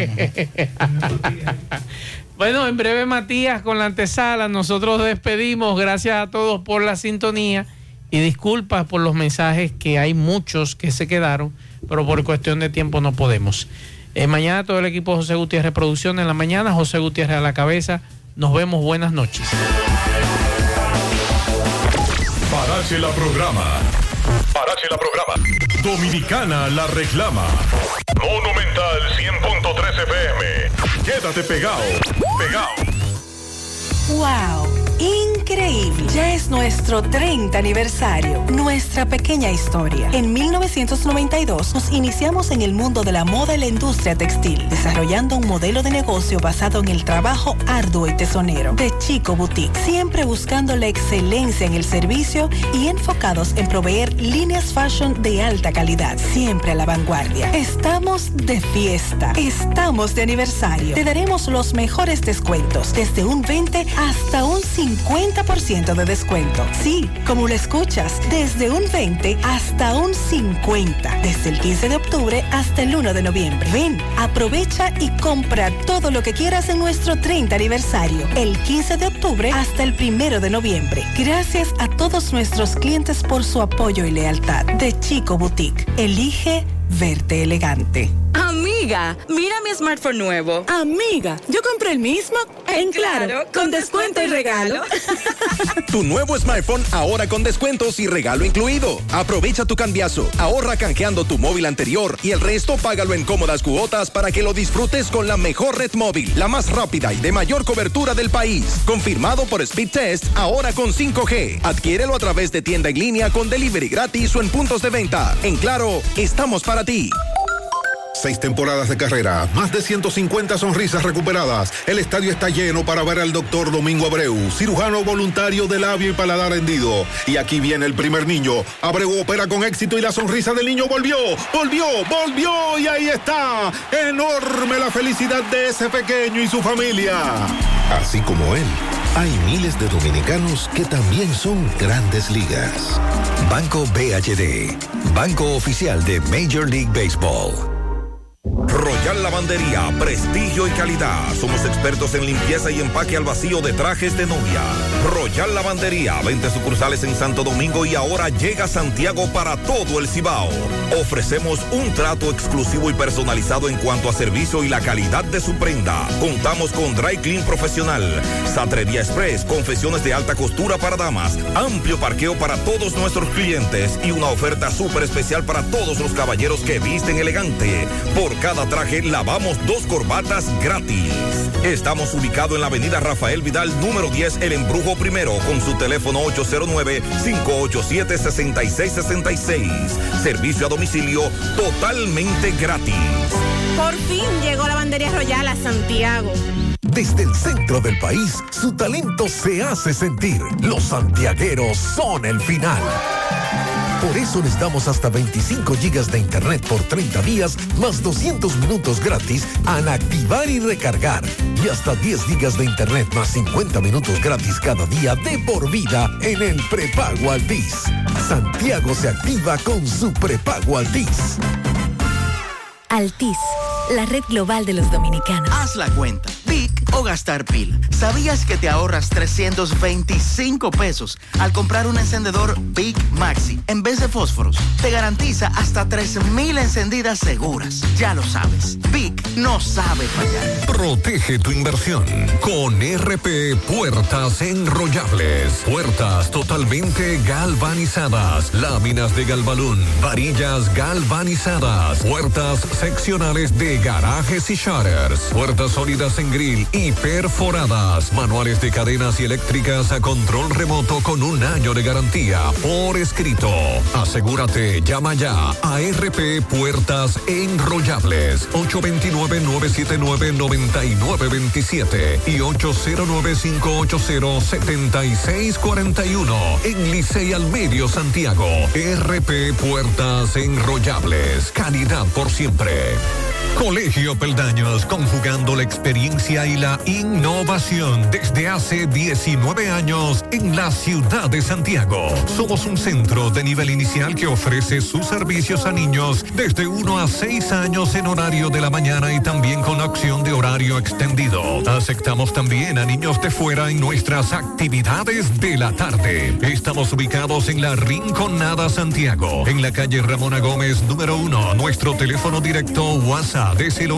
Bueno, en breve, Matías, con la antesala, nosotros despedimos. Gracias a todos por la sintonía y disculpas por los mensajes, que hay muchos que se quedaron, pero por cuestión de tiempo no podemos. Mañana todo el equipo José Gutiérrez Producción en la mañana, José Gutiérrez a la cabeza. Nos vemos, buenas noches. Parache la programa. Parache la programa. Dominicana la reclama. Monumental 100.3 FM. Quédate pegado. Pegado. ¡Wow! Increíble. Ya es nuestro 30 aniversario, nuestra pequeña historia. En 1992 nos iniciamos en el mundo de la moda y la industria textil, desarrollando un modelo de negocio basado en el trabajo arduo y tesonero de Chico Boutique, siempre buscando la excelencia en el servicio y enfocados en proveer líneas fashion de alta calidad, siempre a la vanguardia. Estamos de fiesta, estamos de aniversario. Te daremos los mejores descuentos, desde un 20 hasta un 50% de descuento. Sí, como lo escuchas, desde un 20 hasta un 50, desde el 15 de octubre hasta el 1 de noviembre. Ven, aprovecha y compra todo lo que quieras en nuestro 30 aniversario, el 15 de octubre hasta el 1 de noviembre. Gracias a todos nuestros clientes por su apoyo y lealtad. De Chico Boutique, elige verte elegante. Amiga, mira mi smartphone nuevo. Amiga, yo compré el mismo en Claro, con descuento y regalo. Tu nuevo smartphone ahora con descuentos y regalo incluido. Aprovecha tu cambiazo, ahorra canjeando tu móvil anterior y el resto págalo en cómodas cuotas para que lo disfrutes con la mejor red móvil, la más rápida y de mayor cobertura del país. Confirmado por Speed Test, ahora con 5G. Adquiérelo a través de tienda en línea con delivery gratis o en puntos de venta. En Claro, estamos para ti. 6 temporadas de carrera, más de 150 sonrisas recuperadas. El estadio está lleno para ver al doctor Domingo Abreu, cirujano voluntario de labio y paladar hendido. Y aquí viene el primer niño. Abreu opera con éxito y la sonrisa del niño volvió y ahí está. Enorme la felicidad de ese pequeño y su familia. Así como él, hay miles de dominicanos que también son grandes ligas. Banco BHD, banco oficial de Major League Baseball. Royal Lavandería, prestigio y calidad. Somos expertos en limpieza y empaque al vacío de trajes de novia. Royal Lavandería, 20 sucursales en Santo Domingo y ahora llega a Santiago para todo el Cibao. Ofrecemos un trato exclusivo y personalizado en cuanto a servicio y la calidad de su prenda. Contamos con Dry Clean profesional, Satrería Express, confecciones de alta costura para damas, amplio parqueo para todos nuestros clientes y una oferta súper especial para todos los caballeros que visten elegante. Por cada traje lavamos 2 corbatas gratis. Estamos ubicados en la avenida Rafael Vidal, número 10, El Embrujo Primero, con su teléfono 809-587-6666. Servicio a domicilio totalmente gratis. Por fin llegó Lavandería Royal a Santiago. Desde el centro del país, su talento se hace sentir. Los santiagueros son el final. Por eso les damos hasta 25 gigas de internet por 30 días, más 200 minutos gratis al activar y recargar. Y hasta 10 gigas de internet más 50 minutos gratis cada día de por vida en el prepago Altis. Santiago se activa con su prepago Altis. Altis, la red global de los dominicanos. Haz la cuenta. Big o gastar pila. ¿Sabías que te ahorras 325 pesos al comprar un encendedor Big Maxi en vez de fósforos? Te garantiza hasta 3,000 encendidas seguras. Ya lo sabes, Big no sabe fallar. Protege tu inversión con RP Puertas Enrollables. Puertas totalmente galvanizadas, láminas de Galvalún, varillas galvanizadas, puertas seccionales de garajes y shutters, puertas sólidas en grill y perforadas, manuales de cadenas y eléctricas a control remoto con 1 año de garantía por escrito. Asegúrate, llama ya a RP Puertas Enrollables 829-979-9927 y 809-580-7641 en Licey al Medio, Santiago. RP Puertas Enrollables, calidad por siempre. Colegio Peldaños, conjugando la experiencia y la innovación desde hace 19 años en la ciudad de Santiago. Somos un centro de nivel inicial que ofrece sus servicios a niños desde 1 a 6 años en horario de la mañana y también con opción de horario extendido. Aceptamos también a niños de fuera en nuestras actividades de la tarde. Estamos ubicados en la Rinconada, Santiago, en la calle Ramona Gómez, número 1. Nuestro teléfono directo WhatsApp es el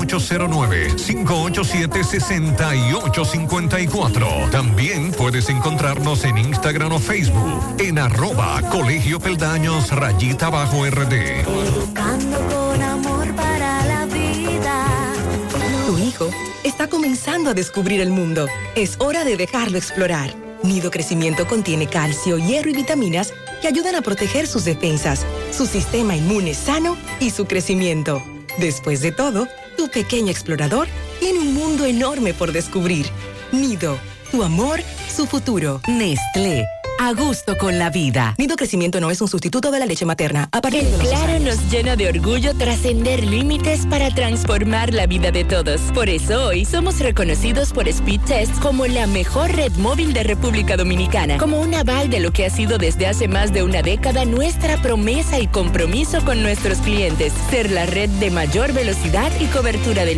809-587-6854. También puedes encontrarnos en Instagram o Facebook en @Colegio Peldaños _RD. Educando con amor para la vida. Tu hijo está comenzando a descubrir el mundo. Es hora de dejarlo explorar. Nido Crecimiento contiene calcio, hierro y vitaminas que ayudan a proteger sus defensas, su sistema inmune sano y su crecimiento. Después de todo, tu pequeño explorador tiene un mundo enorme por descubrir. Nido, tu amor, su futuro. Nestlé, a gusto con la vida. Nido Crecimiento no es un sustituto de la leche materna. A partir de los Claro años. nos llena de orgullo trascender límites para transformar la vida de todos. Por eso hoy somos reconocidos por Speed Test como la mejor red móvil de República Dominicana, como un aval de lo que ha sido desde hace más de una década nuestra promesa y compromiso con nuestros clientes, ser la red de mayor velocidad y cobertura del